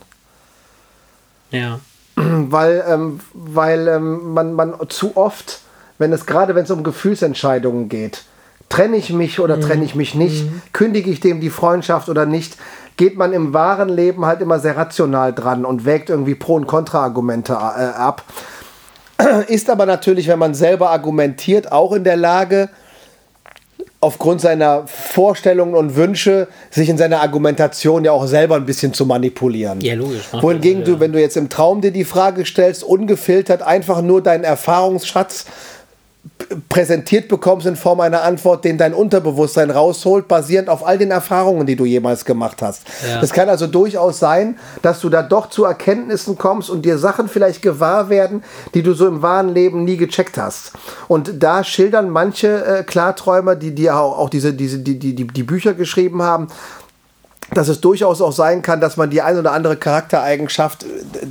Ja. Weil, ähm, weil ähm, man, man zu oft, wenn es gerade wenn es um Gefühlsentscheidungen geht, trenne ich mich oder trenne ich mich nicht, kündige ich dem die Freundschaft oder nicht, geht man im wahren Leben halt immer sehr rational dran und wägt irgendwie Pro- und Kontra-Argumente äh, ab. Ist aber natürlich, wenn man selber argumentiert, auch in der Lage, aufgrund seiner Vorstellungen und Wünsche sich in seiner Argumentation ja auch selber ein bisschen zu manipulieren. Ja, logisch. Wohingegen Also, ja. du, wenn du jetzt im Traum dir die Frage stellst, ungefiltert einfach nur deinen Erfahrungsschatz präsentiert bekommst in Form einer Antwort, den dein Unterbewusstsein rausholt, basierend auf all den Erfahrungen, die du jemals gemacht hast. Ja. Es kann also durchaus sein, dass du da doch zu Erkenntnissen kommst und dir Sachen vielleicht gewahr werden, die du so im wahren Leben nie gecheckt hast. Und da schildern manche äh, Klarträumer, die dir auch, auch diese, diese, die, die, die, die Bücher geschrieben haben, dass es durchaus auch sein kann, dass man die ein oder andere Charaktereigenschaft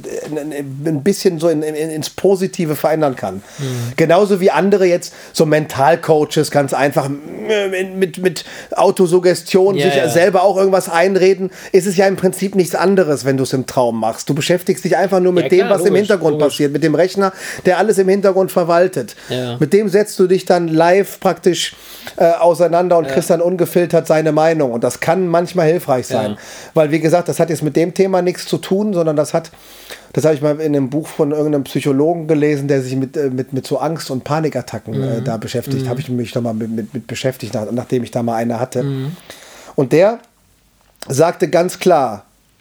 ein bisschen so in, in, ins Positive verändern kann. Mhm. Genauso wie andere jetzt so Mentalcoaches ganz einfach mit, mit Autosuggestion ja, sich ja. selber auch irgendwas einreden, ist es ja im Prinzip nichts anderes, wenn du es im Traum machst. Du beschäftigst dich einfach nur mit ja, dem, klar, was logisch, im Hintergrund logisch. passiert, mit dem Rechner, der alles im Hintergrund verwaltet. Ja. Mit dem setzt du dich dann live praktisch äh, auseinander und ja. kriegst dann ungefiltert seine Meinung. Und das kann manchmal hilfreich sein. Ja. Weil, wie gesagt, das hat jetzt mit dem Thema nichts zu tun, sondern das hat, das habe ich mal in einem Buch von irgendeinem Psychologen gelesen, der sich mit, mit, mit so Angst- und Panikattacken mhm. äh, da beschäftigt. Mhm. Habe ich mich da mal mit, mit, mit beschäftigt, nach, nachdem ich da mal eine hatte. Mhm. Und der sagte ganz klar,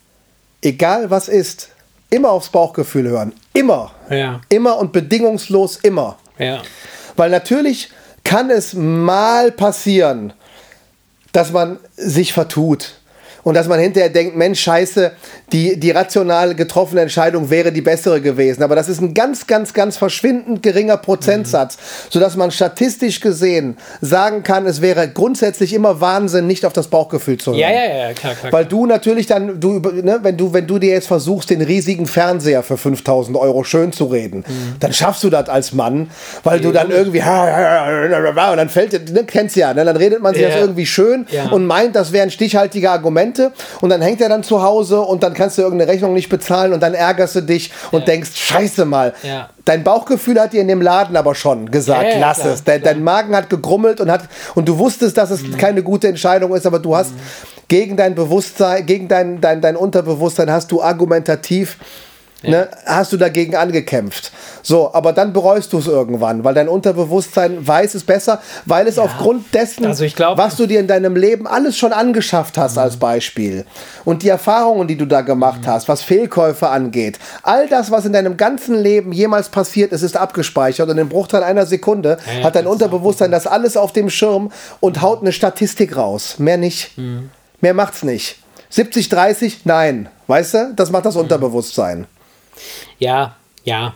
egal was ist, immer aufs Bauchgefühl hören. Immer. Ja. Immer und bedingungslos immer. Ja. Weil natürlich kann es mal passieren, dass man sich vertut. Und dass man hinterher denkt, Mensch, scheiße, die, die rational getroffene Entscheidung wäre die bessere gewesen. Aber das ist ein ganz, ganz, ganz verschwindend geringer Prozentsatz, mhm. sodass man statistisch gesehen sagen kann, es wäre grundsätzlich immer Wahnsinn, nicht auf das Bauchgefühl zu hören. Ja, ja, ja, klar, klar. Weil du natürlich dann, du, ne, wenn, du, wenn du dir jetzt versuchst, den riesigen Fernseher für fünftausend Euro schön zu reden, mhm. dann schaffst du das als Mann, weil ja, du dann irgendwie, und dann fällt, ne, kennst du ja, ne, dann redet man sich ja. das irgendwie schön ja. und meint, das wären stichhaltige Argumente. Und dann hängt er dann zu Hause und dann kannst du irgendeine Rechnung nicht bezahlen und dann ärgerst du dich und ja. denkst, scheiße mal. Ja. Dein Bauchgefühl hat dir in dem Laden aber schon gesagt, ja, ja, lass klar, es. Dein, dein Magen hat gegrummelt und, hat, und du wusstest, dass es mhm. keine gute Entscheidung ist, aber du hast mhm. gegen dein Bewusstsein, gegen dein, dein, dein Unterbewusstsein hast du argumentativ Ja. Ne, hast du dagegen angekämpft. So, aber dann bereust du es irgendwann, weil dein Unterbewusstsein weiß es besser, weil es ja. aufgrund dessen, also ich glaub, was du dir in deinem Leben alles schon angeschafft hast, mhm. als Beispiel, und die Erfahrungen, die du da gemacht mhm. hast, was Fehlkäufe angeht, all das, was in deinem ganzen Leben jemals passiert ist, ist abgespeichert und im Bruchteil einer Sekunde ja, ja, hat dein Unterbewusstsein das alles auf dem Schirm und haut eine Statistik raus. Mehr nicht. Mhm. Mehr macht's nicht. siebzig dreißig, nein. Weißt du? Das macht das mhm. Unterbewusstsein. Ja, ja.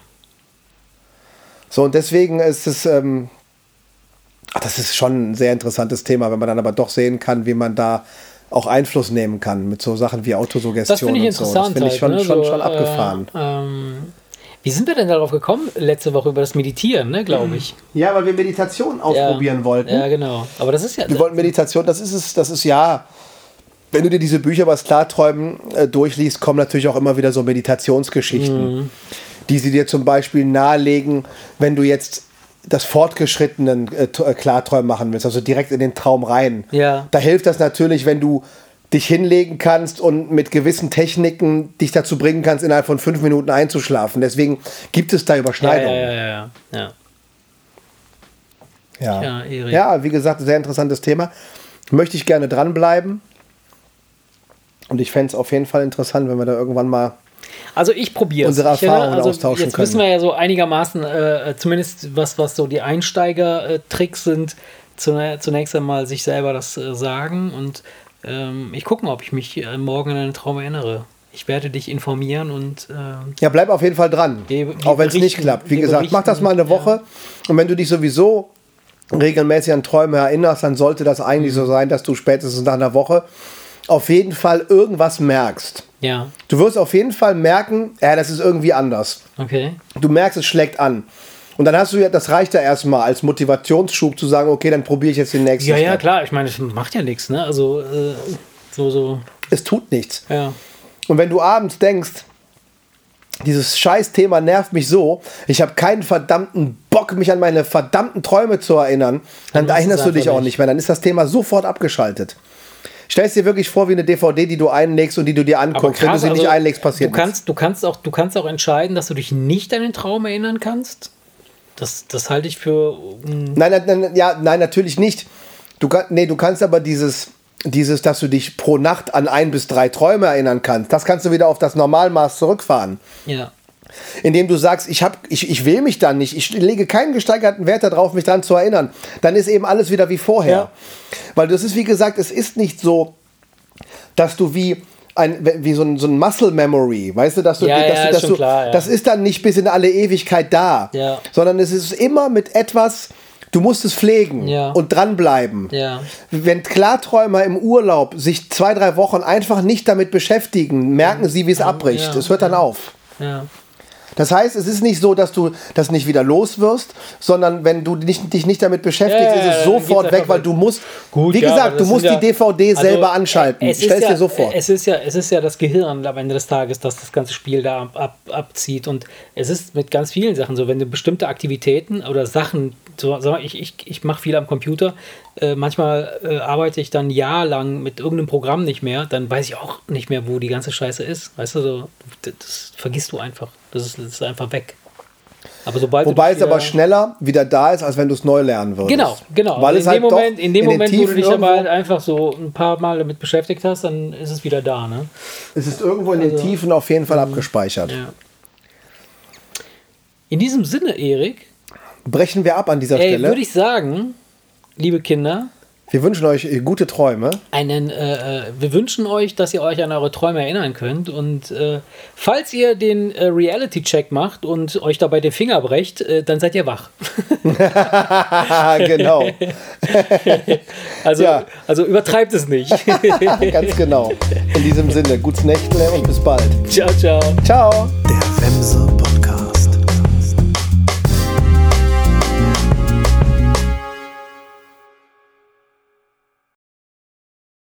So, und deswegen ist es, ähm, ach, das ist schon ein sehr interessantes Thema, wenn man dann aber doch sehen kann, wie man da auch Einfluss nehmen kann mit so Sachen wie Autosuggestion. Das finde ich und interessant. So. Das finde ich schon, halt, ne? schon, so, schon abgefahren. Äh, ähm, wie sind wir denn darauf gekommen, letzte Woche über das Meditieren, ne, glaube ich? Ja, weil wir Meditation ausprobieren ja, wollten. Ja, genau. Aber das ist ja... Wir wollten Meditation, das ist es, das ist ja... Wenn du dir diese Bücher über das Klarträumen äh, durchliest, kommen natürlich auch immer wieder so Meditationsgeschichten, mhm. die sie dir zum Beispiel nahelegen, wenn du jetzt das fortgeschrittenen äh, Klarträumen machen willst, also direkt in den Traum rein. Ja. Da hilft das natürlich, wenn du dich hinlegen kannst und mit gewissen Techniken dich dazu bringen kannst, innerhalb von fünf Minuten einzuschlafen. Deswegen gibt es da Überschneidungen. Ja, ja, ja, ja. ja. Ja, ja, Erik. ja, wie gesagt, sehr interessantes Thema. Möchte ich gerne dranbleiben. Und ich fände es auf jeden Fall interessant, wenn wir da irgendwann mal also ich probiere unsere Erfahrungen also austauschen jetzt können. Jetzt wissen wir ja so einigermaßen, äh, zumindest was, was so die Einsteiger-Tricks sind, zunächst einmal sich selber das äh, sagen. Und ähm, ich gucke mal, ob ich mich äh, morgen an einen Traum erinnere. Ich werde dich informieren und äh, ja, bleib auf jeden Fall dran. Wir, wir auch wenn es nicht klappt. Wie gesagt, mach das mal eine Woche. Ja. Und wenn du dich sowieso regelmäßig an Träume erinnerst, dann sollte das eigentlich mhm. so sein, dass du spätestens nach einer Woche auf jeden Fall irgendwas merkst. Ja. Du wirst auf jeden Fall merken, ja, das ist irgendwie anders. Okay. Du merkst, es schlägt an. Und dann hast du ja, das reicht ja erstmal als Motivationsschub zu sagen, okay, dann probiere ich jetzt den nächsten. Ja, ja, Step. klar. Ich meine, es macht ja nichts, ne? Also, äh, so, so. Es tut nichts. Ja. Und wenn du abends denkst, dieses Scheiß-Thema nervt mich so, ich habe keinen verdammten Bock, mich an meine verdammten Träume zu erinnern, dann, dann erinnerst du dich auch nicht. nicht mehr. Dann ist das Thema sofort abgeschaltet. Stell es dir wirklich vor wie eine D V D, die du einlegst und die du dir anguckst. Krass, wenn du sie also nicht einlegst, passiert du kannst, du kannst auch, du kannst auch entscheiden, dass du dich nicht an den Traum erinnern kannst. Das, das halte ich für... Nein, nein, nein, ja, nein, natürlich nicht. Du kann, nee, du kannst aber dieses, dieses, dass du dich pro Nacht an ein bis drei Träume erinnern kannst, das kannst du wieder auf das Normalmaß zurückfahren. Ja. Indem du sagst, ich, hab, ich, ich will mich dann nicht, ich lege keinen gesteigerten Wert darauf, mich daran zu erinnern. Dann ist eben alles wieder wie vorher. Ja. Weil das ist, wie gesagt, es ist nicht so, dass du wie, ein, wie so ein, so ein Muscle Memory, weißt du, dass du, Ja, dass ja, du, ist dass schon du klar, ja. das ist dann nicht bis in alle Ewigkeit da, Ja. sondern es ist immer mit etwas, du musst es pflegen Ja. und dranbleiben. Ja. Wenn Klarträumer im Urlaub sich zwei, drei Wochen einfach nicht damit beschäftigen, merken sie, wie es abbricht. Ja. Es hört dann auf. Ja. Das heißt, es ist nicht so, dass du das nicht wieder los wirst, sondern wenn du dich, dich nicht damit beschäftigst, Ja, ja, ist es dann sofort geht's weg, einfach weil weg. du musst, Gut, wie ja, aber gesagt, du das musst sind die ja- D V D Also, selber anschalten. es ist Stellst ja, dir so vor. Es ist, ja, es ist ja das Gehirn am Ende des Tages, das das ganze Spiel da ab, ab, abzieht. Und es ist mit ganz vielen Sachen so, wenn du bestimmte Aktivitäten oder Sachen, so, sag mal, ich, ich, ich mache viel am Computer, äh, manchmal äh, arbeite ich dann jahrelang mit irgendeinem Programm nicht mehr, dann weiß ich auch nicht mehr, wo die ganze Scheiße ist. Weißt du, so, das, das vergisst du einfach. Das ist, das ist einfach weg. Aber sobald du Wobei dich es aber wieder- schneller wieder da ist, als wenn du es neu lernen würdest. Genau, genau. Weil Also es in, halt dem doch Moment, in dem in den Moment, wo du Tiefen dich aber irgendwo- halt einfach so ein paar Mal damit beschäftigt hast, dann ist es wieder da, ne? Es ist irgendwo in den Also- Tiefen auf jeden Fall abgespeichert. Ja. In diesem Sinne, Erik, Brechen wir ab an dieser ey, Stelle. würde ich sagen, liebe Kinder, Wir wünschen euch äh, gute Träume. einen, äh, äh, wir wünschen euch, dass ihr euch an eure Träume erinnern könnt. Und äh, falls ihr den äh, Reality-Check macht und euch dabei den Finger brecht, äh, dann seid ihr wach. Genau, Also, Ja. also übertreibt es nicht. ganz genau. In diesem Sinne, gutes Nächtle und bis bald. Ciao, ciao. Ciao.